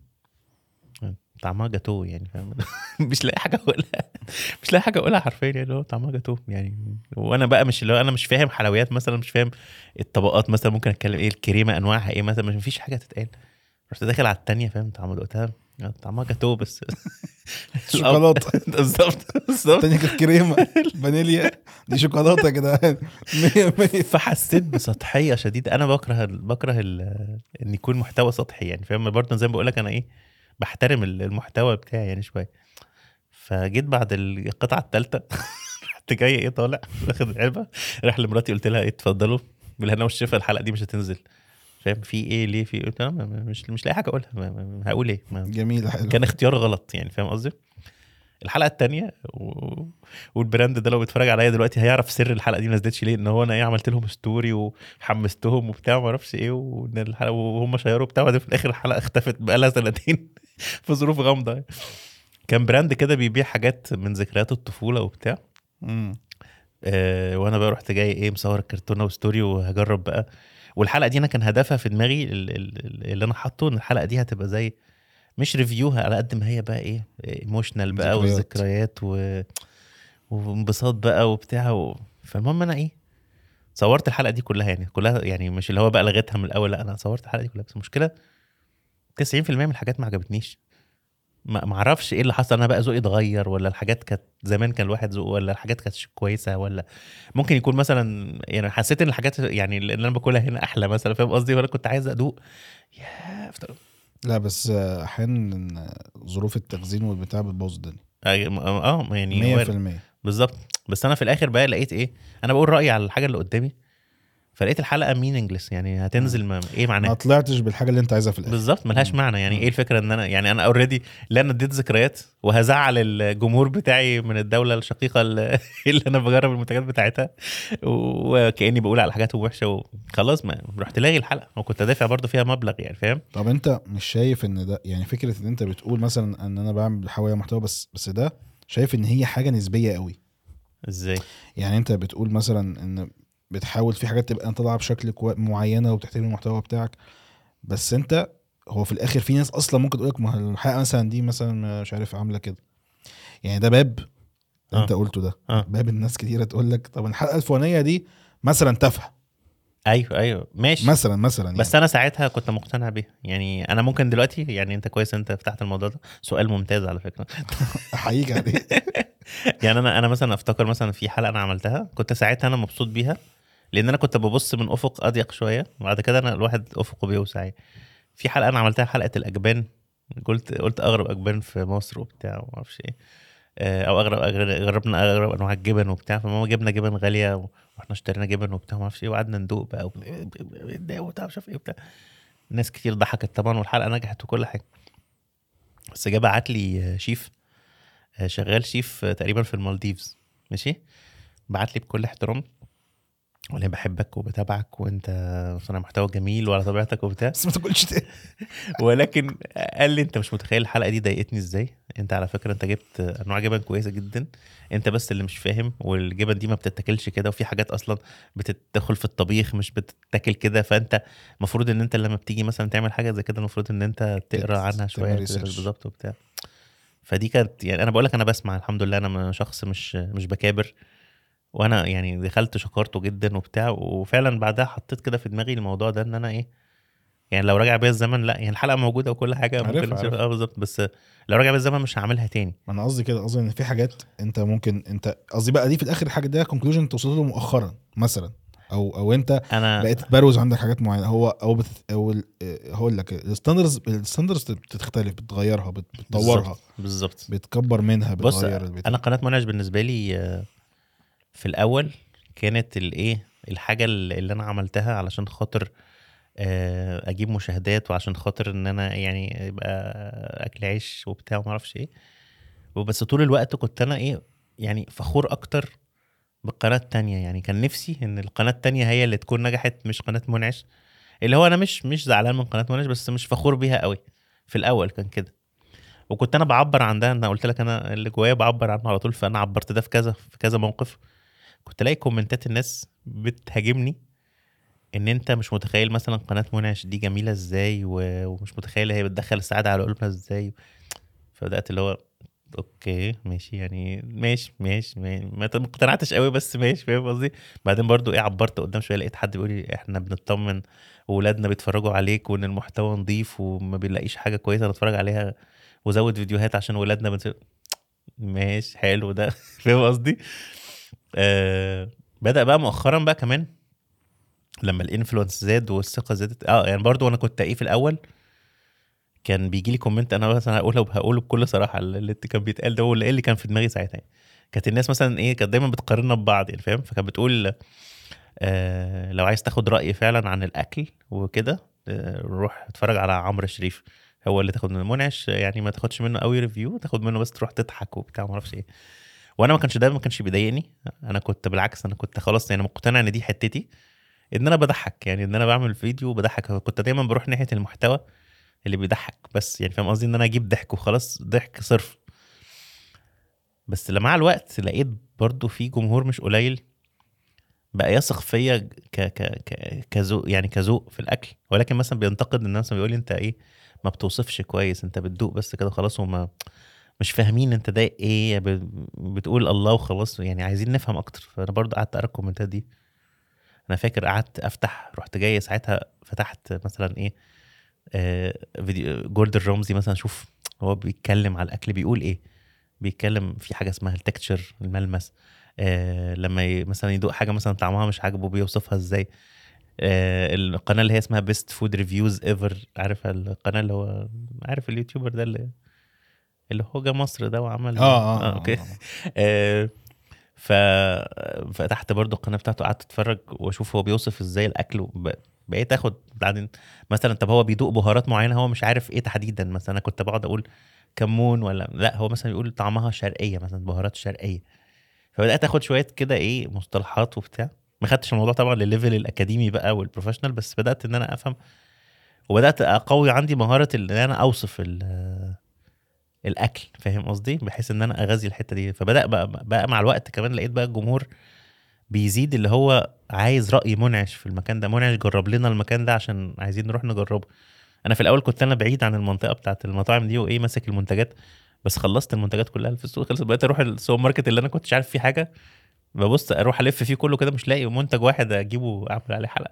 طعمها جاتو يعني فاهم. مش لاقي حاجه اقولها، مش لاقي حاجه اقولها حرفيا، يعني هو طعمها جاتو يعني. وانا بقى مش اللي هو انا مش فاهم حلويات مثلا، مش فاهم الطبقات مثلا، ممكن اتكلم ايه الكريمه انواعها ايه مثلا، مش مفيش حاجه تتقال. رحت داخل على التانية فاهم طعمها، دقتها طعمها جاتو بس. شوكولاته. بالظبط بالظبط. التانية كانت كريمه فانيليا، دي شوكولاته كده. مية مية. فحسيت بسطحيه شديده. انا بكره ال... بكره ال... ان يكون محتوى سطحي يعني فاهم. برضه زي ما بقول لك انا ايه بحترم المحتوى بتاعي يعني شويه. فجيت بعد القطعه الثالثه رحت جاي ايه طالع واخد العلبه، رايح لمراتي قلت لها ايه اتفضلوا بالهنا والشفا، الحلقه دي مش هتنزل. فاهم في ايه ليه في قلت لها مش مش لاقي حاجه اقولها، ما- ما- هقول ايه ما- جميله حلو. كان اختيار غلط يعني فاهم قصدي. الحلقه الثانيه و... والبراند ده لو بيتفرج عليا دلوقتي هيعرف سر الحلقه دي ما نزلتش ليه، ان هو انا ايه عملت لهم ستوري وحمستهم وبتاع ما اعرفش ايه، وان الحلقه وهم شيروا بتاع، وبعدين في الاخر الحلقه اختفت بقالها سنتين في ظروف غامضه. كان براند كده بيبيع حاجات من ذكريات الطفوله وبتاع. مم. آه وانا بقى رحت جاي ايه مصور الكرتونه وستوري وهجرب بقى. والحلقه دي انا كان هدفها في دماغي ال- ال- اللي انا حاطه ان الحلقه دي هتبقى زي مش ريفيوها على قد ما هي بقى ايه ايموشنال بقى ذكريات. والذكريات و... وانبساط بقى وبتاع و... فالمهم انا ايه صورت الحلقه دي كلها، يعني كلها يعني مش اللي هو بقى لغيتها من الاول، لا انا صورت الحلقه دي كلها. بس المشكله تسعين في المية من الحاجات ما عجبتنيش. ما ما اعرفش ايه اللي حصل، انا بقى ذوقي اتغير ولا الحاجات كانت زمان كان الواحد ذوقه، ولا الحاجات كانت كويسه، ولا ممكن يكون مثلا يعني حسيت ان الحاجات يعني اللي انا باكلها هنا احلى مثلا فاهم قصدي، وانا كنت عايز ادوق. يا افتكر- لا بس آه، احيانا ظروف التخزين والبتاع بتبوظ الدنيا. اه يعني مية في وارد. المية. بالظبط. بس انا في الاخر بقى لقيت ايه، انا بقول رايي على الحاجه اللي قدامي، فلقيت الحلقه مينينجلس يعني هتنزل ما ايه ما معناها. طلعتش بالحاجه اللي انت عايزها في الاخر. بالظبط ملهاش مم. معنى يعني مم. ايه الفكره ان انا يعني انا اوريدي لا انا اديت ذكريات وهزعل الجمهور بتاعي من الدوله الشقيقه اللي اللي انا بجرب المنتجات بتاعتها، وكاني بقول على حاجات وحشه وخلاص. ما رحت لاغي الحلقه وكنت دافع برضو فيها مبلغ يعني فاهم. طب انت مش شايف ان ده يعني فكره ان انت بتقول مثلا ان انا بعمل بحاول محتوى بس بس ده شايف ان هي حاجه نسبيه قوي؟ ازاي؟ يعني انت بتقول مثلا ان بتحاول في حاجات تبقى طالعه بشكل كوا- معينه وبتحترم المحتوى بتاعك، بس انت هو في الاخر في ناس اصلا ممكن تقول لك ما هو الحلقه مثلا دي مثلا مش عارف عامله كده. يعني ده باب اللي انت اه قلته ده اه باب الناس كتيره تقول لك طب الحلقه الفلانيه دي مثلا تافهه ايوه ايوه ماشي. مثلا مثلا يعني. بس انا ساعتها كنت مقتنع بيها يعني. انا ممكن دلوقتي يعني انت كويس انت فتحت الموضوع ده، سؤال ممتاز على فكره. احييك عليه. يعني انا انا مثلا افتكر مثلا في حلقه انا عملتها كنت ساعتها انا مبسوط بيها، لان انا كنت ببص من افق اضيق شويه، وبعد كده انا الواحد افقه بيوسع يعني. في حلقه انا عملتها حلقه الاجبان، قلت قلت اغرب اجبان في مصر وبتاع وما اعرفش ايه. آه، او اغرب أغرب- جربنا اغرب انواع الجبن وبتاع، فماما جبنا جبن غاليه واحنا اشترينا جبن وبتاع ما اعرفش ايه، وقعدنا ندوق بقى وبتاع مش عارف ايه وبتاع. ناس كتير ضحكت طبعا والحلقه نجحت وكل حاجه. بس جه بعت لي شيف آه، شغال شيف آه، تقريبا في المالديفز، ماشي. بعت لي بكل احترام وانا بحبك وبتابعك وانت صانع محتوى جميل وعلى طبيعتك وبتاع، بس ما تقولش تاني. ولكن قال لي انت مش متخيل الحلقه دي ضايقتني ازاي. انت على فكره انت جبت انواع جبن كويسه جدا، انت بس اللي مش فاهم، والجبن دي ما بتتاكلش كده، وفي حاجات اصلا بتدخل في الطبيخ مش بتتاكل كده. فانت المفروض ان انت لما بتيجي مثلا تعمل حاجه زي كده المفروض ان انت تقرا عنها شويه، تعمل تدرس ريسيرش. بالظبط وبتاع. فدي كانت يعني انا بقول لك انا بسمع الحمد لله، انا شخص مش مش بكابر، وانا يعني دخلت شكرته جدا وبتاع. وفعلا بعدها حطيت كده في دماغي الموضوع ده ان انا ايه، يعني لو رجع بيا الزمن لا يعني الحلقه موجوده وكل حاجه ممكن عارف نشوف عارف اه بالظبط، بس لو رجع بيا الزمن مش هعملها تاني. ما انا قصدي كده، قصدي ان في حاجات انت ممكن انت قصدي بقى دي في الاخر الحاجه ده كونكلوجن توصل له مؤخرا مثلا. او او انت انا بقيت تبروز عندك حاجات معينه. هو او بت... او ال- هقول لك الستاندرز الستاندرز بتختلف، بتغيرها، بت- بتطورها، بالظبط بالظبط بتكبر منها، بص، بتغير البتاع. انا قناه منعش بالنسبه لي آه، في الاول كانت الايه الحاجه اللي اللي انا عملتها علشان خاطر آه، اجيب مشاهدات، وعشان خاطر ان انا يعني يبقى اكل عيش وبتاع وما اعرفش ايه. وبس طول الوقت كنت انا ايه يعني فخور اكتر بالقناه التانية. يعني كان نفسي ان القناه التانية هي اللي تكون نجحت مش قناه منعش. اللي هو انا مش مش زعلان من قناه منعش، بس مش فخور بيها قوي. في الاول كان كده، وكنت انا بعبر عن ده. انا قلت لك انا اللي جوايا بعبر عنه على طول، فانا عبرت ده في كذا في كذا موقف. كنت الاقي كومنتات الناس بتهاجمني ان انت مش متخيل مثلا قناه منعش دي جميله ازاي، و- ومش متخيل هي بتدخل السعاده على قلوبنا ازاي. فبدات اللي هو اوكي ماشي، يعني ماشي ماشي, ماشي. ما اقتنعتش قوي بس ماشي، فاهم قصدي. بعدين برضو ايه عبرت قدام شويه، لقيت حد بيقول لي احنا بنطمن وولادنا بيتفرجوا عليك، وان المحتوى نظيف وما بنلاقيش حاجه كويسه نتفرج عليها، وزود فيديوهات عشان ولادنا بنت... ماشي حلو ده فاهم قصدي. آه بدأ بقى مؤخرا بقى كمان لما الانفلونس زاد والثقه زادت. اه يعني برضو انا كنت ايه في الاول كان بيجي لي كومنت، انا مثلا هقوله هقوله بكل صراحه، اللي كان بيتقال ده هو اللي اللي كان في دماغي ساعتها. كانت الناس مثلا ايه كانت دايما بتقارننا ببعض، يعني فاهم. فكانت بتقول آه لو عايز تاخد راي فعلا عن الاكل وكده آه روح اتفرج على عمرو شريف، هو اللي تاخد من منعش يعني ما تاخدش منه قوي ريفيو، تاخد منه بس تروح تضحك وبتاع ما اعرفش ايه. وانا ما كانش ده ما كانش بيضايقني. انا كنت بالعكس، انا كنت خلاص يعني مقتنع ان دي حتتي، ان انا بضحك، يعني ان انا بعمل فيديو بضحك. كنت دايما بروح ناحيه المحتوى اللي بيضحك بس، يعني فاهم قصدي، ان انا اجيب ضحك وخلاص، ضحك صرف. بس لما مع الوقت لقيت برضو في جمهور مش قليل بقى يثق فيا ك ك ك كذوق، يعني كذوق في الاكل، ولكن مثلا بينتقد الناس، بيقول لي انت ايه ما بتوصفش كويس، انت بتدوق بس كده خلاص، وما مش فاهمين انت ده ايه، ب- بتقول الله وخلاص، يعني عايزين نفهم اكتر. فانا برضو قعدت اقرا الكومنتات دي. انا فاكر قعدت افتح، رحت جاي ساعتها فتحت مثلا ايه آه فيديو جوردن رامزي مثلا، اشوف هو بيتكلم على الاكل بيقول ايه. بيتكلم في حاجه اسمها التكتشر، الملمس. آه لما ي... مثلا يدوق حاجه مثلا طعمها مش عاجبه بيوصفها ازاي. آه القناه اللي هي اسمها بيست فود ريفيوز ايفر، عارف القناه اللي هو عارف اليوتيوبر ده اللي اللي هو جه مصر ده اه وعمل اه, اه آه, اوكي آه. آه ف فتحت برضو القناه بتاعته، قعدت اتفرج واشوف هو بيوصف ازاي الاكل. وب... بقيت اخد بعدين مثلا، طب هو بيدوق بهارات معينه هو مش عارف ايه تحديدا. مثلا انا كنت بقعد اقول كمون، ولا لا هو مثلا يقول طعمها شرقيه، مثلا بهارات شرقيه. فبدات اخد شويه كده ايه مصطلحات وبتاع. ما خدتش الموضوع طبعا للليفل الاكاديمي بقى والبروفيشنال، بس بدات ان انا افهم، وبدات اقوي عندي مهاره ان انا اوصف ال- الاكل، فاهم قصدي، بحيث ان انا اغذي الحته دي. فبدا بقى, بقى مع الوقت كمان لقيت بقى الجمهور بيزيد، اللي هو عايز رأي منعش في المكان ده، منعش جرب لنا المكان ده عشان عايزين نروح نجربه. انا في الاول كنت انا بعيد عن المنطقه بتاعت المطاعم دي وايه ماسك المنتجات، بس خلصت المنتجات كلها اللي في السوق، خلصت بقيت اروح السوبر ماركت اللي انا كنتش عارف فيه حاجه، ببص اروح الف فيه كله كده مش لاقي منتج واحد اجيبه اعمل عليه حلقه.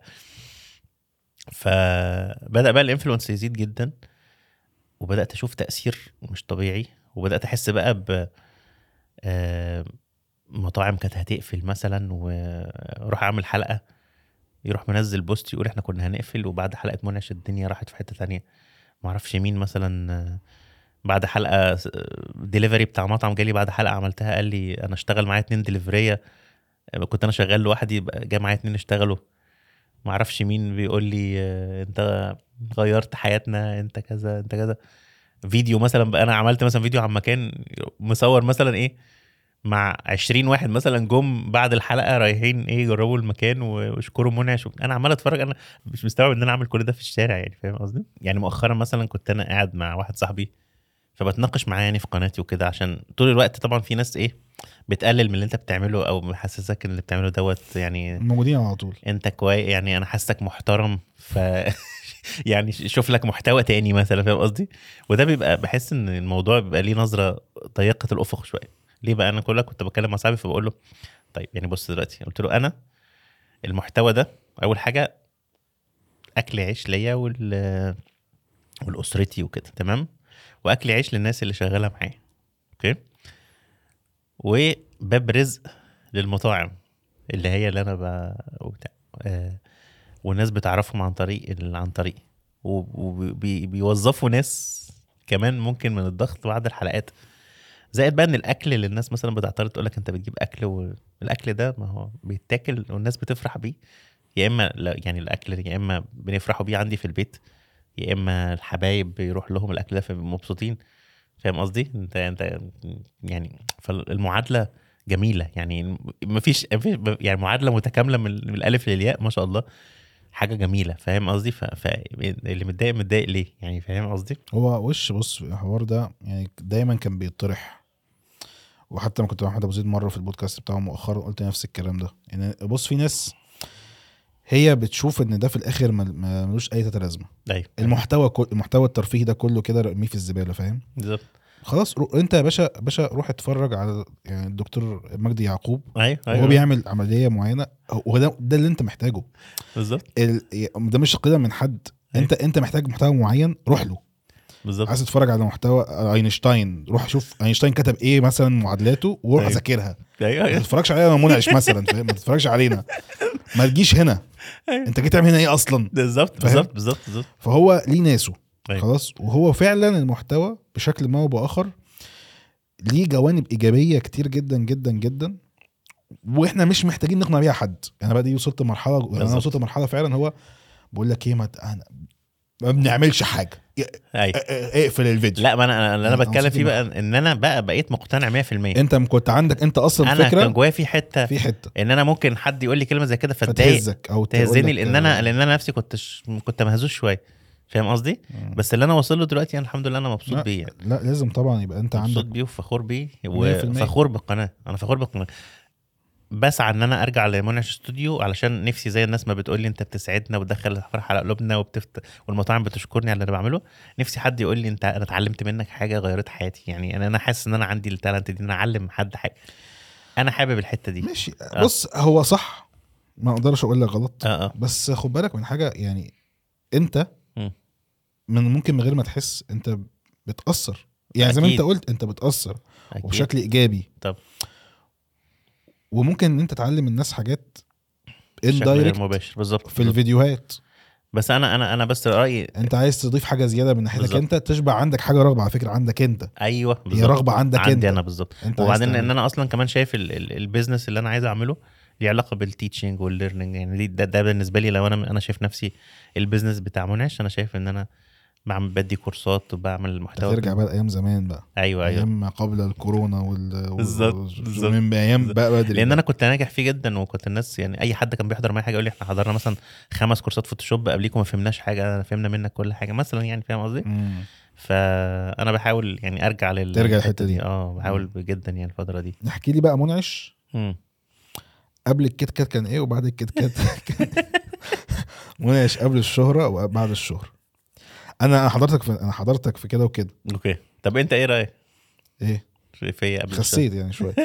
فبدا بقى الانفلونس يزيد جدا، وبدات اشوف تاثير مش طبيعي، وبدات احس بقى ب آه، مطاعم كانت هتقفل مثلا، واروح اعمل حلقه يروح منزل بوست يقول احنا كنا هنقفل، وبعد حلقه منعش الدنيا راحت في حته تانية. ما اعرفش مين مثلا آه، بعد حلقه ديليفري بتاع مطعم جالي بعد حلقه عملتها، قال لي انا اشتغل معايا اتنين ديليفريه، كنت انا شغال لوحدي بقى جه معايا اتنين اشتغلوا. ما اعرفش مين بيقول لي آه، انت غيرت حياتنا، انت كذا انت كذا. فيديو مثلا بقى انا عملت مثلا فيديو عن مكان مصور مثلا ايه مع عشرين واحد مثلا جم بعد الحلقه رايحين ايه يجربوا المكان ويشكروا منعش. انا عمال اتفرج، انا مش مستوعب ان انا اعمل كل ده في الشارع، يعني فاهم قصدي. يعني مؤخرا مثلا كنت انا قاعد مع واحد صاحبي فبتناقش معاه يعني في قناتي وكده، عشان طول الوقت طبعا في ناس ايه بتقلل من اللي انت بتعمله، او محسسك ان اللي بتعمله دوت يعني موجودين على طول. انت كويس، يعني انا حاسك محترم ف يعني شوف لك محتوى تاني مثلا، فاهم قصدي. وده بيبقى بحس ان الموضوع بيبقى ليه نظره ضيقه الافق شويه. ليه بقى؟ انا كلها كنت بكلم مع صاحبي فبقول له طيب يعني بص دلوقتي، قلت له انا المحتوى ده اول حاجه اكل عيش ليا وال والاسرتي وكده تمام، واكل عيش للناس اللي شغاله معايا اوكي، وباب رزق للمطاعم اللي هي اللي انا ب... وبتاع. آه والناس بتعرفهم عن طريق عن طريق وبيوظفوا ناس كمان ممكن من الضغط بعد الحلقات. زائد بقى ان الاكل اللي الناس مثلا بتعترض تقول لك انت بتجيب اكل، والاكل ده ما هو بيتاكل والناس بتفرح بيه، يا اما لا يعني الاكل يا اما بنفرحوا بيه عندي في البيت، يا اما الحبايب بيروح لهم الاكل ده فمبسوطين. فاهم قصدي؟ انت انت يعني فالمعادله جميله يعني، مفيش يعني معادله متكامله من الالف للياء ما شاء الله، حاجه جميله. فاهم قصدي؟ فاللي متضايق متضايق ليه يعني؟ فاهم قصدي؟ هو وش بص الحوار ده يعني دايما كان بيطرح، وحتى ما كنت مع محمد ابو زيد مره في البودكاست بتاعه مؤخرا قلت نفس الكلام ده. يعني بص في ناس هي بتشوف ان ده في الاخر ملوش اي لازمه. ايوه المحتوى كل المحتوى الترفيهي ده كله كده رميه في الزباله. فاهم بالظبط. خلاص رو... انت يا باشا باشا روح اتفرج على يعني الدكتور مجدي يعقوب ايوه وهو أيوة. بيعمل عمليه معينه، وده ده اللي انت محتاجه بالظبط. ال... ده مش قيمه من حد. أيوة. انت انت محتاج محتوى معين روح له بالظبط. عايز تتفرج على محتوى اينشتاين روح شوف اينشتاين كتب ايه مثلا معادلاته وروح أيوة. ذاكرها. أيوة. ما تتفرجش علينا منعش مثلا. فاهم؟ ما تتفرجش علينا، ما تجيش هنا. أيوة. انت جيت تعمل هنا ايه اصلا؟ بالظبط بالظبط بالظبط بالظبط. فهو ليه ناسه. أيوة. خلاص. وهو فعلا المحتوى بشكل ما وبآخر ليه جوانب ايجابيه كتير جدا جدا جدا، واحنا مش محتاجين نقنع بيها حد. انا بقى دي وصلت مرحله، انا وصلت مرحله فعلا هو بقول لك ايه، ما انا ما بنعملش حاجه. ايوه اقفل الفيديو. لا ما انا اللي انا بتكلم فيه بقى ان انا بقى بقيت مقتنع مية في المية. انت كنت عندك انت اصلا أنا فكره، كان جوايا في حته في حته ان انا ممكن حد يقول لي كلمه زي كده فتضايق او تهزني، لان انا لان انا نفسي كنت كنت مهزوز شويه. فاهم قصدي؟ بس اللي انا واصل له دلوقتي انا الحمد لله انا مبسوط بيه يعني. لا لازم طبعا يبقى انت عندك مبسوط بيه وفخور بيه وفخور بالقناه. انا فخور بالقناه، بسعى ان انا ارجع لمنعش استوديو علشان نفسي زي الناس ما بتقول لي انت بتسعدنا وتدخل فرح على قلوبنا وبتفت والمطاعم بتشكرني على اللي انا بعمله. نفسي حد يقول لي انت انا اتعلمت منك حاجه غيرت حياتي. يعني انا انا حاسس ان انا عندي التالنت دي ان انا اعلم حد حاجه. انا حابب الحته دي. ماشي. آه. بص هو صح، ما اقدرش اقول لك غلط. آه آه. بس خد بالك من حاجه، يعني انت م. من ممكن من غير ما تحس انت بتاثر. يعني أكيد. زي ما انت قلت انت بتاثر أكيد. وبشكل ايجابي. طب وممكن ان انت تعلم الناس حاجات اندايركت مباشر بالظبط في الفيديوهات. بس انا انا انا بس رايي انت عايز تضيف حاجه زياده من ناحيتك انت تشبع عندك حاجه رغبه على فكره عندك انت. ايوه بالظبط. هي رغبه عندك عندي انت انا بالظبط. وبعدين ان انا اصلا كمان شايف البيزنس اللي انا عايز اعمله ليه علاقه بالتيتشنج والليرنينج. يعني ده, ده بالنسبه لي لو انا انا شايف نفسي البيزنس بتاع منعش، انا شايف ان انا بعمل بدي كورسات وبعمل محتوى. ترجع بقى ايام زمان بقى. ايوه ايوه ايام قبل الكورونا وال بالظبط من ايام بقى بدري. لان انا كنت ناجح فيه جدا، وكنت الناس يعني اي حد كان بيحضر معايا حاجه يقول لي احنا حضرنا مثلا خمس كورسات فوتوشوب قبليكم ما فهمناش حاجه، فهمنا منك كل حاجه مثلا. يعني فاهم قصدي؟ فانا بحاول يعني ارجع لل ترجع الحته دي. اه بحاول جدا يعني الفتره دي. نحكي لي بقى منعش مم. قبل الكيت كات كان ايه وبعد الكيت كات كان منعش قبل الشهره وبعد الشهره. انا حضرتك في انا حضرتك في كده وكده. اوكي طب انت ايه رايك؟ ايه فيا قبل خسيت يعني شويه.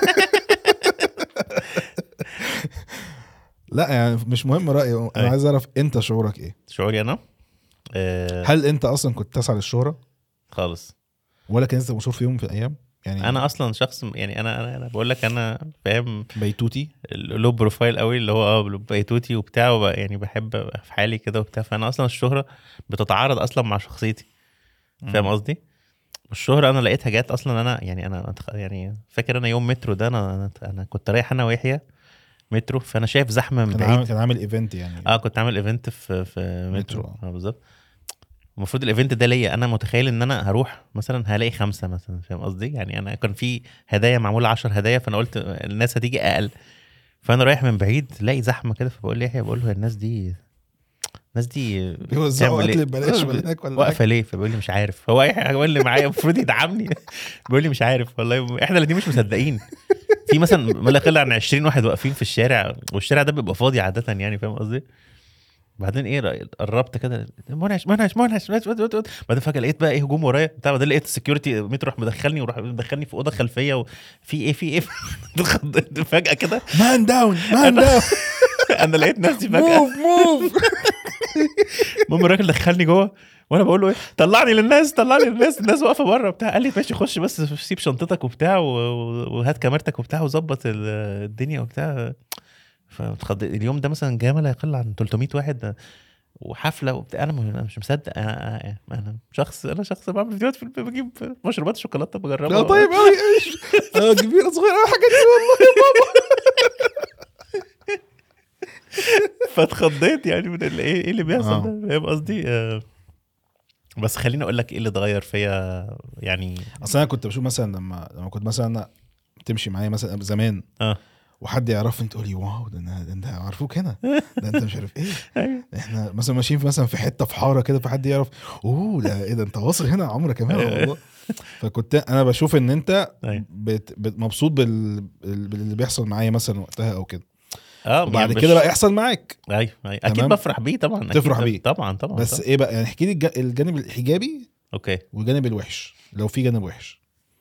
لا يعني مش مهم رايي، انا أي. عايز اعرف انت شعورك ايه. شعوري انا أه هل انت اصلا كنت تسعى للشهره خالص ولا كان انت مشهور في يوم في الايام؟ يعني انا اصلا شخص يعني انا انا, أنا بقول لك انا فاهم بيتوتي لو بروفايل قوي اللي هو اه بيتوتي وبتاع، يعني بحب في حالي كده وبتاع. فانا اصلا الشهره بتتعارض اصلا مع شخصيتي. فاهم قصدي؟ الشهره انا لقيتها جات اصلا. انا يعني انا يعني فاكر انا يوم مترو ده انا انا كنت رايح انا ويحيى مترو، فانا شايف زحمه من بعيد. كان عامل ايفنت يعني. اه كنت عامل ايفنت في في مترو, مترو. اه بالظبط. المفروض الايفنت ده ليا انا، متخيل ان انا هروح مثلا هلاقي خمسة مثلا. فاهم قصدي؟ يعني انا كان في هدايا معموله عشر هدايا، فانا قلت الناس هتيجي اقل. فانا رايح من بعيد لاقي زحمه كده، فبقول لي يحيى بقول له الناس دي الناس دي بيوزعوا اكل ببلاش ولا هناك ولا واقفه ليه؟ فبيقول لي مش عارف. هو يحيى هو اللي معايا المفروض يدعمني. بيقول لي مش عارف والله. احنا الاثنين مش مصدقين. في مثلا ما لا يقل عن عشرين واحد واقفين في الشارع، والشارع ده بيبقى فاضي عاده يعني. فاهم قصدي؟ بعدين ايه قربت كده منعش منعش منعش بعدين فجاه لقيت بقى ايه هجوم ورايا بتاع. بعدين لقيت السكيورتي متر راح مدخلني وراح مدخلني في اوضه خلفيه وفي ايه في ايه فجاه كده مان داون مان داون. انا لقيت نفسي فجاه موف موف. المهم الراجل دخلني جوه وانا بقول له ايه طلعني للناس طلعني للناس الناس واقفه بره وبتاع. قال لي ماشي خش بس سيب شنطتك وبتاع وهات كاميرتك وبتاع وظبط الدنيا وبتاع. فاتخضيت اليوم ده مثلا جاي لا يقل عن ثلاثمية واحد وحفله وبتاع. انا م- أنا مش مصدق. انا انا شخص انا شخص بعمل فيديوهات في البيت، بجيب مشروبات شوكولاته بجربها. لا طيب قوي ايش انا كبير صغير قوي حاجات دي والله يا بابا. فاتخضيت يعني من ال- ايه إيه اللي بيحصل آه. ده، فاهم قصدي؟ آه، بس خليني اقول لك ايه اللي اتغير فيا يعني. اصل انا كنت بشوف مثلا لما لما كنت مثلا أنا تمشي معايا مثلا زمان اه وحد يعرفني تقول لي واو ده انا ده انت عارفوك هنا، ده انت مش عارف ايه، أيوة. احنا مثلا ماشيين في مثلا في حته في حاره كده فحد يعرف اوه ده ايه ده انت واصل هنا عمرك كمان والله. فكنت انا بشوف ان انت أيوة. بت بت مبسوط بال باللي بيحصل معايا مثلا وقتها او كده، اه وبعد يعني كده مش- بقى يحصل معاك ايوه ايوه اكيد تمام. بفرح بيه طبعا، أكيد تفرح بف- بيه. طبعا طبعا بس طبعا. ايه بقى يعني احكي لي الج- الجانب الايجابي اوكي والجانب الوحش لو في جانب وحش.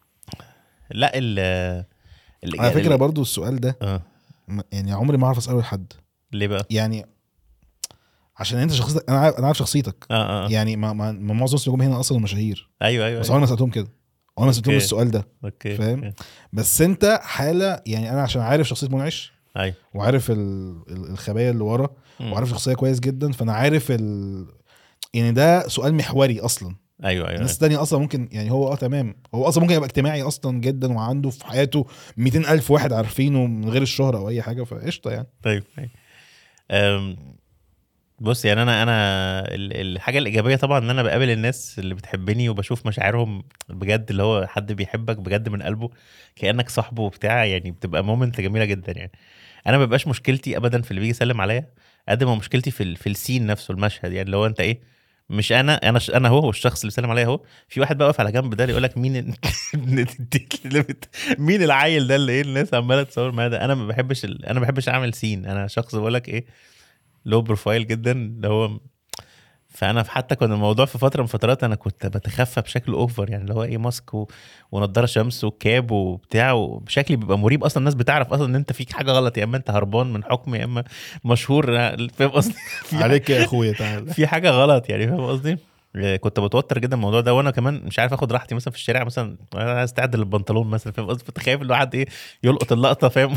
لا ال ال على فكره ال- برضو السؤال ده اه م- يعني عمري ما اعرف اساله لحد، ليه بقى؟ يعني عشان انت شخصيتك انا عارف انا عارف شخصيتك اه اه آه. يعني ما ما ما معظم الناس اللي هنا اصلا مشاهير، ايوه ايوه بس أيوة. عمري ما سالتهم كده، عمري ما سالتهم أوكي. السؤال ده اوكي فاهم؟ أوكي. بس انت حاله يعني انا عشان عارف شخصيه منعش ايوه وعارف ال- ال- الخبايا اللي ورا مم. وعارف شخصيه كويس جدا، فانا عارف ال... يعني ده سؤال محوري اصلا. ايوه ايوه الناس أيوة. التانية اصلا ممكن يعني هو اه تمام هو اصلا ممكن يبقى اجتماعي اصلا جدا وعنده في حياته مئتين الف واحد عارفينه من غير الشهرة او اي حاجة فقشطة يعني. طيب طيب. أم، بص يعني انا انا ال- الحاجه الايجابيه طبعا ان انا بقابل الناس اللي بتحبني وبشوف مشاعرهم بجد، اللي هو حد بيحبك بجد من قلبه كانك صاحبه وبتاع، يعني بتبقى مومنت جميله جدا يعني. انا ما ببقاش مشكلتي ابدا في اللي بيجي يسلم عليا قد ما مشكلتي في ال- في السين نفسه، المشهد يعني اللي هو انت ايه، مش انا انا ش- انا هو والشخص اللي بيسلم عليا اهو، في واحد بقى واقف على جنب ده يقول لك مين ال- اللي بت- مين العيل ده اللي ايه الناس عماله تصور معاه ده. انا ما بحبش ال... انا ما بحبش اعمل سين، انا شخص بقول لك ايه لو بروفايل جدا اللي هو. فانا حتى كان الموضوع في فتره من فترات انا كنت بتخفى بشكل اوفر، يعني اللي هو ايه ماسك و... ونضاره شمس وكاب وبتاع، وبشكل بيبقى مريب اصلا. الناس بتعرف اصلا ان انت فيك حاجه غلط، يا اما انت هربان من حكم يا اما مشهور، فاهم قصدي؟ في عليك يا اخويا تعالى. في حاجه غلط يعني، فاهم قصدي؟ كنت بتوتر جدا الموضوع ده، وانا كمان مش عارف اخد راحتي مثلا في الشارع، مثلا انا عايز تعدل البنطلون مثلا، فاهم قصدي؟ فتخاف اللي واحد ايه يلقط اللقطه، فاهم؟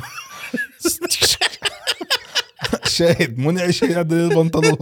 شاهد منعش يعدل البنطلون.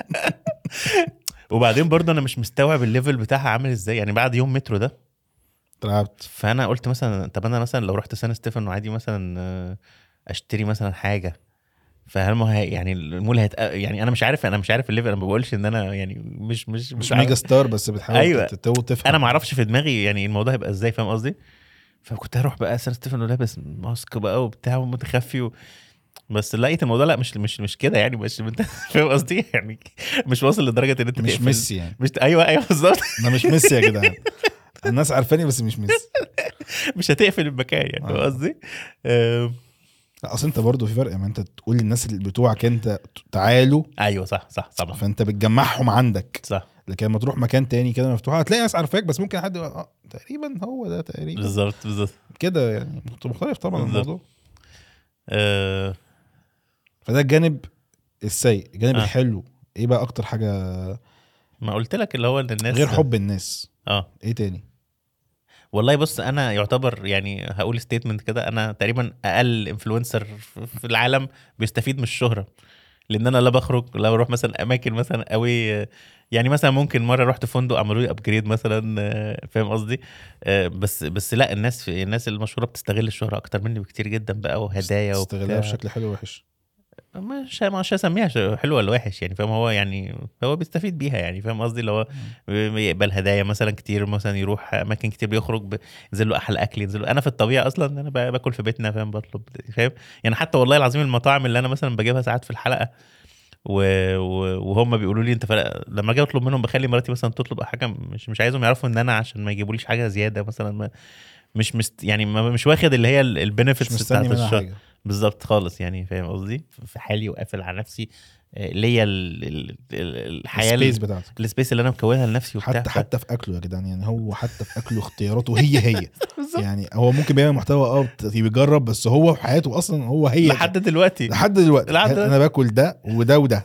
وبعدين برضه انا مش مستوعب الليفل بتاعها عامل ازاي يعني بعد يوم مترو ده. تلعبت فانا قلت مثلا طب انا مثلا لو رحت سان ستيفانو عادي مثلا آه، اشتري مثلا حاجه، فهل ما هي يعني المول هيت يعني انا مش عارف انا مش عارف الليفل، انا ما بقولش ان انا يعني مش مش مش عارف. ميجا ستار بس بتحاول أيوة. تت- تت- تفهم. انا ما اعرفش في دماغي يعني الموضوع هيبقى ازاي، فاهم قصدي؟ فكنت هروح بقى سان ستيفانو لابس ماسك بقى وبتاع ومتخفي و... بس لقيت الموضوع لا مش مش مش كده يعني، مش انت فاهم قصدي يعني، مش واصل لدرجه ان انت مش تقفل. ميسي يعني. مش ايوه ايوه بالظبط. انا مش ميسي يا جدعان، الناس عارفاني بس مش ميسي. مش هتقفل المكان يعني، فاهم آه. قصدي؟ آه. لا، اصل انت برضو في فرق، ما انت تقول للناس اللي بتوعك انت تعالوا ايوه صح صح طبعا فانت بتجمعهم عندك، صح لكن لما تروح مكان تاني كده مفتوح هتلاقي ناس عارفاك بس ممكن حد يبقى اه تقريبا هو ده تقريبا بالظبط بالظبط كده يعني مختلف طبعا بالظبط. الموضوع. آه. فده الجانب السيء. الجانب آه. الحلو ايه بقى اكتر حاجه ما قلت لك اللي هو ان الناس غير حب الناس؟ اه ايه تاني؟ والله بص انا يعتبر يعني هقول ستيتمنت كده، انا تقريبا اقل انفلونسر في العالم بيستفيد من الشهره، لان انا لا بخرج لا بروح مثلا اماكن مثلا قوي، يعني مثلا ممكن مره رحت فندق عملوا لي ابجريد مثلا، آه، فاهم قصدي؟ آه، بس بس لا الناس الناس المشهوره بتستغل الشهره اكتر مني بكتير جدا بقى، وهدايا تستغلها وبتاع. بشكل حلو وحش. مش مش هسميها ش- حلوه ولا وحش يعني، فاهم؟ هو يعني هو بيستفيد بيها يعني، فاهم قصدي؟ اللي هو يقبل هدايا مثلا كتير، مثلا يروح اماكن كتير، بيخرج ب- ينزل له احلى اكل، ينزل له. انا في الطبيعه اصلا انا ب- باكل في بيتنا، فاهم؟ بطلب، فاهم يعني؟ حتى والله العظيم المطاعم اللي انا مثلا بجيبها ساعات في الحلقه و... و... وهم بيقولوا لي انت فرق... لما اجي اطلب منهم بخلي مراتي مثلا تطلب حاجه، مش مش عايزهم يعرفوا ان انا عشان ما يجيبوليش حاجه زياده مثلا، ما... مش مست... يعني ما... مش واخد اللي هي مش البنفيتس مستني بتاعت منها الشهر حاجه. بالظبط خالص يعني، فاهم قصدي؟ في حالي وقافل على نفسي، آه، ليا ال- ال- ال- الحياه السبيس ال- بتاعتك السبيس اللي انا مكونها لنفسي وبتاع. حتى ف- حتى في اكله يا جدعان يعني، هو حتى في اكله اختياراته هي هي بالظبط. يعني هو ممكن بيعمل محتوى اه بت- بيجرب، بس هو في حياته اصلا هو هي لحد دلوقتي لحد دلوقتي لحد انا باكل ده وده وده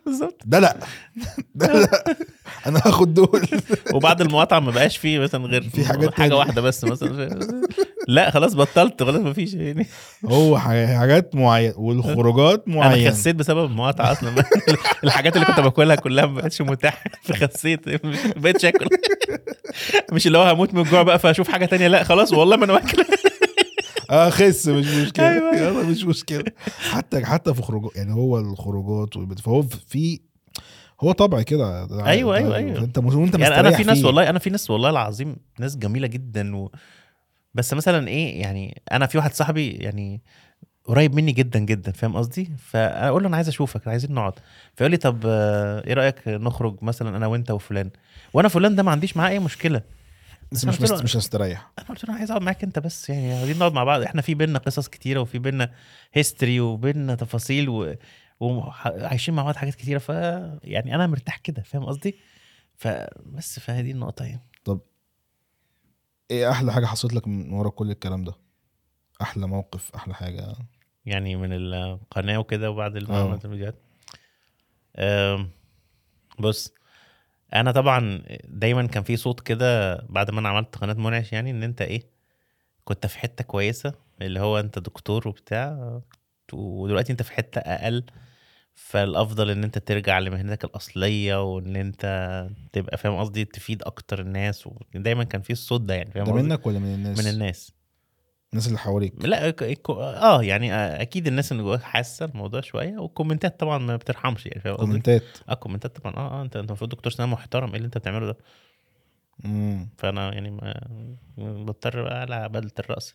بالظبط. ده لا ده لا انا هاخد دول. وبعد المقاطعه ما بقاش فيه مثلا غير في حاجات حاجه تانية. واحده بس مثلا، لا خلاص بطلت خلاص ما فيش يعني. هو حاجات معينه والخروجات انا معينه. خسيت بسبب المقاطعه اصلا. الحاجات اللي كنت باكلها كلها ما بقتش متاحه، فخسيت مش بقيتش اكل. مش اللي هو هموت من الجوع بقى فاشوف حاجه تانية، لا خلاص والله ما انا واكل. اه خس مش مشكله. أيوة. يلا مش مشكله. حتى حتى في خروجات يعني هو الخروجات والبت- فهو في هو طبع كده. ده- ايوه ده- ايوه ايوه. انت مش وانت يعني انا مستريح في ناس فيه. والله، انا في ناس والله العظيم ناس جميله جدا و... بس مثلا ايه يعني، انا في واحد صاحبي يعني قريب مني جدا جدا فاهم قصدي، فاقول له انا عايز اشوفك عايزين نقعد، فيقول لي طب آه، ايه رايك نخرج مثلا انا وانت وفلان، وانا فلان ده ما عنديش معاه اي مشكله، بس انا مش قلت مست... له مش هستريح. انا قلت له انا عايز اقعد معاك انت بس، يعني عايزين نقعد مع بعض، احنا في بينا قصص كتيره وفي بينا هيستوري وبينا تفاصيل و... وعايشين مع بعض حاجات كتيره، ف يعني انا مرتاح كده فاهم قصدي، فبس فهذه النقطه يعني. طب ايه احلى حاجه حصلت لك من ورا كل الكلام ده؟ احلى موقف، احلى حاجه. يعني من القناه وكده وبعد ما اه عملت الفيديوهات. أم، بص انا طبعا دايما كان في صوت كده بعد ما انا عملت قناه منعش، يعني ان انت ايه كنت في حته كويسه اللي هو انت دكتور وبتاع، ودلوقتي انت في حته اقل، فالافضل ان انت ترجع لمهنتك الاصليه وان انت تبقى فاهم قصدي تفيد اكتر الناس، ودايما كان في الصوت ده يعني فاهم ده قصدي. منك ولا من الناس؟ من الناس. الناس اللي حواليك. لا ك- ك- اه يعني آه، اكيد الناس اللي جواك حاسه الموضوع شويه، والكومنتات طبعا ما بترحمش يعني فاهم قصدي. كومنتات. اه كومنتات طبعا اه اه انت انت المفروض دكتور سنان محترم، ايه اللي انت بتعمله ده؟ امم فانا يعني ما بضطر بقى على بدله الراس.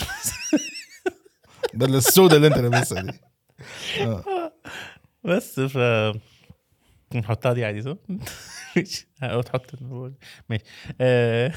ده اللي السودة اللي انت لابسها دي. اه بس ف نحطها دي عادي صح؟ ماشي او تحط ماشي. آه،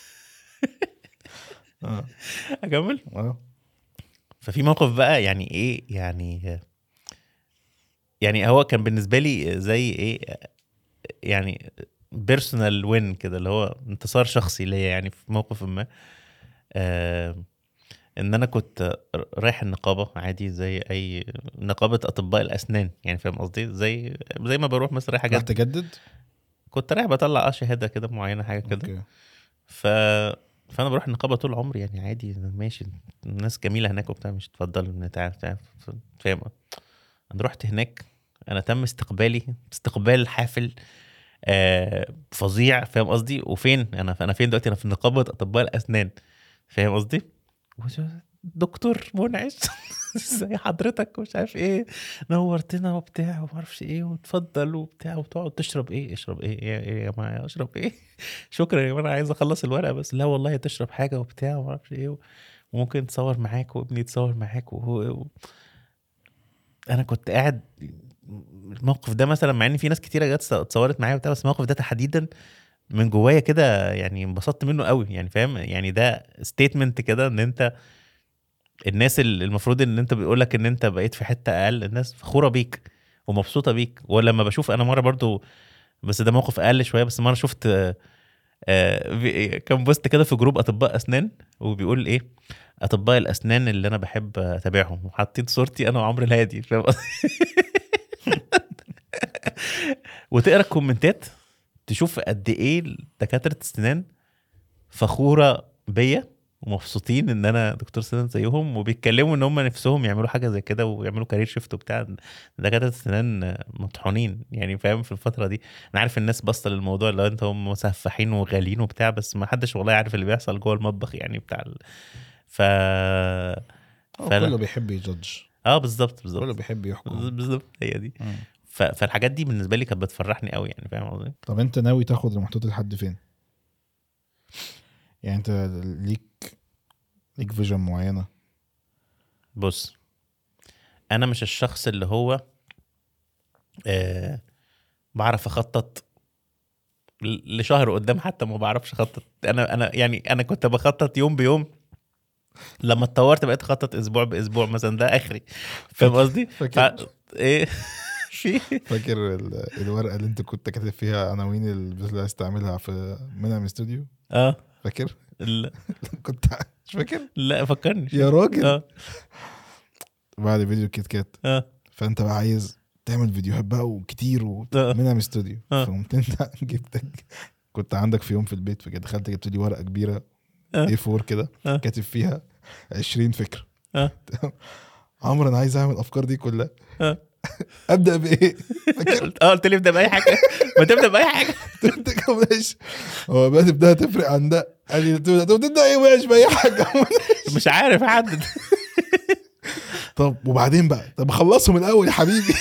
اه اكمل. اه ففي موقف بقى يعني ايه يعني، يعني هو كان بالنسبه لي زي ايه يعني بيرسونال وين كده، اللي هو انتصار شخصي ليا يعني في موقف ما. آه ان انا كنت رايح النقابه عادي زي اي نقابه اطباء الاسنان يعني فاهم قصدي، زي زي ما بروح مثلا رايح راح اجدد، تجدد. كنت رايح بطلع اه شهاده كده معينه حاجه كده. اوكي. ف فانا بروح النقابه طول عمري يعني عادي ماشي، الناس جميله هناك وبتاع، مش تفضل بتاع بتاع فاهم. انا رحت هناك، انا تم استقبالي استقبال حافل آه فظيع فاهم قصدي، وفين انا انا فين دلوقتي؟ انا في نقابه اطباء الاسنان فاهم قصدي. دكتور منعش زي حضرتك ومش عارف ايه، نورتنا وبتاع وما اعرفش ايه، وتفضل وبتاع، وتقعد تشرب ايه اشرب ايه ايه ايه يا جماعه اشرب ايه شكرا يا جماعه انا عايز اخلص الورقه بس، لا والله تشرب حاجه وبتاع وما اعرفش ايه، وممكن تصور معاك وابني يتصور معاك وهو و... انا كنت قاعد الموقف ده مثلا، مع ان في ناس كتيره جت اتصورت معايا وبتاع، بس الموقف ده تحديدا من جوايا كده يعني انبسطت منه قوي يعني فاهم، يعني ده ستيتمنت كده ان انت الناس اللي المفروض ان انت بيقول لك ان انت بقيت في حته اقل، الناس فخوره بيك ومبسوطه بيك. ولما بشوف انا مره برضو، بس ده موقف اقل شويه، بس مره شفت آه، آه، في- كان بوست كده في جروب اطباء اسنان وبيقول ايه اطباء الاسنان اللي انا بحب اتابعهم، وحاطين صورتي انا وعمرو الهادي فاهم قصدي؟ وتقرا الكومنتات تشوف قد ايه دكاتره السنان فخوره بيا ومبسوطين ان انا دكتور سنان زيهم، وبيتكلموا ان هم نفسهم يعملوا حاجه زي كده ويعملوا كارير شيفت وبتاع. دكاتره السنان مطحونين يعني فاهم في الفتره دي. انا عارف الناس باصه للموضوع اللي انت هم مسفحين وغاليين وبتاع، بس ما حدش والله عارف اللي بيحصل جوه المطبخ يعني بتاع ال... ف اه فلا كله بيحب يجادج. اه بالظبط كله بالظبط بيحب يحكم. بالظبط هي دي. مم. ف... فالحاجات دي بالنسبه لي كانت بتفرحني قوي يعني فاهم قصدي. طب انت ناوي تاخد المحتوى لحد فين؟ يعني انت ليك ليك فيجن معينه؟ بص انا مش الشخص اللي هو آه بعرف اخطط ل- لشهر قدام، حتى ما بعرفش اخطط. انا انا يعني انا كنت بخطط يوم بيوم، لما اتطورت بقيت اخطط اسبوع باسبوع مثلا، ده اخري فاهم قصدي. ف... فاكر ايه في فاكر ال- الورقه اللي انت كنت كاتب فيها عناوين اللي عايز تعملها في منام استوديو؟ اه فاكر؟ لا كنت مش فاكر لا فكرني يا راجل. اه بعد فيديو كيت كات اه فانت بقى عايز تعمل فيديوهات بقى وكتير آه. ومنها من استوديو. آه. فقمت انت جبتك كنت عندك في يوم في البيت فكده دخلت جبت لي ورقه كبيره آه. اي فور كده آه. كاتب فيها عشرين فكره. آه. عمرو انا عايز اعمل الافكار دي كلها آه. ابدا بايه؟ فاكر اه قلت لي ابدا باي حاجه. ما تبدا باي حاجه. ماشي هو بقى تبدا تفرق عن ده قال لي تبدا تبدا ايه ماشي باي حاجه. مش عارف احدد. طب وبعدين بقى طب خلصهم الاول يا حبيبي.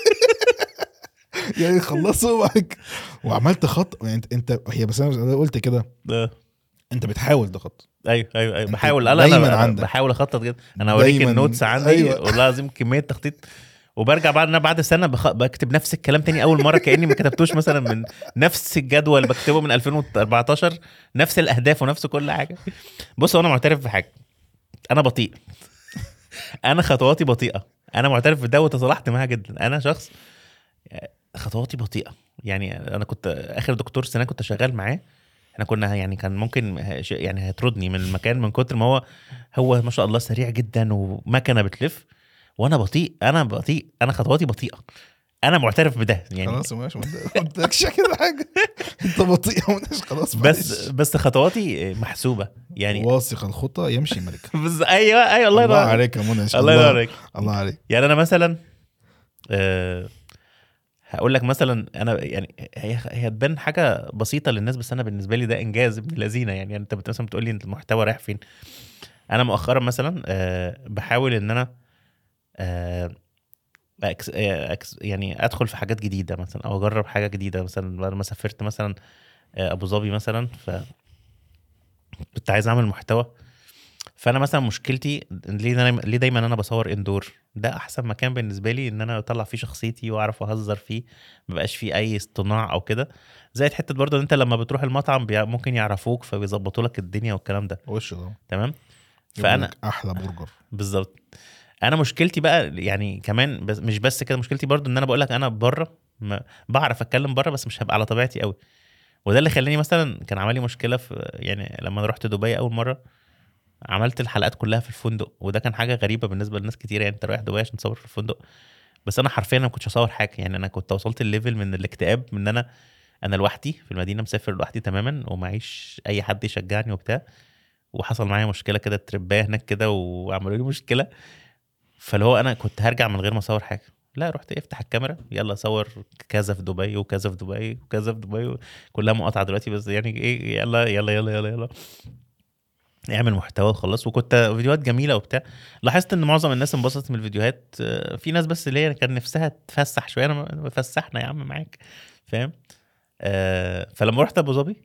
يعني خلصوا معاك وعملت خط يعني انت, انت هي بس انا قلت كده آه. انت بتحاول تخط. ايوه ايوه ايوه أنت بحاول انا دايماً انا عندك. بحاول اخطط جدا. انا اوريك دايماً. النوتس عندي أيوة. والله العظيم كميه تخطيط. وبرجع بعد انا بعد سنه بخ... بكتب نفس الكلام تاني اول مره كاني ما كتبتوش مثلا من نفس الجدول بكتبه من ألفين وأربعتاشر نفس الاهداف ونفس كل حاجه. بص انا معترف بحاجه انا بطيء. انا خطواتي بطيئه. انا معترف بده وتصالحت معاها جدا. انا شخص خطواتي بطيئه. يعني انا كنت اخر دكتور سنه كنت شغال معاه احنا كنا يعني كان ممكن يعني هيطردني من المكان من كتر ما هو هو ما شاء الله سريع جدا ومكنه بتلف وانا بطيء. انا بطيء انا خطواتي بطيئه. انا معترف بده يعني. خلاص ماشي ما قلتلكش كده حاجه انت بطيء ومش خلاص بس بس خطواتي محسوبه يعني. واثق الخطى يمشي ملك. بس ايوه ايوه الله الله ينور عليك يا منى. الله ينور عليك. الله عليك. يعني انا مثلا أه هقول لك مثلا انا يعني هي هي تبان حاجه بسيطه للناس بس انا بالنسبه لي ده انجاز ابن لذينه. يعني انت مثلا بتقول لي انت المحتوى رايح فين. انا مؤخرا مثلا أه بحاول ان انا أه أكس أكس يعني ادخل في حاجات جديده مثلا او اجرب حاجه جديده. مثلا بعد ما سافرت مثلا ابو ظبي مثلا ف كنت عايز اعمل محتوى. فانا مثلا مشكلتي ليه دايما ليه دايما انا بصور اندور. ده احسن مكان بالنسبه لي ان انا اطلع فيه شخصيتي واعرف اهزر فيه ما بقاش فيه اي اصطناع او كده. زي حته برضه انت لما بتروح المطعم ممكن يعرفوك فبيظبطوا لك الدنيا والكلام ده وش ده تمام. فانا احلى برجر بالظبط. انا مشكلتي بقى يعني كمان بس مش بس كده مشكلتي برضو ان انا بقول لك انا بره بعرف اتكلم بره بس مش هبقى على طبيعتي قوي. وده اللي خلاني مثلا كان عملي مشكله في يعني لما انا رحت دبي اول مره عملت الحلقات كلها في الفندق. وده كان حاجه غريبه بالنسبه لناس كتير. يعني انت رايح دبي عشان تصور في الفندق بس انا حرفيا ما كنتش اصور حاجه. يعني انا كنت وصلت الليفل من الاكتئاب من ان انا انا لوحدي في المدينه مسافر لوحدي تماما ومعيش اي حد يشجعني وبتاع. وحصل معايا مشكله كده تربايه هناك كده وعملوا لي مشكله. فاللي هو انا كنت هرجع من غير ما اصور حاجه. لا رحت افتح الكاميرا يلا صور كذا في دبي وكذا في دبي وكذا في دبي كلها مقاطعه دلوقتي بس يعني ايه يلا يلا يلا يلا يلا اعمل محتوى وخلاص. وكنت فيديوهات جميله وبتاع. لاحظت ان معظم الناس انبسطت من الفيديوهات. في ناس بس اللي هي كان نفسها تفسح شويه. انا فسحنا يا عم معاك فاهم. آه فلما رحت ابو ظبي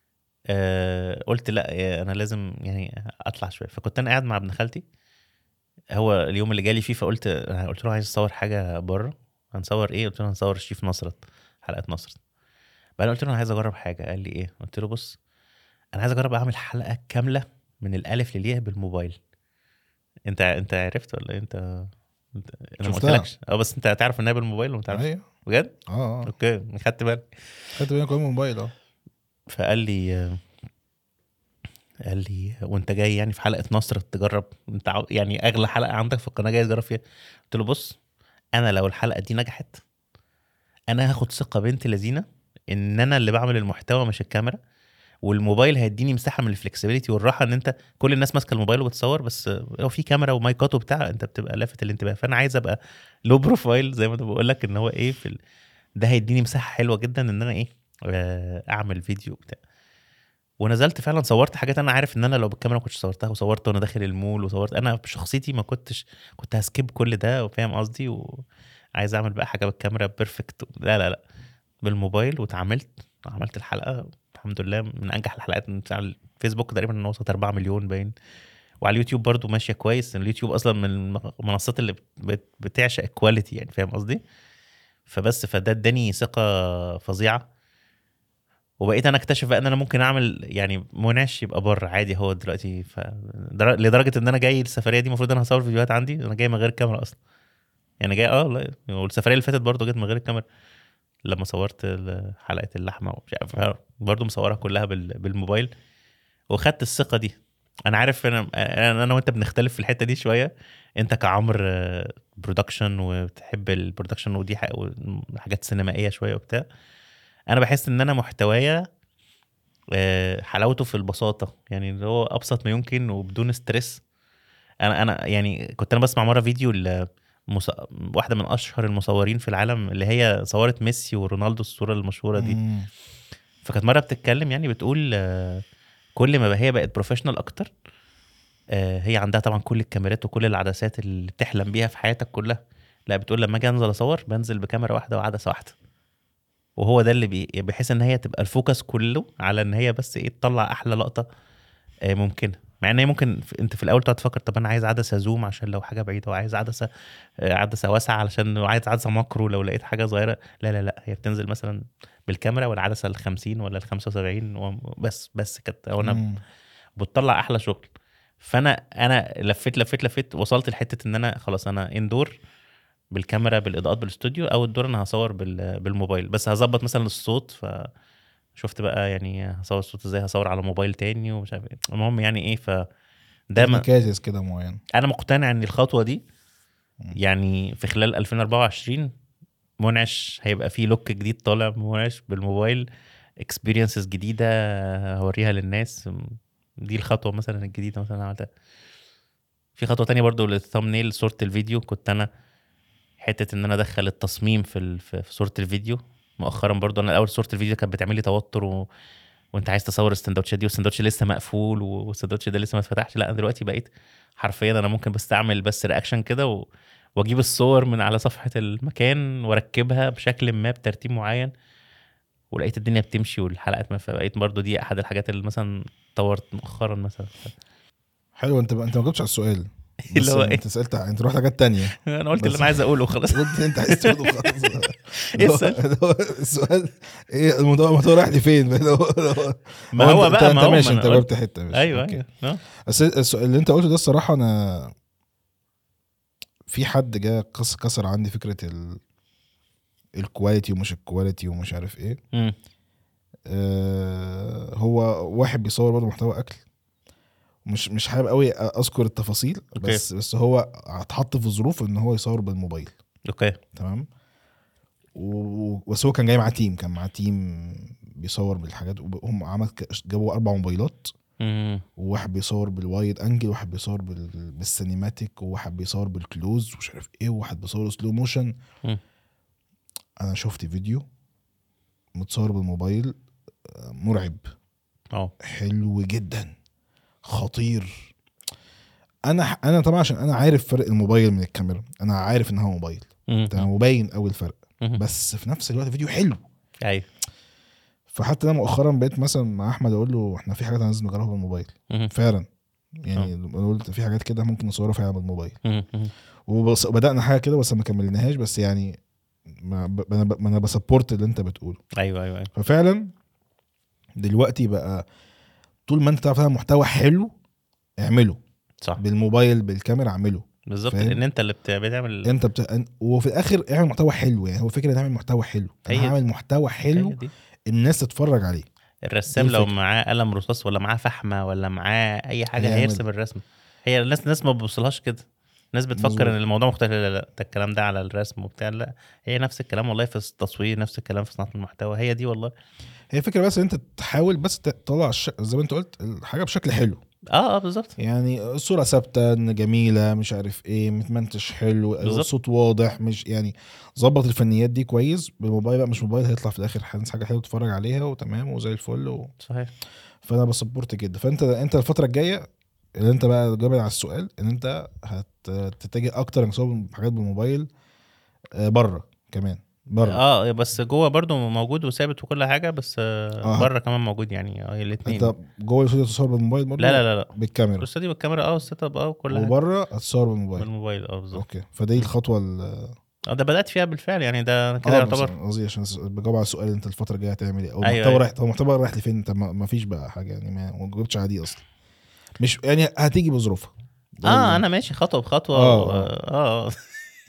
آه قلت لا انا لازم يعني اطلع شويه. فكنت انا قاعد مع ابن خالتي هو اليوم اللي جالي فيه فقلت قلت له عايز اصور حاجه بره. هنصور ايه؟ قلت له هنصور الشيف نصرت حلقه نصرت. بعدين قلت له انا عايز اجرب حاجه. قال لي ايه؟ قلت له بص انا عايز اجرب اعمل حلقه كامله من الالف للياء بالموبايل. انت انت عرفت ولا إيه؟ انت انت انا ما قلتلكش اه بس انت هتعرف انها بالموبايل ولا ما تعرفش؟ ايوه بجد اه اوكي خدت بالك. خدت بالك من الموبايل اه. فقال لي قال لي وانت جاي يعني في حلقه نصرت تجرب انت عاو... يعني اغلى حلقه عندك في القناه جاي تجرب فيها. قلت له بص انا لو الحلقه دي نجحت انا هاخد ثقه بنت لذينه ان انا اللي بعمل المحتوى مش الكاميرا. والموبايل هيديني مساحه من الفلكسبيليتي والراحه ان انت كل الناس ماسكه الموبايل وبتصور بس لو في كاميرا ومايكات وبتاع انت بتبقى لافت الانتباه. فانا عايز ابقى لو بروفايل زي ما انا بقول لك ان هو ايه في ال... ده هيديني مساحه حلوه جدا ان انا ايه اعمل فيديو بتاع. ونزلت فعلا صورت حاجات انا عارف ان انا لو بالكاميرا ما كنتش صورتها. وصورت وانا داخل المول وصورت انا بشخصيتي ما كنتش كنت هسكيب كل ده وفاهم قصدي. وعايز اعمل بقى حاجه بالكاميرا بيرفكت. لا لا لا بالموبايل. واتعاملت عملت الحلقه الحمد لله من انجح الحلقات بتاع الفيسبوك تقريبا وصلت أربعة مليون باين. وعلى اليوتيوب برضو ماشيه كويس. اليوتيوب اصلا من المنصات اللي بتعشق الكواليتي يعني فاهم قصدي. فبس فده اداني ثقه فظيعه. وبقيت انا اكتشف بقى ان انا ممكن اعمل يعني مناش يبقى بره عادي. هو دلوقتي ف... لدرجه ان انا جاي السفريه دي المفروض انا هصور فيديوهات عندي انا جاي من غير الكاميرا اصلا. يعني جاي اه والله. والسفريه اللي فاتت برضو جيت من غير الكاميرا لما صورت حلقه اللحمه ومش عارف برضو مصورها كلها بال... بالموبايل. وخدت الثقه دي. انا عارف انا انا أنا وانت بنختلف في الحته دي شويه. انت كعمر برودكشن وبتحب البرودكشن ودي ح- حاجات سينمائيه شويه وبتاع. انا بحس ان انا محتوايا آه، حلاوته في البساطه، يعني اللي هو ابسط ما يمكن وبدون ستريس. انا انا يعني كنت انا بسمع مره فيديو ل مص... واحده من اشهر المصورين في العالم اللي هي صورت ميسي ورونالدو الصوره المشهوره دي. مم. فكانت مره بتتكلم يعني بتقول آه، كل ما هي بقت بروفيشنال اكتر، آه، هي عندها طبعا كل الكاميرات وكل العدسات اللي بتحلم بيها في حياتك كلها. لا بتقول لما اجي انزل اصور بنزل بكاميرا واحده وعدسه واحده، وهو ده اللي بي... بحيث ان هي تبقى الفوكس كله على ان هي بس ايه تطلع احلى لقطه آه، ممكنه. مع ان هي ممكن في... انت في الاول تقعد تفكر طب انا عايز عدسه زوم عشان لو حاجه بعيده، وعايز عدسه آه، عدسه واسعه علشان عايز عدسه ماكرو لو لقيت حاجه صغيره. لا لا لا هي بتنزل مثلا بالكاميرا والعدسه ال خمسين ولا ال خمسة وسبعين و- بس بس كانت وانا مم. بتطلع احلى شغل. فانا انا لفيت لفيت لفيت وصلت لحته ان انا خلاص انا اندور بالكاميرا بالاضاءات بالاستوديو، او الدور انا هصور بال... بالموبايل بس هظبط مثلا الصوت. فشفت بقى يعني هصور الصوت ازاي، هصور على موبايل تاني ومش عارف ايه. المهم يعني ايه ف دايما تكنيكاليز كده معين. انا مقتنع ان الخطوه دي مم. يعني في خلال ألفين وأربعة وعشرين منعش هيبقى فيه لوك جديد طالع منعش بالموبايل، اكسبيرينسز جديده هوريها للناس. دي الخطوه مثلا الجديده مثلا عملتها. في خطوه تانية برضو للثامنيل صوره الفيديو. كنت انا حته ان انا ادخل التصميم في ال... في في صوره الفيديو مؤخرا. برضو انا الاول صوره الفيديو كانت بتعمل لي توتر و... وانت عايز تصور السندوتشات دي والسندوتش لسه مقفول والسندوتش ده لسه ما اتفتحش. لا دلوقتي بقيت حرفيا انا ممكن بس اعمل بس رياكشن كده و... واجيب الصور من على صفحه المكان واركبها بشكل ما بترتيب معين، ولقيت الدنيا بتمشي والحلقات ما. فبقيت برضو دي احد الحاجات اللي مثلا طورت مؤخرا مثلا. حلو. انت انت ما جاوبتش على السؤال، اللي بس هو يعني ايه؟ انت سالت، انت رحت حاجات تانية. انا قلت اللي بس انا عايز اقوله خلاص. قلت اللي انت عايز تقوله خلاص. ايه اللي هو السؤال؟ اللي هو السؤال ايه الموضوع، الموضوع رايح لفين؟ اللي هو اللي هو ما هو هو انت انت, بقى ما انت هو ما ماشي، انا انت جاوبت قلت. حته ماشي ايوه اوكي. ايوه اه. بس السؤال اللي انت قلته ده الصراحه، انا في حد جه كسر كسر عندي فكره ال... الكواليتي ومش الكواليتي ومش عارف ايه. امم آه هو واحد بيصور برضه محتوى اكل، مش مش حابب قوي اذكر التفاصيل، اوكي بس بس هو اتحط في ظروف ان هو يصور بالموبايل. اوكي تمام. و- بس هو كان جاي مع تيم، كان مع تيم بيصور بالحاجات، وهم عمل ك- جابوا اربع موبايلات، امم وواحد بيصور بالوايد انجل، وواحد بيصور بال... بالسينماتيك، وواحد بيصور بالكلوز ومش عارف ايه، وواحد بيصور سلو موشن. امم انا شفت فيديو متصور بالموبايل، آه، مرعب، اه حلو جدا، خطير. انا انا طبعا عشان انا عارف فرق الموبايل من الكاميرا، انا عارف ان هو موبايل، تمام، وباين قوي الفرق، مهم. بس في نفس الوقت فيديو حلو. ايوه فحتى انا مؤخرا بقيت مثلا مع احمد اقول له احنا في حاجات لازم نجربها بالموبايل مهم. فعلا. اه. يعني أنا قلت في حاجات كده ممكن نصورها فعلا بالموبايل، مهم. مهم. وبص- وبدانا حاجه كده بس ما كملناهاش، بس يعني ما ب- انا ب- ما انا بسبورت اللي انت بتقوله. ايوه ايوه ايوه ففعلا دلوقتي بقى طول ما انت تعرف تعمل محتوى حلو اعمله صح بالموبايل بالكاميرا، اعمله. بالظبط، لان فاهم؟ انت اللي بت- بتعمل. انت بت... وفي الاخر اعمل محتوى حلو. يعني هو فكره تعمل محتوى حلو، انا هي هعمل دي محتوى هي حلو دي الناس تتفرج عليه. دي الرسام لو الفكره. معاه قلم رصاص ولا معاه فحمه ولا معاه اي حاجه هيعمل هيرسم الرسم. هي الناس الناس ما بتوصلهاش كده. الناس بتفكر ان مظبوط. الموضوع مختلف. لا لا لا، ده الكلام ده على الرسم وبتاع. لا هي نفس الكلام والله في التصوير، نفس الكلام في صناعه المحتوى. هي دي والله. هي فكره بس ان انت تحاول بس تطلع الش... زي ما انت قلت الحاجه بشكل حلو. اه اه بالظبط يعني الصوره ثابته إن جميله مش عارف ايه، متمنتج حلو، بالظبط الصوت واضح، مش يعني ظبط الفنيات دي كويس. بالموبايل بقى مش موبايل هيطلع في الاخر حاجه حلوه تتفرج عليها وتمام وزي الفل و... صحيح. فانا بسبورت كده. فانت انت الفتره الجايه اللي انت بقى جاوب على السؤال ان انت هتتجه اكتر انك تصور حاجات بالموبايل بره كمان بره. اه بس جوه برضو موجود وثابت وكل حاجه، بس آه اه هت... بره كمان موجود يعني اه الاثنين. انت جوه الاستوديو تصور بالموبايل لا لا برضه لا لا بالكاميرا، الاستوديو بالكاميرا اه والسيت اب اه وكل حاجه وبره هتصور بالموبايل. بالموبايل اه بالظبط. اوكي، فدي م. الخطوه ال... اه ده بدات فيها بالفعل يعني، ده كده اه بس يعتبر. قصدي عشان بجاوب على السؤال انت الفتره الجايه هتعمل ايه، او ايوه المحتوى ايوه رايح، هو المحتوى رايح لفين؟ انت ما ما فيش بقى حاجه يعني، ما ما جاوبتش على دي اصلا، مش يعني هتيجي بظروفها. ده اه اللي... انا ماشي خطوه بخطوه و... اه اه اه اه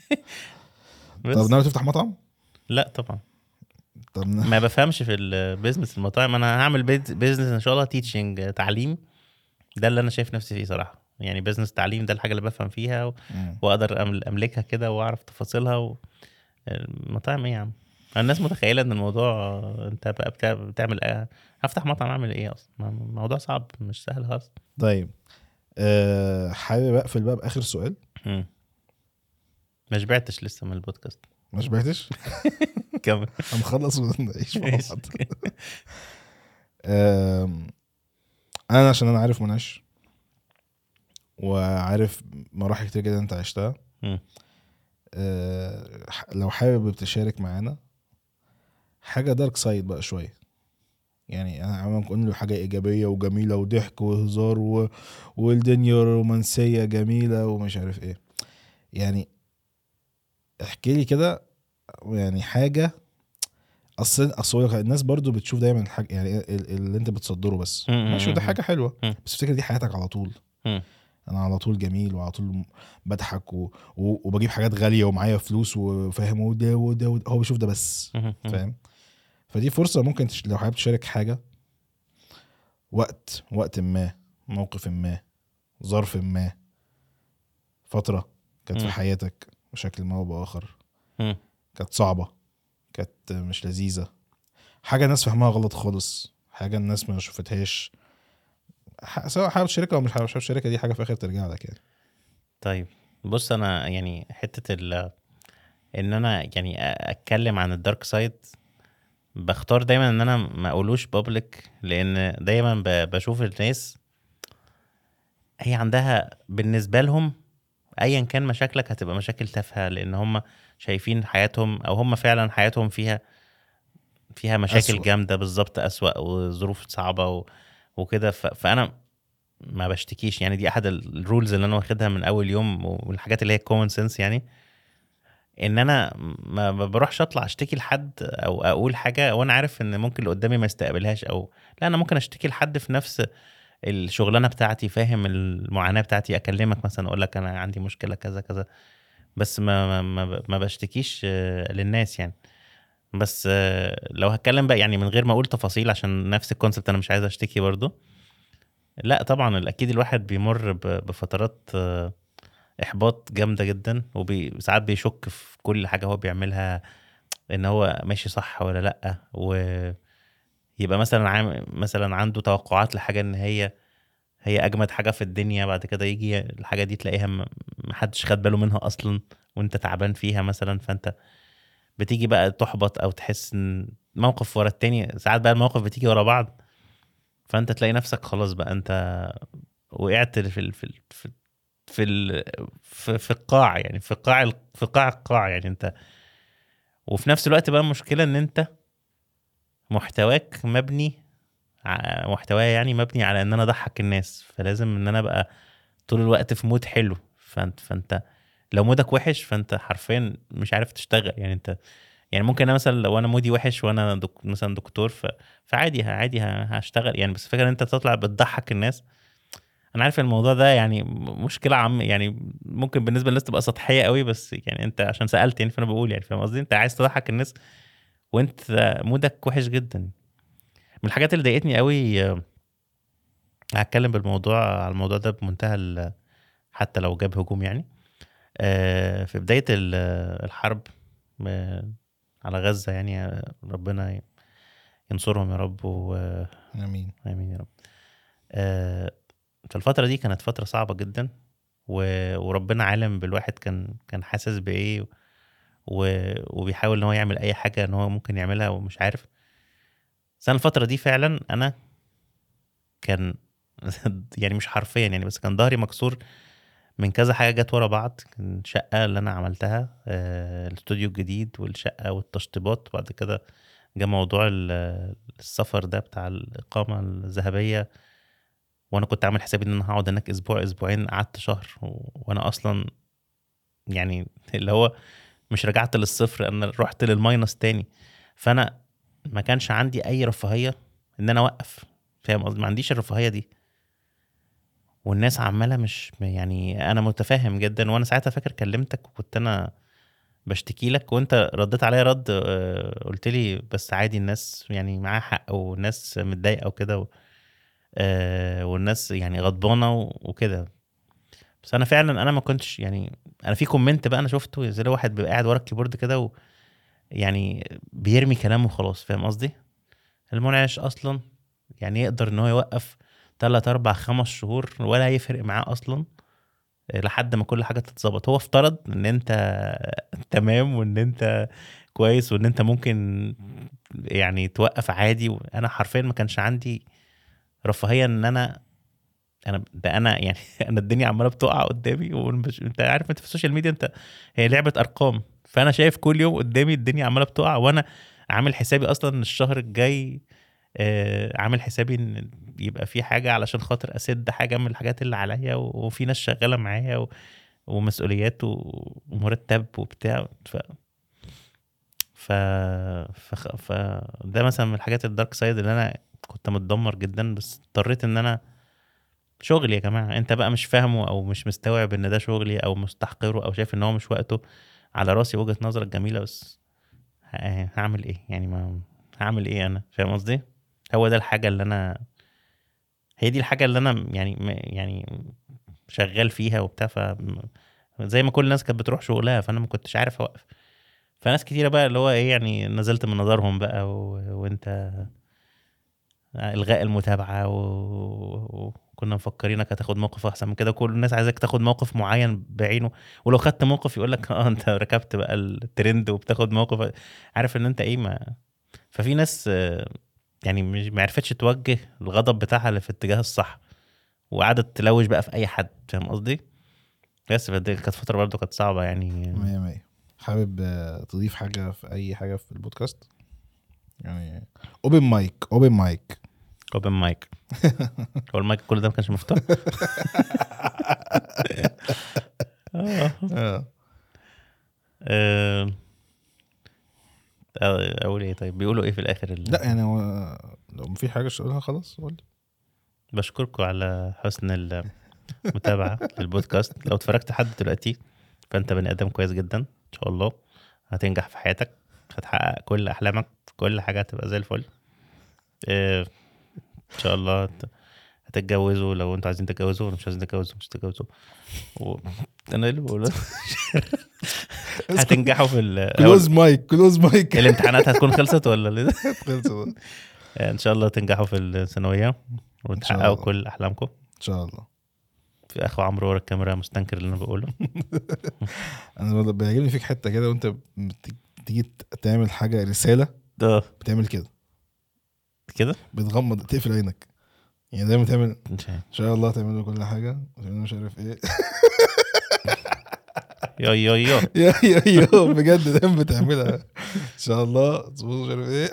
طب بس. ناوي تفتح مطعم؟ لا طبعا طب ما بفهمش في البيزنس المطاعم. انا هعمل بيز- بيزنس ان شاء الله تيتشنج، تعليم. ده اللي انا شايف نفسي فيه صراحه، يعني بزنس تعليم ده الحاجه اللي بفهم فيها و... واقدر أمل- املكها كده واعرف تفاصيلها و... المطاعم ايه يا عم؟ الناس متخيله ان الموضوع انت بقى بتاع... بتعمل ايه، هفتح مطعم اعمل ايه اصلا؟ الموضوع صعب مش سهل خالص. طيب أه حابب اقفل بقى باخر سؤال. مم. ما شبعتش لسه من البودكاست. ما شبعتش؟ كمل. هنخلص ونعيش مع ماشي. بعض. آم، انا عشان انا عارف مناش وعارف مراحل كتير جدا انت عشتها، مم. آه، لو حابب تشارك معانا حاجه دارك سايد بقى شويه، يعني انا عمال اقول له حاجه ايجابيه وجميله وضحك وهزار و... والدنيا رومانسيه جميله ومش عارف ايه، يعني احكي لي كده يعني حاجه. اصل اصل الناس برضو بتشوف دايما الحاجه يعني ال- اللي انت بتصدره بس، مم. ماشي وده مم. حاجه حلوه، مم. بس افتكر دي حياتك على طول. مم. انا على طول جميل وعلى طول بضحك و... و... وبجيب حاجات غاليه ومعايا فلوس وفاهم وده وده وده، هو بيشوف ده بس، مم. فاهم؟ فدي فرصه ممكن تش... لو حابب تشارك حاجه، وقت وقت ما، موقف ما، ظرف ما، فتره كانت في مم. حياتك بشكل ما او باخر مم. كانت صعبه، كانت مش لذيذه، حاجه الناس فهمها غلط خالص، حاجه الناس ما شفتهاش، ح- سواء حابب تشاركها او مش حابب تشاركها، دي حاجه في الاخر ترجع لك يعني. طيب بص، انا يعني حته ال... ان انا يعني أ- اتكلم عن الدارك سايد، بختار دايما ان انا ما اقولوش بابليك، لان دايما ب... بشوف الناس هي عندها بالنسبه لهم ايا كان مشاكلك هتبقى مشاكل تافهه، لان هم شايفين حياتهم او هم فعلا حياتهم فيها فيها مشاكل اسوأ. جامده بالظبط، اسوأ وظروف صعبه و... وكده. ف... فانا ما بشتكيش، يعني دي احد الرولز اللي انا واخدها من اول يوم، والحاجات اللي هي كومن سنس، يعني ان انا ما ما بروحش اطلع اشتكي لحد او اقول حاجه وانا عارف ان ممكن اللي قدامي ما يستقبلهاش، او لا انا ممكن اشتكي لحد في نفس الشغلانه بتاعتي، فاهم المعاناه بتاعتي، اكلمك مثلا اقول لك انا عندي مشكله كذا كذا، بس ما ما ما ما بشتكيش آه، للناس يعني. بس آه، لو هتكلم بقى يعني من غير ما اقول تفاصيل عشان نفس الكونسبت انا مش عايز اشتكي برضو، لا طبعا اكيد الواحد بيمر ب- بفترات آه، احباط جامده جدا، وساعات بيشك في كل حاجه هو بيعملها ان هو ماشي صح ولا لا، ويبقى مثلا عام مثلا عنده توقعات لحاجه ان هي هي اجمد حاجه في الدنيا، بعد كده يجي الحاجه دي تلاقيها م- محدش خد باله منها اصلا وانت تعبان فيها مثلا، فانت بتيجي بقى تحبط او تحس ان موقف ورا التاني، ساعات بقى المواقف بتيجي ورا بعض، فانت تلاقي نفسك خلاص بقى انت وقعت في ال... في ال... في في ال... في, في القاع، يعني في قاع ال- في قاع القاع يعني انت. وفي نفس الوقت بقى المشكله ان انت محتواك مبني ع- محتواي يعني مبني على ان انا اضحك الناس، فلازم ان انا ابقى طول الوقت في مود حلو، فانت فانت لو مودك وحش فانت حرفيا مش عارف تشتغل، يعني انت يعني ممكن انا مثلا لو انا مودي وحش وانا دك... مثلا دكتور ف... فعادي ه- عادي ه... هشتغل يعني، بس الفكره ان انت تطلع بتضحك الناس. انا عارف الموضوع ده يعني م- مشكله عم يعني ممكن بالنسبه للناس تبقى سطحيه قوي، بس يعني انت عشان سالت يعني فانا بقول يعني فاهم قصدي، انت عايز تضحك الناس وانت مودك وحش جدا. من الحاجات اللي ضايقتني قوي آه، هتكلم بالموضوع على الموضوع ده بمنتهى ال- حتى لو جاب هجوم يعني، آه، في بدايه ال- الحرب آه، على غزه، يعني آه، ربنا ينصرهم يا رب و- امين. امين يا رب. آه، فالفتره دي كانت فتره صعبه جدا، و- وربنا عالم بالواحد كان كان حاسس بايه، و- وبيحاول ان هو يعمل اي حاجه ان هو ممكن يعملها ومش عارف. بس انا الفتره دي فعلا انا كان يعني مش حرفيا يعني، بس كان ظهري مكسور من كذا حاجه جت ورا بعض. كان الشقه اللي انا عملتها آه، الاستوديو الجديد والشقه والتشطيبات، بعد كده جه موضوع ال- السفر ده بتاع الاقامه الذهبيه، وانا كنت عامل حسابي ان انا هقعد هناك اسبوع اسبوعين، قعدت شهر و... وانا اصلا يعني اللي هو مش رجعت للصفر، انا رحت للماينس تاني. فانا ما كانش عندي اي رفاهيه ان انا اوقف، فاهم قصدي؟ ما عنديش الرفاهيه دي، والناس عماله مش يعني انا متفاهم جدا. وانا ساعتها فاكر كلمتك وكنت انا بشتكي لك، وانت رديت عليا رد آه، قلت لي بس عادي الناس يعني معاها حق والناس متضايقه وكده و... آه والناس يعني غضبانه و- وكده. بس انا فعلا انا ما كنتش يعني، انا في كومنت بقى انا شفته زي واحد بيبقى قاعد ورا الكيبورد كده و يعني بيرمي كلامه خلاص، فاهم قصدي؟ المنعش اصلا يعني يقدر ان هو يوقف تلات اربع خمس شهور ولا هيفرق معاه اصلا لحد ما كل حاجه تتظبط. هو افترض ان انت تمام وان انت كويس وان انت ممكن يعني توقف عادي. انا حرفيا ما كانش عندي رفاهيه ان انا انا ده انا يعني انا الدنيا عماله بتقع قدامي ومش، انت عارف انت في السوشيال ميديا انت هي لعبه ارقام، فانا شايف كل يوم قدامي الدنيا عماله بتقع، وانا عامل حسابي اصلا الشهر الجاي آه، عامل حسابي ان يبقى في حاجه علشان خاطر اسد حاجه من الحاجات اللي عليا، و- وفي ناس شغاله معايا و- ومسؤوليات و- ومرتب وبتاع. ف ف ف, ف... ده مثلا من الحاجات الدارك سايد اللي انا كنت متدمر جدا، بس اضطريت ان انا شغلي يا جماعه، انت بقى مش فاهمه او مش مستوعب ان ده شغلي او مستحقره او شايف ان هو مش وقته. على راسي وجهة نظرك جميله، بس ه- هعمل ايه يعني؟ ما هعمل ايه انا؟ فاهم قصدي؟ هو ده الحاجه اللي انا هي دي الحاجه اللي انا يعني م- يعني شغال فيها وبتاع. ف زي ما كل الناس كانت بتروح شغلها فانا ما كنتش عارف اوقف. فناس كتيره بقى اللي هو ايه يعني نزلت من نظرهم بقى و... وانت الغاء المتابعه و... وكنا مفكرينك هتاخد موقف احسن من كده. كل الناس عايزاك تاخد موقف معين بعينه، ولو خدت موقف يقول لك اه انت ركبت بقى الترند وبتاخد موقف، عارف ان انت ايه ما. ففي ناس آه، يعني مش ما عرفتش توجه الغضب بتاعها اللي في الاتجاه الصح، وقعدت تلوش بقى في اي حد، فاهم قصدي؟ بس فدي كانت فتره برضه كانت صعبه يعني. مية مية. حابب آه، تضيف حاجة في أي حاجة في البودكاست يعني؟ اوبن مايك اوبن مايك اوبن مايك. هو المايك كل ده ما كانش مفتوح؟ اه آه. آه، اقول ايه طيب؟ بيقولوا ايه في الاخر ال... لا يعني هو لو في حاجة تقولها خلاص قول. بشكركم على حسن المتابعه للبودكاست. لو اتفرجت لحد دلوقتي فانت بني ادم كويس جدا ان شاء الله، هتنجح في حياتك، هتحقق كل احلامك، كل حاجه هتبقى زي الفل. آه، ان شاء الله هت- هتتجوزوا لو انتوا عايزين تتجوزوا، ولا مش عايزين تتجوزوا مش تتجوزوا. و... انا اللي بقوله هتنجحوا في ال... كلوز مايك كلوز مايك الامتحانات هتكون خلصت ولا لسه؟ خلصت. ان شاء الله تنجحوا في الثانويه إن شاء وتحققوا الله. كل احلامكم. ان شاء الله. في اخو عمرو ورا الكاميرا مستنكر اللي انا بقوله. انا والله بيعجبني فيك حته كده، وانت بت- تيجي تعمل حاجه رساله ده بتعمل كده، كده بتغمض تقفل عينك يعني، دايما تعمل مش عارف. ان شاء الله تعمل له كل حاجه وتعمل له مش عارف ايه. يا يا يا يا يا يا بجد دايما بتعملها ان شاء الله تظبط مش عارف ايه.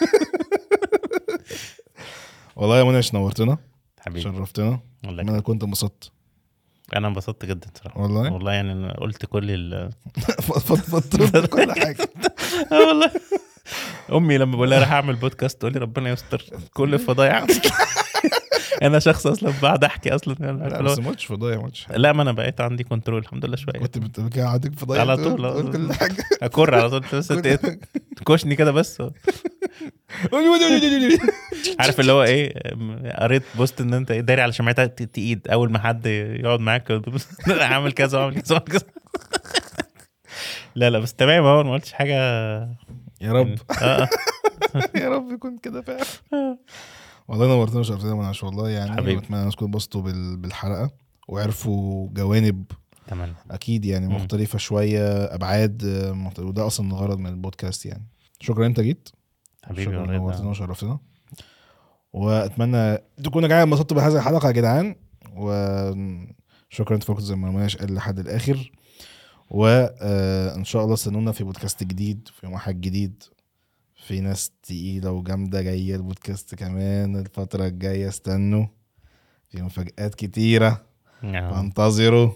والله يا منى نورتنا حبيبي شرفتنا. والله انا كده. كنت انبسطت انا انبسطت جدا صراحه والله. والله يعني انا قلت كل ال فضفضت كل حاجه. اه والله. امي لما بقول لها راح اعمل بودكاست تقول لي ربنا يستر كل الفضايع. انا شخص اصلا بعد احكي اصلا يعني عارف لا اللي هو- بس ما قلتش فضايح ما قلتش حاجه. لا ما انا بقيت عندي كنترول الحمد لله شويه. كنت بتقول كده عندك فضايح على تقول- طول تقول كل حاجه. اكر على طول بس انت إيه؟ تكوشني كده بس. عارف اللي هو ايه، قريت بوست ان انت داري على شمعتها تقيد اول ما حد يقعد معاك عامل كذا وعامل كذا وعامل كذا. لا لا بس تمام اهو ما قلتش حاجه. يا رب اه يا رب يكون كده فعلا. والله نورتنا وشرفتنا من عش والله يعني. حبيبي. واتمنى الناس تكونوا انبسطوا بال- بالحلقه وعرفوا جوانب تمام اكيد يعني مم. مختلفه شويه، ابعاد آه، مختلفة. وده اصلا الغرض من البودكاست يعني. شكرا انت جيت، حبيبي شكرا والله نورتنا ده- وشرفتنا. واتمنى تكونوا جايين انبسطتوا بهذه الحلقه يا جدعان. وشكرا انت فوقت زي ما مناش قال لحد الاخر. وان شاء الله استنونا في بودكاست جديد في يوم واحد جديد. في ناس تقيلة وجامدة جاية البودكاست كمان الفترة الجاية، استنوا في مفاجآت كتيرة آه. فانتظروا.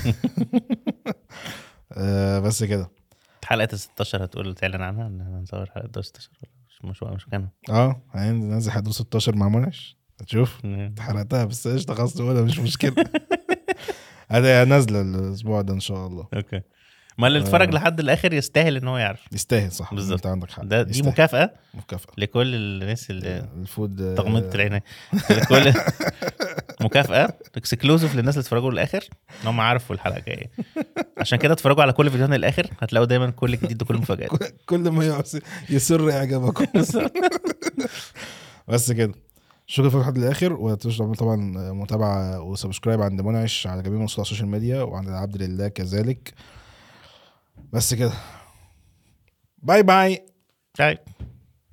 آه بس كده. حلقه ال ستاشر هتقول تعلن عنها ان هنصور حلقه ال ستاشر مش مش مش مكانها. اه هننزل حد ستاشر مع منعش هتشوف. حرقتها بس قشطة خلاص نقولها مش مشكلة. هذا نازلة الأسبوع ده إن شاء الله. اوكي ما اللي اتفرج آه. لحد الاخر يستاهل ان هو يعرف. يستاهل صح بالظبط. انت عندك حق ده دي يستاهل. مكافأة مكافأة لكل الناس اللي الفود تغمضت العينين. لكل مكافأة اكسكلوزيف للناس اللي اتفرجوا للاخر ان هم عارفوا الحلقة الجاية. عشان كده اتفرجوا على كل فيديوهاتنا للاخر، هتلاقوا دايما كل جديد وكل مفاجآت. كل ما يعس- يسر اعجابكم. بس كده شكرا لكم لحد الاخر، وتشرب طبعا متابعه وسبسكرايب عند منعش على جميع منصات السوشيال ميديا، وعند العبد لله كذلك. بس كده باي باي. طيب